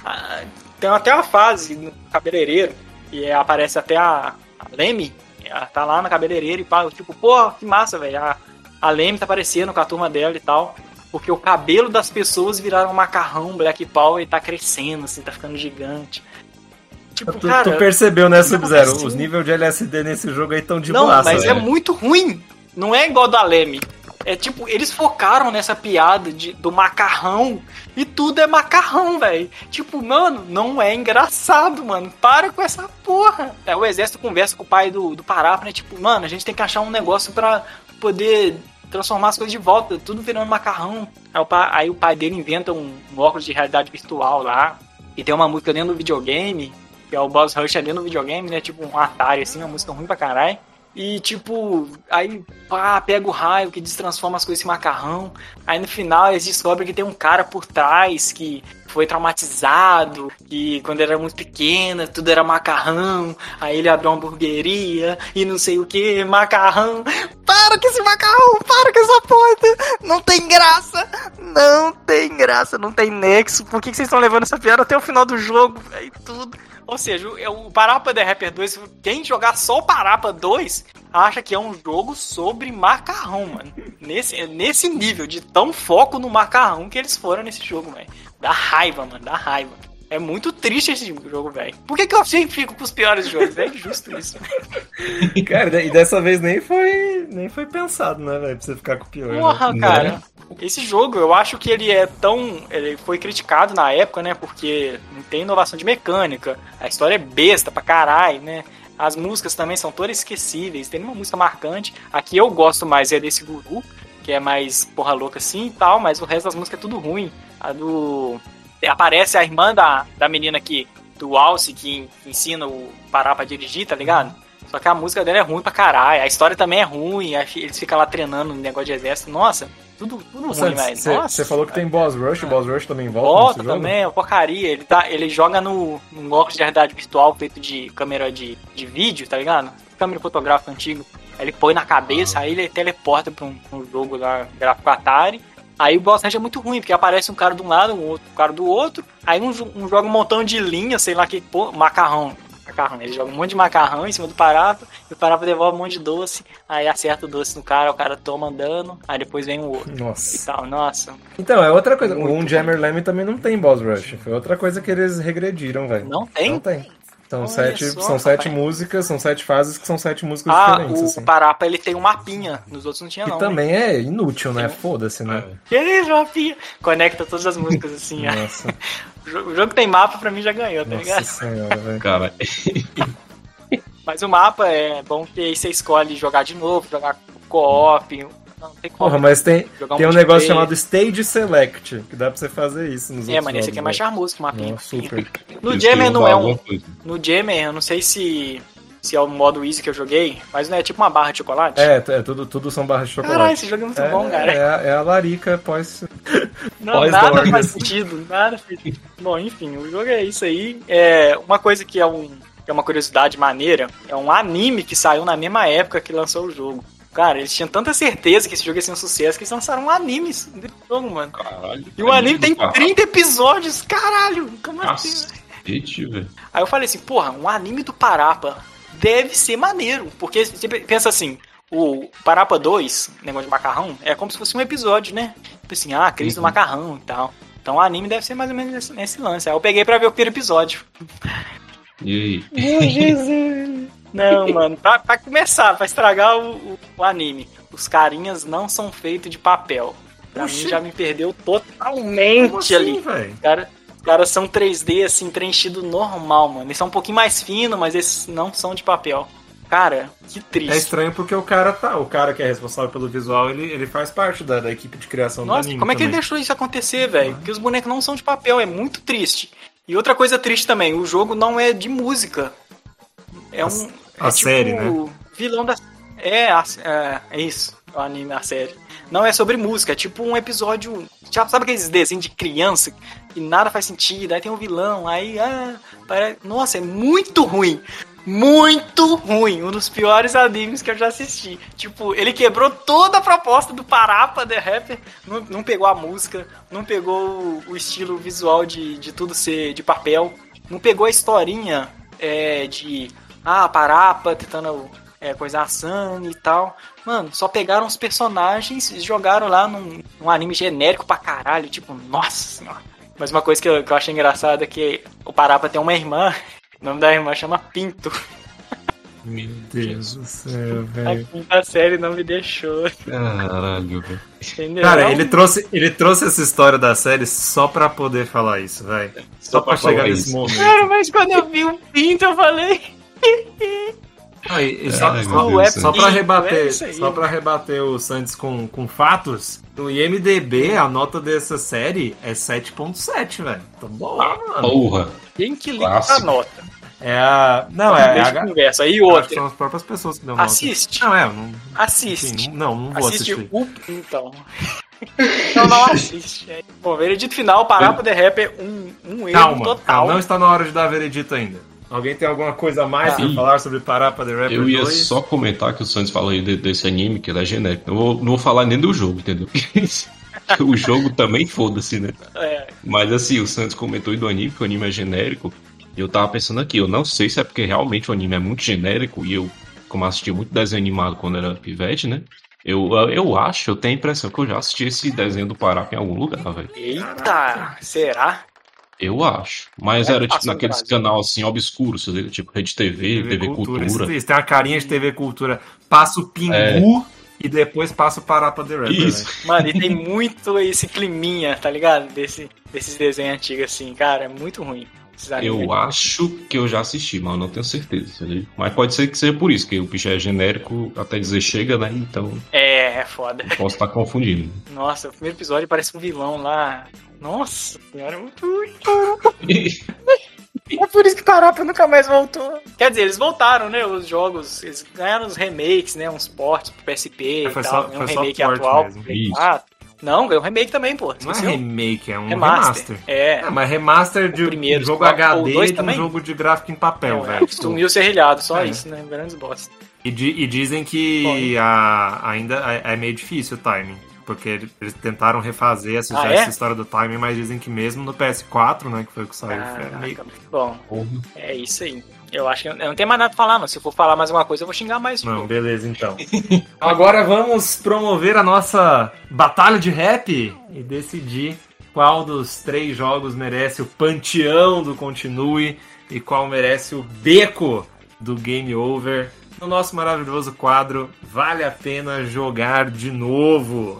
Tem até uma fase no cabeleireiro e aparece até a Lemmy. Ela tá lá na cabeleireira e pá, tipo, pô, que massa, velho. A Lemmy tá aparecendo com a turma dela e tal. Porque o cabelo das pessoas viraram um macarrão Black Power e tá crescendo, assim, tá ficando gigante. Tipo, tu percebeu, né, Sub-Zero? Os níveis de LSD nesse jogo aí tão de boaça. Não, mas é muito ruim. Não é igual da Lemmy. É tipo, eles focaram nessa piada do macarrão e tudo é macarrão, velho. Tipo, mano, não é engraçado, mano. Para com essa porra. O exército conversa com o pai do Pará, né? Tipo, mano, a gente tem que achar um negócio pra poder transformar as coisas de volta, tudo virando macarrão. Aí o pai dele inventa um óculos de realidade virtual lá, e tem uma música dentro do videogame, que é o Boss Rush dentro do videogame, né, tipo um Atari, assim, uma música ruim pra caralho. E tipo, aí pá, pega o raio que destransforma as coisas em macarrão. Aí no final eles descobrem que tem um cara por trás que foi traumatizado, que quando era muito pequena tudo era macarrão. Aí ele abriu uma hamburgueria e não sei o que, macarrão. Para com esse macarrão, para com essa porra. Não tem graça, não tem nexo. Por que vocês estão levando essa piada até o final do jogo, velho? Tudo. Ou seja, o Parapa The Rapper 2, quem jogar só o Parapa 2, acha que é um jogo sobre macarrão, mano. Nesse nível de tão foco no macarrão que eles foram nesse jogo, velho. Dá raiva, mano, dá raiva. É muito triste esse jogo, velho. Por que eu sempre fico com os piores jogos? É injusto isso, velho. Cara, e dessa vez nem foi pensado, né, velho? Pra você ficar com o pior. Porra, né? cara. Esse jogo, eu acho que ele foi criticado na época, né? Porque não tem inovação de mecânica. A história é besta pra caralho, né? As músicas também são todas esquecíveis. Tem uma música marcante. Aqui eu gosto mais desse Guru, que é mais porra louca assim e tal, mas o resto das músicas é tudo ruim. Aparece a irmã da menina aqui, do Alce, que ensina o Pará pra dirigir, tá ligado? Só que a música dela é ruim pra caralho. A história também é ruim. Eles ficam lá treinando no negócio de exército. Nossa, tudo ruim, velho. Você falou que tem Boss Rush, o Boss Rush também volta nesse jogo? Também, é uma porcaria. Ele joga num óculos de realidade virtual feito de câmera de vídeo, tá ligado? Câmera fotográfica antiga. Aí ele põe na cabeça, aí ele teleporta pra um jogo lá, gráfico Atari. Aí o Boss Rush é muito ruim, porque aparece um cara de um lado, um cara do outro. Aí um joga um montão de linha, sei lá que, pô, macarrão. Ele joga um monte de macarrão em cima do Parapa, e o Parapa devolve um monte de doce, aí acerta o doce no cara, o cara toma dano, aí depois vem o outro. Nossa. E tal, nossa. Então, é outra coisa. O Windjammer Lemming também não tem Boss Rush. Foi outra coisa que eles regrediram, velho. Não tem? Não tem. São Só, sete músicas, são 7 fases que são 7 músicas diferentes. O assim. Parapa, ele tem um mapinha, nos outros não tinha não. E também é inútil, né? Foda-se, né? Que isso, mapinha? Conecta todas as músicas assim, Nossa. O jogo tem mapa, pra mim já ganhou, tá ligado? Nossa senhora, velho. Cara, Mas o mapa é bom que aí você escolhe jogar de novo, jogar co-op. Não tem como. Porra, mas tem um negócio chamado Stage Stage Select, que dá pra você fazer isso nos outros mas esse aqui é mais charmoso que o mapinha. Super. No Jammer não é um... No Jammer, eu não sei se é o modo easy que eu joguei, mas não é tipo uma barra de chocolate? Tudo são barras de chocolate. Caralho, esse jogo é muito bom, cara. É a larica pós... Não, nada faz sentido, nada faz sentido. Bom, enfim, o jogo é isso aí. Uma coisa que é uma curiosidade maneira, é um anime que saiu na mesma época que lançou o jogo. Cara, eles tinham tanta certeza que esse jogo ia ser um sucesso que eles lançaram um anime desse jogo, mano. Caralho. E o anime tem 30 episódios, caralho! Como assim? Velho. Aí eu falei assim, porra, um anime do Parapa deve ser maneiro. Porque você pensa assim, o Parapa 2, negócio de macarrão, é como se fosse um episódio, né? Tipo assim, a crise do macarrão e tal. Então o anime deve ser mais ou menos nesse lance. Aí eu peguei pra ver o primeiro episódio. E aí? Meu Jesus! Não, mano, pra começar, pra estragar o anime, os carinhas não são feitos de papel. Pra mim já me perdeu totalmente. Como assim, ali. Os caras são 3D, assim, preenchido normal, mano. Eles são um pouquinho mais finos, mas eles não são de papel. Cara, que triste. É estranho porque o cara que é responsável pelo visual, ele faz parte da equipe de criação do anime. Como é que ele deixou isso acontecer, velho? Porque os bonecos não são de papel, é muito triste. E outra coisa triste também, o jogo não é de música. A série, tipo, né? Vilão da... É isso, o anime, a série. Não é sobre música, é tipo um episódio... Sabe aqueles desenhos de criança que nada faz sentido, aí tem um vilão, aí... Nossa, é muito ruim. Muito ruim. Um dos piores animes que eu já assisti. Tipo, ele quebrou toda a proposta do Parapa The Rapper. Não pegou a música, não pegou o estilo visual de tudo ser de papel. Não pegou a historinha de... Parapa tentando coisar sangue e tal. Mano, só pegaram os personagens e jogaram lá num anime genérico pra caralho. Tipo, nossa senhora. Mas uma coisa que eu achei engraçada é que o Parapa tem uma irmã. O nome da irmã chama Pinto. Meu Deus do céu, velho. A quinta série não me deixou. Caralho, velho. Entendeu? Cara, ele trouxe essa história da série só pra poder falar isso, velho. Só pra chegar nesse momento. Cara, mas quando eu vi o Pinto, eu falei... Só pra rebater o Santos com fatos, no IMDB a nota dessa série é 7.7, velho. Então boa, mano. Porra. Quem que liga a nota? Conversa. E outra. São as próprias pessoas que dão assiste. Nota. Não, assiste. Enfim, não vou assistir. Então. Não assiste. Bom, veredito final, Parapa The Rapper, um erro total. Calma, não está na hora de dar veredito ainda. Alguém tem alguma coisa a mais pra falar sobre Parapa The Rapper 2? Eu ia só comentar que o Santos falou aí desse anime, que ele é genérico. Não vou falar nem do jogo, entendeu? O jogo também foda-se, né? Mas assim, o Santos comentou aí do anime, que o anime é genérico. E eu tava pensando aqui, eu não sei se é porque realmente o anime é muito genérico. E eu, como assisti muito desenho animado quando era pivete, né? Eu tenho a impressão que eu já assisti esse desenho do Parapa em algum lugar, velho. Eita, será? Eu acho. Mas era tipo naqueles canal assim, obscuro, tipo Rede TV, TV Cultura. Isso, tem uma carinha de TV Cultura. Passa o Pingu e depois passa o Parapa The Rapper. Isso. Né? Mano, e tem muito esse climinha, tá ligado? Desses desenhos antigos assim, cara, é muito ruim. Eu acho que eu já assisti, mas eu não tenho certeza. Entendeu? Mas pode ser que seja por isso, que o bicho é genérico até dizer chega, né? Então. É foda. Posso estar confundindo. Nossa, o primeiro episódio parece um vilão lá. Nossa senhora, é muito ruim. Por isso que Parapa nunca mais voltou. Quer dizer, eles voltaram, né? Os jogos, eles ganharam os remakes, né? Uns ports pro PSP e tal. Um remake atual. Não, ganhou um remake também, pô. Não é remake, é um remaster. Mas remaster de um jogo HD de um jogo de gráfico em papel, velho. Sumiu serrilhado, só isso, né? Grandes bosta. E dizem que ainda é meio difícil o timing. Porque eles tentaram refazer essa história do timing, mas dizem que mesmo no PS4, né, que foi o que saiu, meio... Bom, é isso aí. Eu acho que eu não tenho mais nada pra falar, não. Se eu for falar mais uma coisa, eu vou xingar mais. Não, beleza, então. Agora vamos promover a nossa batalha de rap e decidir qual dos 3 jogos merece o panteão do Continue e qual merece o beco do Game Over. No nosso maravilhoso quadro, Vale a Pena Jogar de Novo.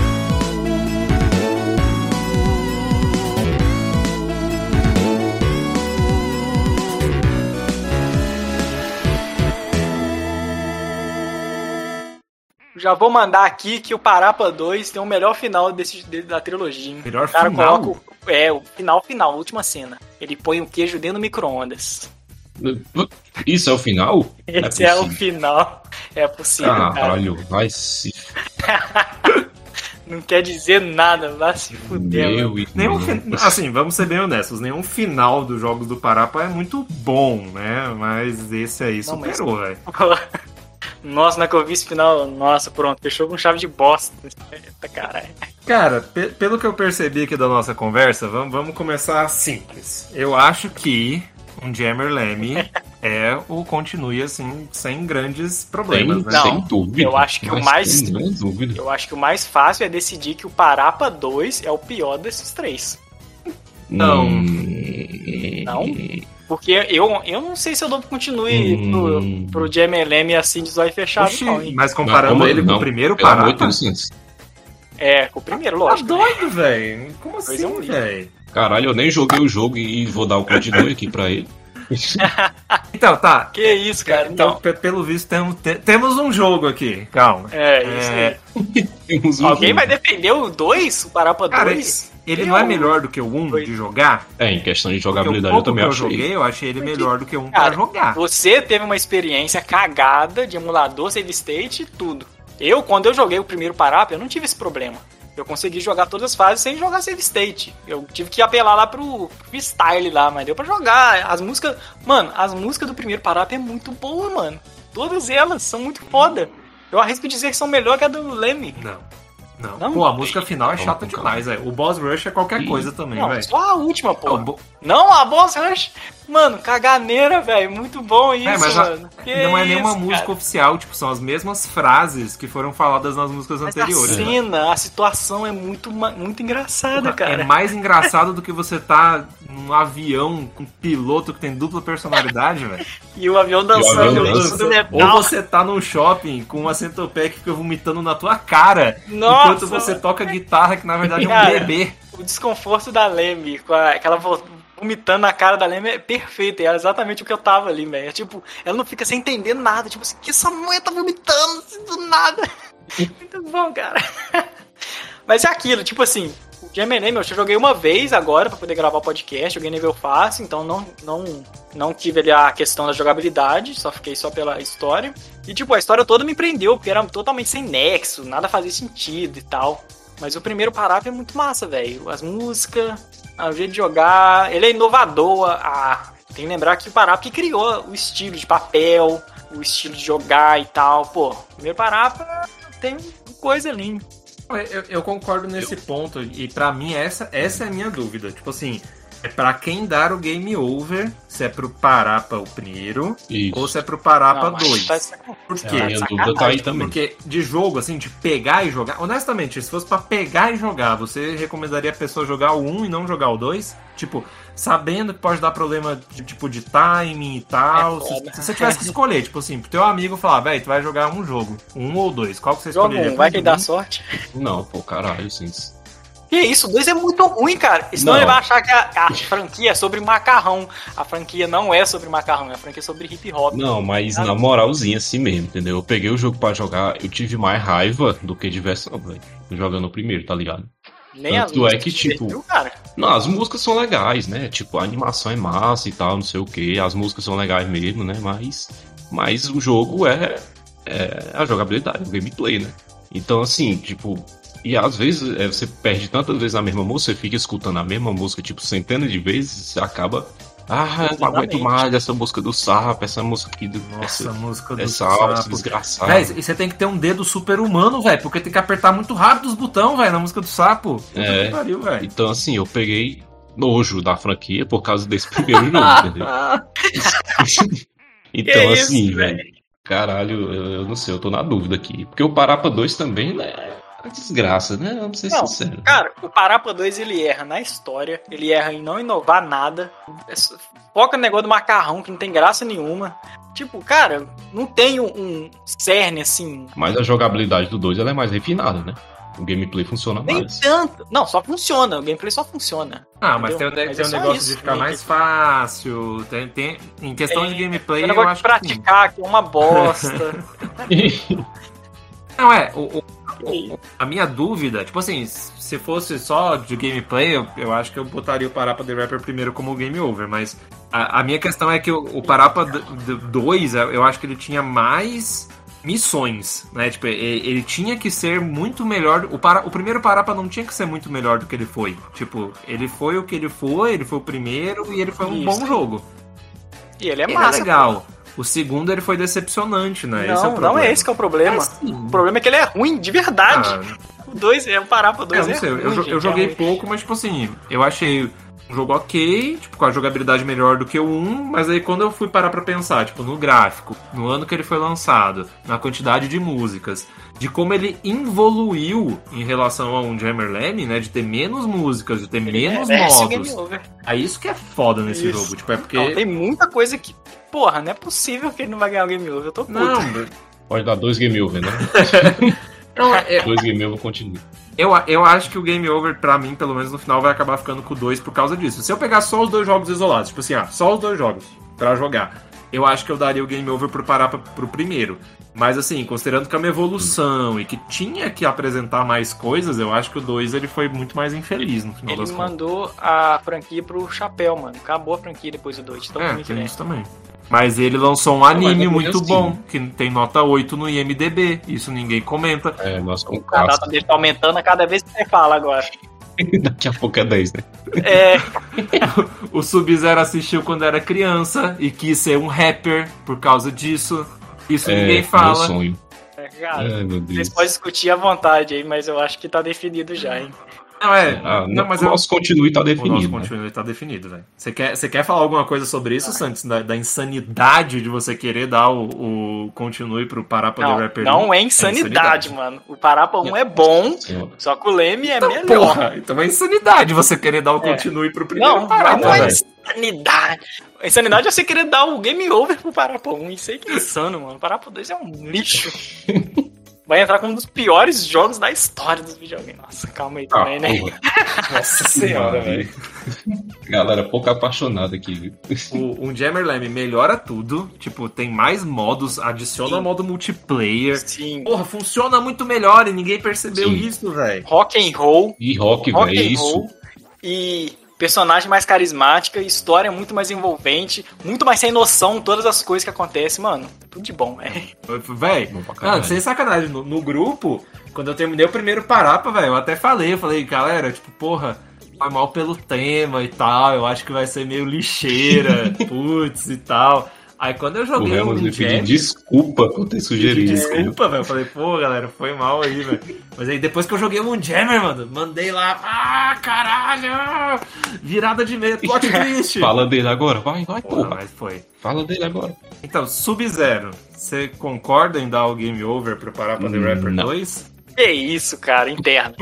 Já vou mandar aqui que o Parapa 2 tem o melhor final da trilogia. Hein? Melhor final? Coloca o final, a última cena. Ele põe o queijo dentro do micro-ondas. Isso é o final? Esse é o final. É possível, Caralho, vai se... Não quer dizer nada, vai se fuder. Assim, vamos ser bem honestos, nenhum final dos jogos do Parapa é muito bom, né? Mas esse aí superou, velho. Nossa, na que eu vi esse final, nossa, pronto, fechou com chave de bosta. Eita, caralho. Cara, pelo que eu percebi aqui da nossa conversa, vamos começar simples. Eu acho que um Jammer Leme continue assim, sem grandes problemas, né? Sem dúvida. Eu acho que o mais fácil é decidir que o Parapa 2 é o pior desses 3. Não? Porque eu não sei se eu dou continue pro Jammer Leme assim de zóio fechado. Não, hein? Mas comparando ele com o primeiro Parapa... com o primeiro, lógico. Tá doido, velho? Como assim, velho? Caralho, eu nem joguei o jogo e vou dar o continue aqui pra ele. Então, tá. Que isso, cara. Então, pelo visto, temos um jogo aqui. Calma. Isso aí. Alguém vai defender o 2? O Parapa 2? Ele não é melhor do que o 1 de jogar? Em questão de jogabilidade eu também achei. Eu achei ele melhor do que o 1 pra jogar. Você teve uma experiência cagada de emulador, save state e tudo. Quando eu joguei o primeiro Parapa, eu não tive esse problema. Eu consegui jogar todas as fases sem jogar save state. Eu tive que apelar lá pro freestyle lá, mas deu pra jogar. As músicas... Mano, as músicas do primeiro Parapa é muito boa, mano. Todas elas são muito foda. Eu arrisco dizer que são melhor que a do Leme. Não. Pô, a música final é chata demais, velho. O Boss Rush é qualquer coisa também, velho. Só a última, pô. Não, a Boss Rush... Mano, caganeira, velho. Muito bom isso, mano. Não é nenhuma música oficial, tipo, são as mesmas frases que foram faladas nas músicas anteriores. A cena, a situação é muito engraçada, cara. É mais engraçado do que você tá num avião com um piloto que tem dupla personalidade, velho. E o avião dançando. Ou você tá num shopping com uma centopeia que fica vomitando na tua cara. Nossa, enquanto você toca guitarra, que na verdade é um bebê. O desconforto da Leme, com aquela vomitando na cara da Leme é perfeito, é exatamente o que eu tava ali, velho. Tipo, ela não fica sem entender nada, tipo assim, que essa mulher tá vomitando assim, do nada. Muito bom, cara. Mas é aquilo, tipo assim, o Jammer Leme eu joguei uma vez agora pra poder gravar o podcast, joguei nível fácil, então não tive ali a questão da jogabilidade, fiquei só pela história. E tipo, a história toda me prendeu, porque era totalmente sem nexo, nada fazia sentido e tal. Mas o primeiro Parapa é muito massa, velho. As músicas, o jeito de jogar, ele é inovador. Tem que lembrar que o Parapa que criou o estilo de papel, o estilo de jogar e tal. Pô, o primeiro Parapa tem coisa ali. Eu concordo nesse ponto, e pra mim essa é a minha dúvida. Tipo assim, é pra quem dar o game over, se é pro Parapa o primeiro, ou se é pro Parapa 2. Por quê? A minha dúvida tá aí também. Porque de jogo, assim, de pegar e jogar... Honestamente, se fosse pra pegar e jogar, você recomendaria a pessoa jogar o 1 e não jogar o 2? Tipo, sabendo que pode dar problema de timing e tal. Se você tivesse que escolher, tipo assim, pro teu amigo falar, velho, tu vai jogar um jogo, 1 ou 2, qual que você escolheria? Vai que dá sorte. Não, pô, caralho, sim. Que isso, o 2 é muito ruim, cara. Senão ele vai achar que a franquia é sobre macarrão. A franquia não é sobre macarrão, a franquia é sobre hip hop. Não, mas na moralzinha assim mesmo, entendeu? Eu peguei o jogo pra jogar, eu tive mais raiva do que diversão, velho. Jogando o primeiro, tá ligado? Nem as Tanto é que, tipo... viu, cara? Não, as músicas são legais, né? Tipo, a animação é massa e tal, não sei o que. As músicas são legais mesmo, né? Mas o jogo é a jogabilidade, o gameplay, né? Então, assim, tipo... E às vezes você perde tantas vezes a mesma música, você fica escutando a mesma música, tipo, centenas de vezes, você acaba... eu não aguento mais essa música do sapo, essa música aqui do... Nossa, a música do essa sapo. desgraçada. Véi, e você tem que ter um dedo super humano, velho, porque tem que apertar muito rápido os botões, velho, na música do sapo. Puta que pariu, velho. Então, assim, eu peguei nojo da franquia por causa desse primeiro jogo, entendeu? Então, assim, velho, caralho, eu não sei, eu tô na dúvida aqui. Porque o Parapa 2 também, né? Desgraça, né? Vamos ser sinceros. Cara, o Parapa 2 ele erra na história, ele erra em não inovar nada, foca no negócio do macarrão que não tem graça nenhuma. Tipo, cara, não tem um cerne assim. Mas a jogabilidade do 2 ela é mais refinada, né? O gameplay funciona nem mais. Tanto. Não, só funciona. O gameplay só funciona. Mas tem um negócio de ficar mais fácil. Tem em questão de gameplay, eu acho que praticar, que é uma bosta. Não, a minha dúvida, tipo assim, se fosse só de gameplay, eu acho que eu botaria o Parapa The Rapper primeiro como game over, mas a minha questão é que o Parapa 2, eu acho que ele tinha mais missões, né? Tipo, ele tinha que ser muito melhor. O primeiro Parapa não tinha que ser muito melhor do que ele foi. Tipo, ele foi o que ele foi o primeiro e ele foi um bom jogo. E ele é massa. É legal. O segundo ele foi decepcionante, né? Não é esse que é o problema. O problema é que ele é ruim, de verdade. O 2 o Parapa 2 não sei, eu joguei pouco, mas tipo assim, eu achei um jogo ok, tipo, com a jogabilidade melhor do que o 1, mas aí quando eu fui parar pra pensar, tipo, no gráfico, no ano que ele foi lançado, na quantidade de músicas, de como ele evoluiu em relação a um Jammer Leme, né, de ter menos músicas, de ter menos modos. É isso que é foda nesse jogo, tipo, é porque... Não, tem muita coisa que, porra, não é possível que ele não vai ganhar o Game Over, eu tô puto. Pode dar 2 Game Over, né? 2 Game Over continua. Eu acho que o Game Over, pra mim, pelo menos no final, vai acabar ficando com o 2 por causa disso. Se eu pegar só os 2 jogos isolados, tipo assim, só os 2 jogos pra jogar, eu acho que eu daria o Game Over pro primeiro. Mas assim, considerando que é uma evolução e que tinha que apresentar mais coisas, eu acho que o 2 ele foi muito mais infeliz no final das contas. Ele mandou a franquia pro chapéu, mano. Acabou a franquia depois do 2. Tem isso também. Mas ele lançou um anime muito bom, que tem nota 8 no IMDB. Isso ninguém comenta. Nossa, a data dele tá aumentando a cada vez que você fala agora. Daqui a pouco é 10, né? O Sub-Zero assistiu quando era criança e quis ser um rapper por causa disso. Isso ninguém fala. Meu sonho. Cara, vocês podem discutir à vontade aí, mas eu acho que tá definido já, hein? Mas o nosso continue tá definido. O nosso continue tá definido, velho. Você quer falar alguma coisa sobre isso, Santos? Da insanidade de você querer dar o continue pro Parapa The Rapper 1? Não é insanidade, mano. O Parapa 1 é bom, só que o Leme é melhor. Porra, então é insanidade você querer dar o continue pro primeiro Parapa, não é insanidade. A insanidade é você querer dar o Game Over pro Parapa 1. Isso aí que é insano, mano. O Parapa 2 é um lixo. Vai entrar como um dos piores jogos da história dos videogames. Nossa, calma aí também, né? Nossa senhora, velho. Galera, pouco apaixonada aqui, viu? O Jammer Leme melhora tudo. Tipo, tem mais modos, adiciona modo multiplayer. Sim. Porra, funciona muito melhor e ninguém percebeu isso, velho. Rock and roll. E rock, velho, isso. E personagem mais carismática, história muito mais envolvente, muito mais sem noção, todas as coisas que acontecem, mano. Tudo de bom, velho. Velho, sem sacanagem, no grupo, quando eu terminei o primeiro Parapa, velho, eu até falei, galera, tipo, porra, vai mal pelo tema e tal, eu acho que vai ser meio lixeira, putz e tal. Aí quando eu joguei o me pedi desculpa por ter sugerido. Desculpa, velho. Eu falei, pô, galera, foi mal aí, velho. Mas aí depois que eu joguei o Moonjammer, mano, mandei lá, caralho! Virada de meia, plot twist. Fala dele agora, vai, porra. Mas foi. Fala dele agora. Então, Sub-Zero, você concorda em dar o Game Over pro Parapa The Rapper 2? Que isso, cara, interno.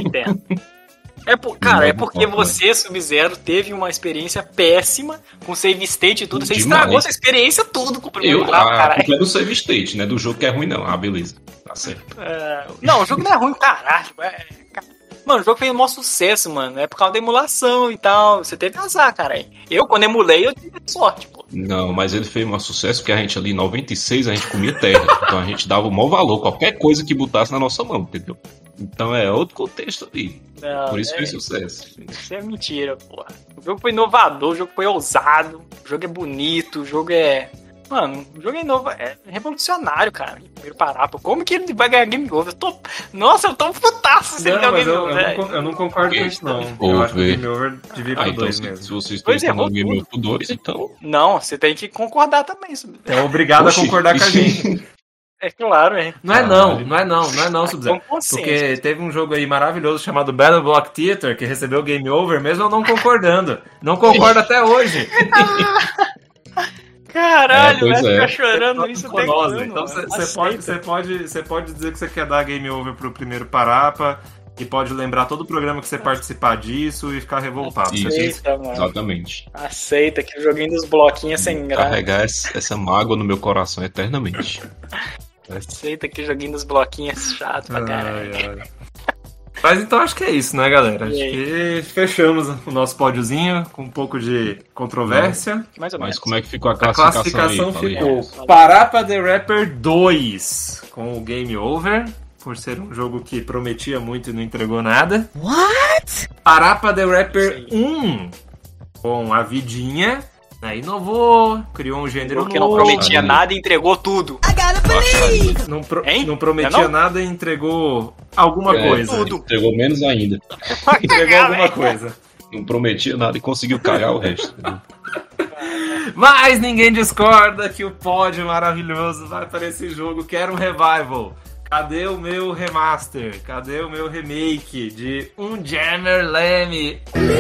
É porque você, Sub-Zero, teve uma experiência péssima com save state e tudo. Você estragou essa experiência tudo com o primeiro cara. Não é do save state, né? Do jogo que é ruim, não. Beleza. Tá certo. Não, o jogo não é ruim, caralho. Mano, o jogo fez um maior sucesso, mano. É por causa da emulação e tal. Você teve azar, cara. Eu, quando emulei, eu tive sorte, pô. Não, mas ele fez um sucesso porque a gente ali em 96 a gente comia terra. Então a gente dava o maior valor, qualquer coisa que botasse na nossa mão, entendeu? Então é outro contexto ali. Não, por isso fez sucesso. Isso é mentira, porra. O jogo foi inovador, o jogo foi ousado, o jogo é bonito, o jogo é... Mano, o jogo é revolucionário, cara. Primeiro Parapa. Como que ele vai ganhar Game Over? Nossa, eu tô putaço se ele ganhar Game Over, velho. Eu não concordo com isso, não. Eu acho que o Game Over devia ir pro 2 então, mesmo. Se vocês estão no Game Over pro 2, então... Não, você tem que concordar também. É obrigado a concordar com a gente. É claro, é. Não é não, Sub-Zero. Porque teve um jogo aí maravilhoso chamado Battle Block Theater, que recebeu Game Over, mesmo eu não concordando. Não concordo até hoje. Caralho, vai ficar chorando isso até quando? Então você pode dizer que você quer dar Game Over pro primeiro Parapa e pode lembrar todo o programa que você participar disso e ficar revoltado. Aceita, mano. Exatamente. Aceita que o joguinho dos bloquinhos é sem graça. Carregar essa mágoa no meu coração eternamente. Aceita que o joguinho dos bloquinhos é chato pra caralho. Mas então acho que é isso, né, galera? Acho que fechamos o nosso pódiozinho com um pouco de controvérsia. Mais ou menos. Mas como é que ficou a classificação? A classificação ficou Parapa The Rapper 2 com o Game Over, por ser um jogo que prometia muito e não entregou nada. What? Parapa The Rapper 1 com a vidinha, né, inovou, criou um gênero novo. Porque não prometia nada e entregou tudo. Não prometia nada e entregou alguma coisa. Tudo. Entregou menos ainda. Entregou alguma coisa. Não prometia nada e conseguiu cagar o resto. Mas ninguém discorda que o pódio maravilhoso vai para esse jogo. Quero um revival. Cadê o meu remaster? Cadê o meu remake de Jammer Leme?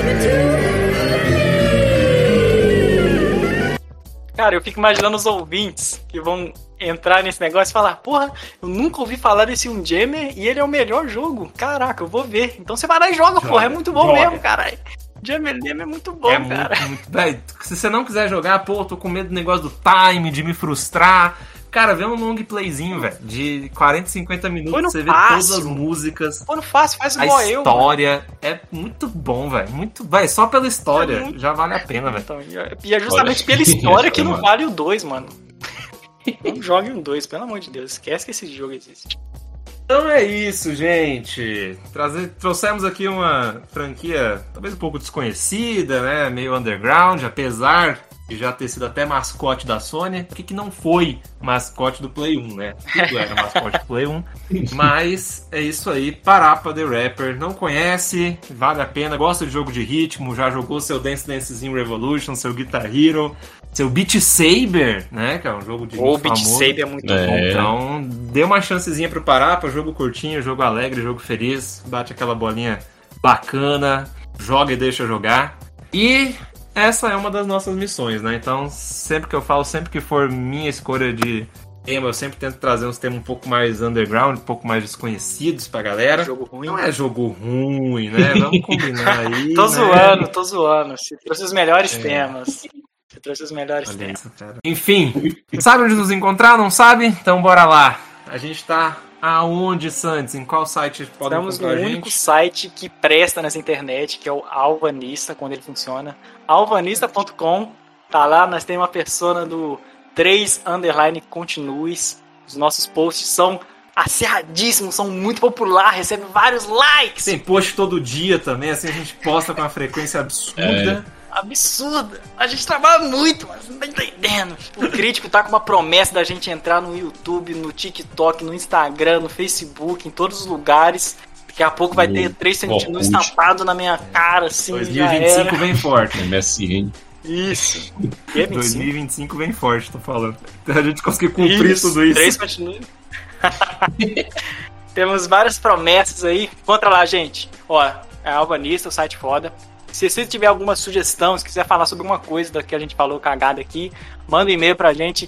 Cara, eu fico imaginando os ouvintes que vão entrar nesse negócio e falar: porra, eu nunca ouvi falar desse Jammer e ele é o melhor jogo. Caraca, eu vou ver. Então você vai lá e joga, porra. É muito bom mesmo, caralho. Jammer Leme é muito bom, cara. Véi, se você não quiser jogar, pô, eu tô com medo do negócio do time, de me frustrar. Cara, vê um long playzinho, velho, de 40, 50 minutos, você vê todas as músicas. Pô, não fácil, faz igual eu. A história é muito bom, velho. Véi, só pela história já vale a pena, velho. Então, e é justamente pela história que não vale o 2, mano. Não jogue um 2, pelo amor de Deus. Esquece que esse jogo existe. Então é isso, gente. Trouxemos aqui uma franquia talvez um pouco desconhecida, né? Meio underground, apesar de já ter sido até mascote da Sony. Por que não foi mascote do Play 1, né? Tudo era mascote do Play 1. Mas é isso aí. Parapa The Rapper. Não conhece, vale a pena. Gosta de jogo de ritmo, já jogou seu Dance Dancezinho Revolution, seu Guitar Hero, seu Beat Saber, né? Que é um jogo de ritmo Beat famoso. Saber é muito bom. Então, dê uma chancezinha pro Parapa. Jogo curtinho, jogo alegre, jogo feliz. Bate aquela bolinha bacana, joga e deixa jogar. E essa é uma das nossas missões, né? Então, sempre que eu falo, sempre que for minha escolha de tema, eu sempre tento trazer uns temas um pouco mais underground, um pouco mais desconhecidos pra galera. Jogo ruim. Não é jogo ruim, né? Vamos combinar aí. Tô zoando. Você trouxe os melhores temas. Você trouxe os melhores temas. Enfim, sabe onde nos encontrar? Não sabe? Então bora lá. A gente tá aonde, Santos? Em qual site podem Estamos encontrar a gente? no único site que presta nessa internet, que é o Alvanista, quando ele funciona. Alvanista.com. Tá lá, nós temos uma persona do 3_continues. Os nossos posts são acirradíssimos, são muito populares, recebem vários likes. Tem post todo dia também, assim a gente posta com uma frequência absurda. Absurda. A gente trabalha muito, mas não tá entendendo. O crítico tá com uma promessa da gente entrar no YouTube, no TikTok, no Instagram, no Facebook, em todos os lugares. Daqui a pouco vai ter 3_continue estampado na minha cara, assim. 2025 vem forte. MSN. Isso. 2025 vem forte, tô falando. A gente conseguir cumprir tudo isso. 3_continue. Temos várias promessas aí. Encontra lá, gente. Ó, é Alvanista, o site foda. Se você tiver alguma sugestão, se quiser falar sobre alguma coisa da que a gente falou cagada aqui, manda um e-mail pra gente,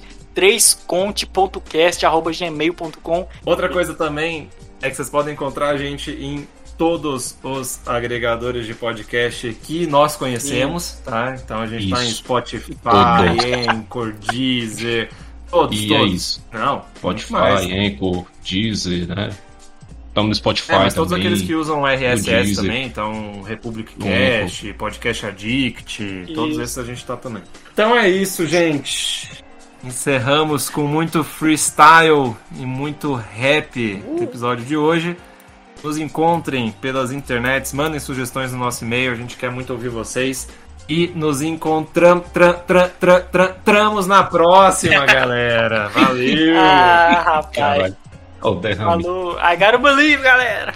3conte.cast@gmail.com. Outra coisa também é que vocês podem encontrar a gente em todos os agregadores de podcast que nós conhecemos, tá? Então a gente tá em Spotify, Anchor, Deezer, todos. É isso. Não, Spotify, Anchor, Deezer, né? Estamos no Spotify mas também. todos aqueles que usam o RSS Deezer. também, então Republic Cast, Podcast Addict, todos Isso. esses a gente tá também. Então é isso, gente. Encerramos com muito freestyle e muito rap o episódio de hoje. Nos encontrem pelas internets, mandem sugestões no nosso e-mail, a gente quer muito ouvir vocês. E nos encontramos na próxima, galera. Valeu! Ah, rapaz. Caralho. Ó, o derrame. Falou. I gotta believe, galera.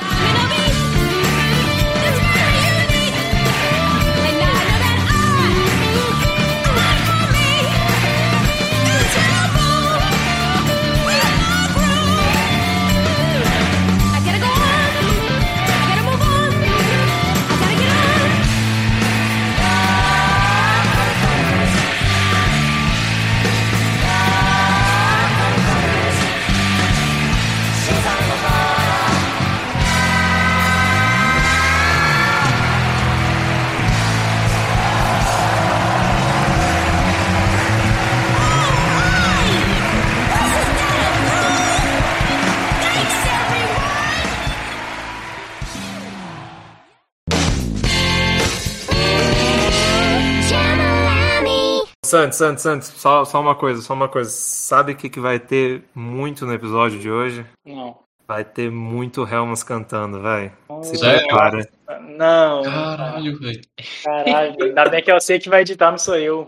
Santos, só uma coisa. Sabe o que vai ter muito no episódio de hoje? Não. Vai ter muito Helmas cantando, vai. Se Sério? prepara. Não. Caralho, velho. Caralho, ainda bem que eu sei que vai editar, não sou eu.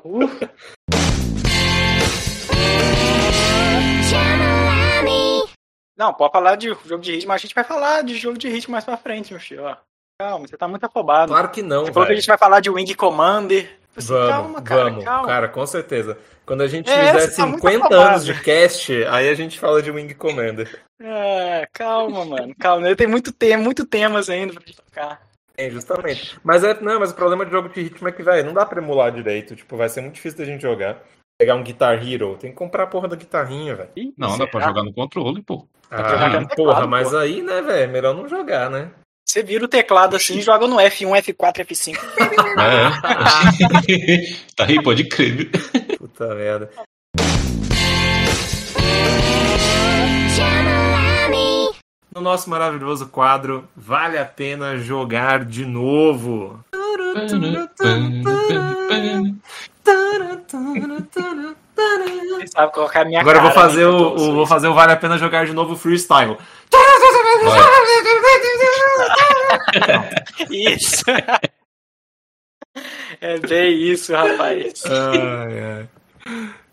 Não, pode falar de jogo de ritmo, mas a gente vai falar de jogo de ritmo mais pra frente, meu filho. Ó. Calma, você tá muito afobado. Claro que não, Você falou que a velho. gente vai falar de Wing Commander. Assim, Vamos, calma. cara, com certeza. Quando a gente É, fizer você tá muito 50 afobado. anos de cast, aí a gente fala de Wing Commander. É, calma, mano. Calma, tem muito temas ainda pra gente tocar. É, justamente. Mas o problema de jogo de ritmo é que, velho, não dá pra emular direito. Tipo, vai ser muito difícil da gente jogar. Pegar um Guitar Hero, tem que comprar a porra da guitarrinha, velho. Não, dá pra jogar no controle, pô. jogar no porra, teclado, mas pô. aí, né, velho, melhor não jogar, né? Você vira o teclado assim e joga no F1, F4, F5. É. Tá aí, pode crer. Puta merda. No nosso maravilhoso quadro, vale a pena jogar de novo. Você sabe colocar a minha Agora eu cara. vou fazer né, vou fazer o vale a pena jogar de novo freestyle. Isso. É bem isso, rapaz. Ai, ai.